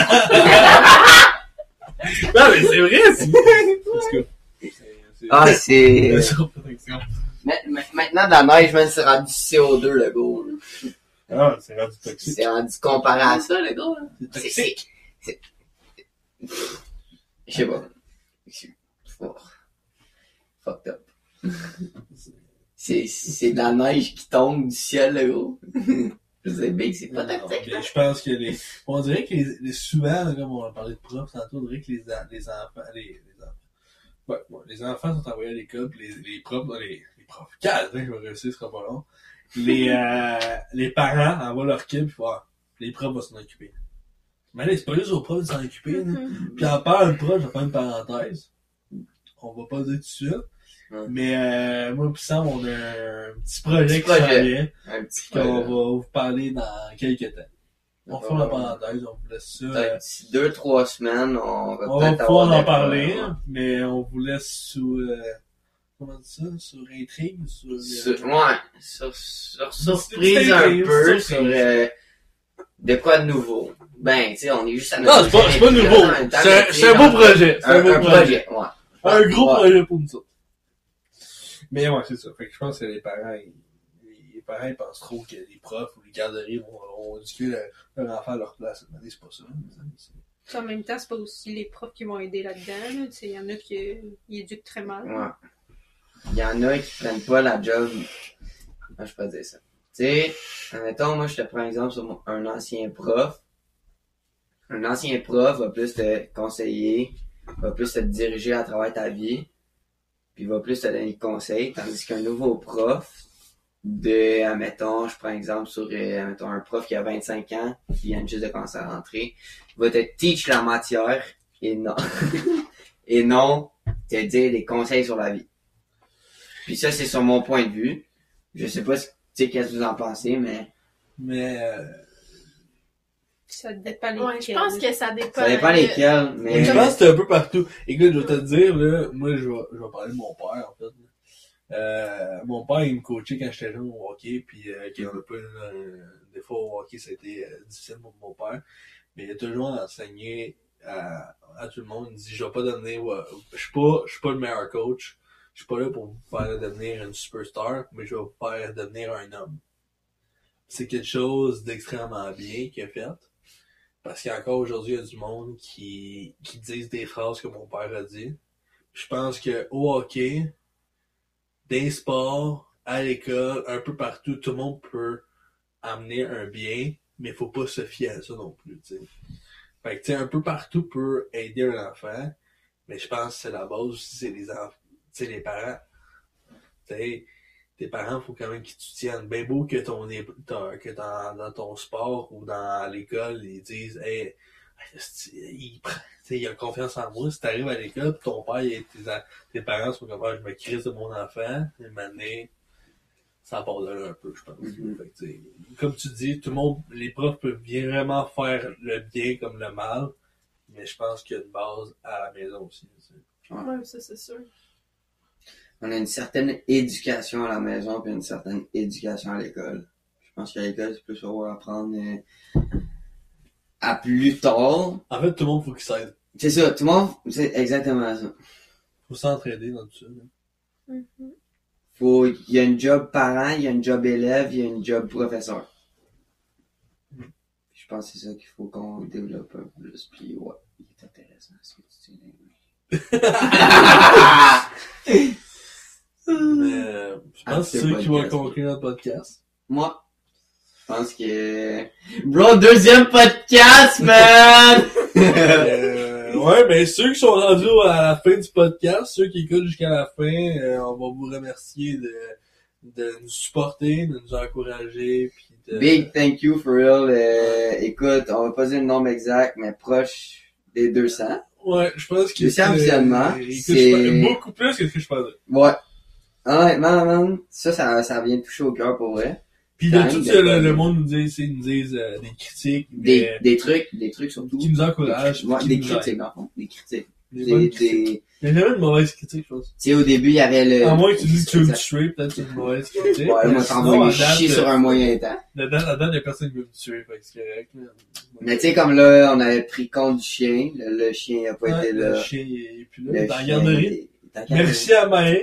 Non, mais c'est vrai, c'est... Parce que... Ah, c'est... La surprotection. Maintenant, de la neige, man, c'est rendu CO2, le gros. Ah, c'est rendu toxique. C'est rendu comparé à ça, le gros. C'est C'est... toxique. Je sais pas. Oh. Fucked up. C'est de la neige qui tombe du ciel, le gros. Je sais bien que c'est pas Non, tactique. mais je pense que on dirait que souvent, là, comme on a parlé de profs tantôt, on dirait que les enfants, les enfants sont envoyés à l'école, puis les profs, les profs, calme, je vais réussir, ce sera pas long. Les parents envoient leur kid, puis les profs vont s'en occuper. Mais là, c'est pas juste aux profs de s'en occuper, là. Puis en parlant de prof, je vais faire une parenthèse. On va pas le dire tout de suite. Ouais. Mais moi pis Sam, on a un petit projet Petit qui s'en projet. vient. Un petit Qu'on va peu. vous parler dans quelques temps. On fait la parenthèse, on vous laisse ça. Peut-être d'ici 2-3 semaines, on va On va peut-être pouvoir avoir en des- parler, ouais. mais on vous laisse sous... comment on dit ça? Sur intrigue? Ouais, sur surprise C'était un surprise, peu, surprise. sur de quoi de nouveau. Ben, tu sais, on est juste à Non, c'est pas deuxième nouveau. épisode en même temps, mais tu sais, C'est un beau projet. C'est Un beau projet, ouais. Un gros Ouais. projet pour nous autres. Mais ouais, c'est ça. Fait que je pense que les parents, ils pensent trop que les profs ou les garderies vont éduquer leur enfant à leur place. Mais c'est pas ça. Puis en même temps, c'est pas aussi les profs qui vont aider là-dedans. Là. Il y en a qui éduquent très mal. Ouais. Il y en a qui prennent pas la job. Moi, je peux pas dire ça. Tu sais, admettons, moi, je te prends un exemple sur un ancien prof. Un ancien prof va plus te conseiller, va plus te diriger à travers ta vie, puis va plus te donner des conseils, tandis qu'un nouveau prof, admettons, je prends un exemple sur, admettons, un prof qui a 25 ans, qui vient juste de commencer à rentrer, va te teach la matière, et non, et non, te dire des conseils sur la vie. Puis ça, c'est sur mon point de vue. Je sais pas, tu sais, qu'est-ce que vous en pensez, mais... Ça dépend lesquels. Ouais, je pense que ça dépend. Ça dépend lesquels, mais... Je pense que c'est un peu partout. Écoute, je vais te le dire, là, moi, je vais parler de mon père, en fait. Mon père, il me coachait quand j'étais jeune au hockey, puis qu'il y en a pas des fois au hockey, ça a été difficile pour mon père. Mais il a toujours enseigné à tout le monde. Il dit, je vais pas devenir, je suis pas le meilleur coach. Je suis pas là pour vous faire devenir une superstar, mais je vais vous faire devenir un homme. C'est quelque chose d'extrêmement bien qu'il a fait. Parce qu'encore aujourd'hui, il y a du monde qui disent des phrases que mon père a dit. Je pense que au hockey, dans les sports, à l'école, un peu partout, tout le monde peut amener un bien, mais faut pas se fier à ça non plus, tu sais. Fait que, tu sais, un peu partout peut aider un enfant, mais je pense que c'est la base aussi, c'est les enfants, tu sais, les parents. Tu sais, tes parents, faut quand même qu'ils te soutiennent. Ben beau que que dans ton sport ou dans l'école, ils disent, hey, il a confiance en moi. Si t'arrives à l'école, pis ton père et tes parents sont comme, je me crisse de mon enfant, et maintenant, ça part de là un peu, je pense. Fait que, comme tu dis, tout le monde, les profs peuvent vraiment faire le bien comme le mal, mais je pense qu'il y a une base à la maison aussi. Ouais, ça c'est sûr. On a une certaine éducation à la maison puis une certaine éducation à l'école. Je pense qu'à l'école, c'est plus pour apprendre à plus tard. En fait, tout le monde faut qu'il s'aide. C'est ça, tout le monde, c'est exactement ça. Faut s'entraider dans tout ça. Il y a une job parent, il y a une job élève, il y a une job professeur. Je pense que c'est ça qu'il faut qu'on développe un peu plus. Puis ouais, il est intéressant ce que tu dis. Mais je pense que c'est ça qui va conclure notre podcast. Moi, je pense que... Bro, deuxième podcast, man! Ouais, mais ceux qui sont rendus à la fin du podcast, ceux qui écoutent jusqu'à la fin, on va vous remercier de nous supporter, de nous encourager. Puis de... Big thank you for real. Écoute, on va pas dire le nombre exact, mais proche des 200. Ouais, je pense que c'est officiellement. C'est beaucoup plus que ce que je pensais. Ouais. Honnêtement, man, ça vient toucher au cœur pour vrai. Puis de tout le monde nous disent des critiques, des trucs surtout. Qui nous encouragent. Ouais, des critiques, dans le fond. Des critiques. Il y a jamais de mauvaise critique, je pense. Tu sais, au début, il y avait le... À moins que tu dises que tu veux me tuer, peut-être c'est une mauvaise critique. Ouais, moi, t'en vas chier sur un moyen temps. La date, il y a personne qui veut me tuer, fait que c'est correct. Mais tu sais, comme là, on avait pris compte du chien. Le chien a pas été là. Le chien, il est plus là. Dans la garderie. Merci à Maë.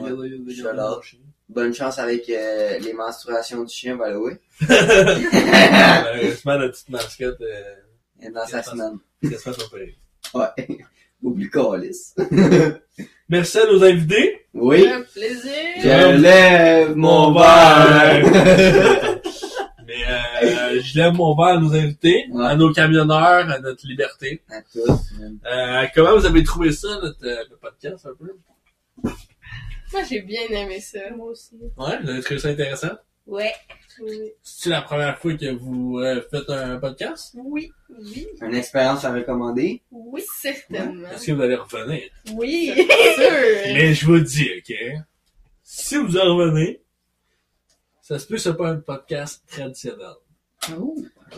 Bonne chance avec les menstruations du chien, by the way. Heureusement, la petite mascotte est dans sa semaine. Ça se passe au pays. Ouais. Oublie Calis. Merci à nos invités. Oui. Un plaisir. Je lève mon verre. Mais je lève mon verre à nos invités, à nos camionneurs, à notre liberté. À tous. Comment vous avez trouvé ça, notre podcast, un peu? Moi, j'ai bien aimé ça. Moi aussi. Ouais, vous avez trouvé ça intéressant? Ouais. Oui. C'est-tu la première fois que vous faites un podcast? Oui. Oui. Une expérience à recommander? Oui, certainement. Est-ce que vous allez revenir? Oui. C'est sûr. Mais je vous dis, OK? Si vous en revenez, ça se peut que ce soit pas un podcast traditionnel. Oh.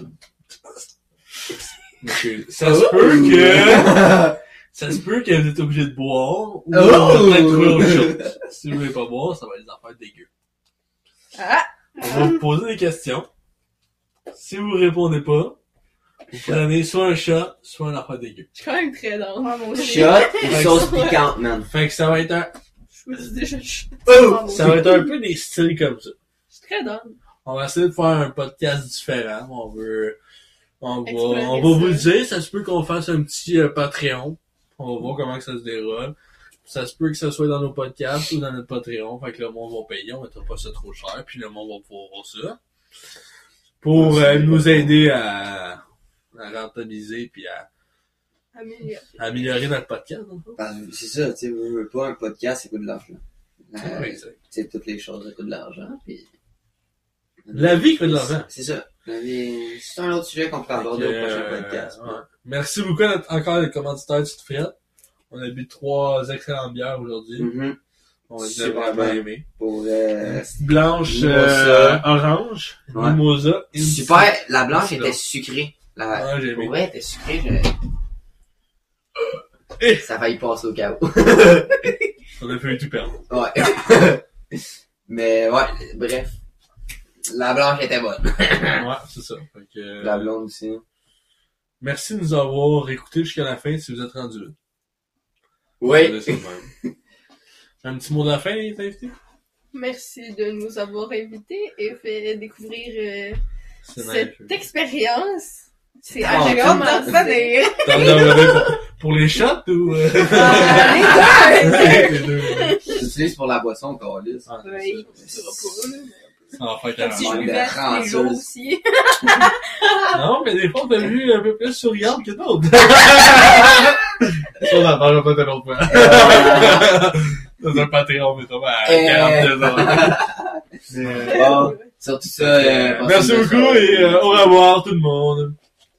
Okay. Ça se peut que... Ça se peut que vous êtes obligé de boire, ou peut-être trouver autre chose. Si vous voulez pas boire, ça va être des affaires dégueu. Ah! On va vous poser des questions. Si vous répondez pas, vous prenez soit un shot, soit un affaire dégueu. Je suis quand même très dans. Shot et sauce piquante, man. Fait que ça va être un... Je me suis déjà chuté. Ça va être un peu des styles comme ça. Je suis très dans. On va essayer de faire un podcast différent. On va vous le dire, ça se peut qu'on fasse un petit Patreon. On va voir comment que ça se déroule. Ça se peut que ça soit dans nos podcasts ou dans notre Patreon. Fait que le monde va payer, on mettra pas ça trop cher, puis le monde va pouvoir voir ça. Pour nous aider à rentabiliser puis à améliorer notre podcast. C'est ça, tu sais, pas un podcast, ça coûte de l'argent. Exact. Tu sais, toutes les choses, ça coûte de l'argent. Puis... La vie coûte de l'argent. C'est ça. La vie, c'est un autre sujet qu'on peut aborder au prochain podcast. Ouais. Merci beaucoup encore les commanditaires de Fred. On a bu 3 excellentes bières aujourd'hui. Mm-hmm. On les a vraiment aimés. Pour blanche orange, ouais. mimosa. Super, la blanche était sucrée. Ouais, j'ai aimé. Ouais, elle était sucrée. Ça va y passer au chaos. On a fait tout perdre. Ouais. Mais ouais, bref. La blanche était bonne. Ouais, c'est ça. Fait que, la blonde aussi. Merci de nous avoir écoutés jusqu'à la fin si vous êtes rendus là. Oui. Un petit mot de la fin, les invités? Merci de nous avoir invités et fait découvrir cette nice. Expérience. C'est agréable de ça d'ailleurs. Pour les shots ou... Les deux. J'utilise pour la boisson, Calis. Oui, tu vas pas. Ça va faire Comme si je carrément. buvais tous les jours aussi. Non, mais des fois, t'as vu un peu plus souriante que d'autres. Ça, on en parlera peut-être une autre fois. Dans un Patreon, mettons, à 42 Bon, surtout ça. Merci beaucoup et au revoir tout le monde.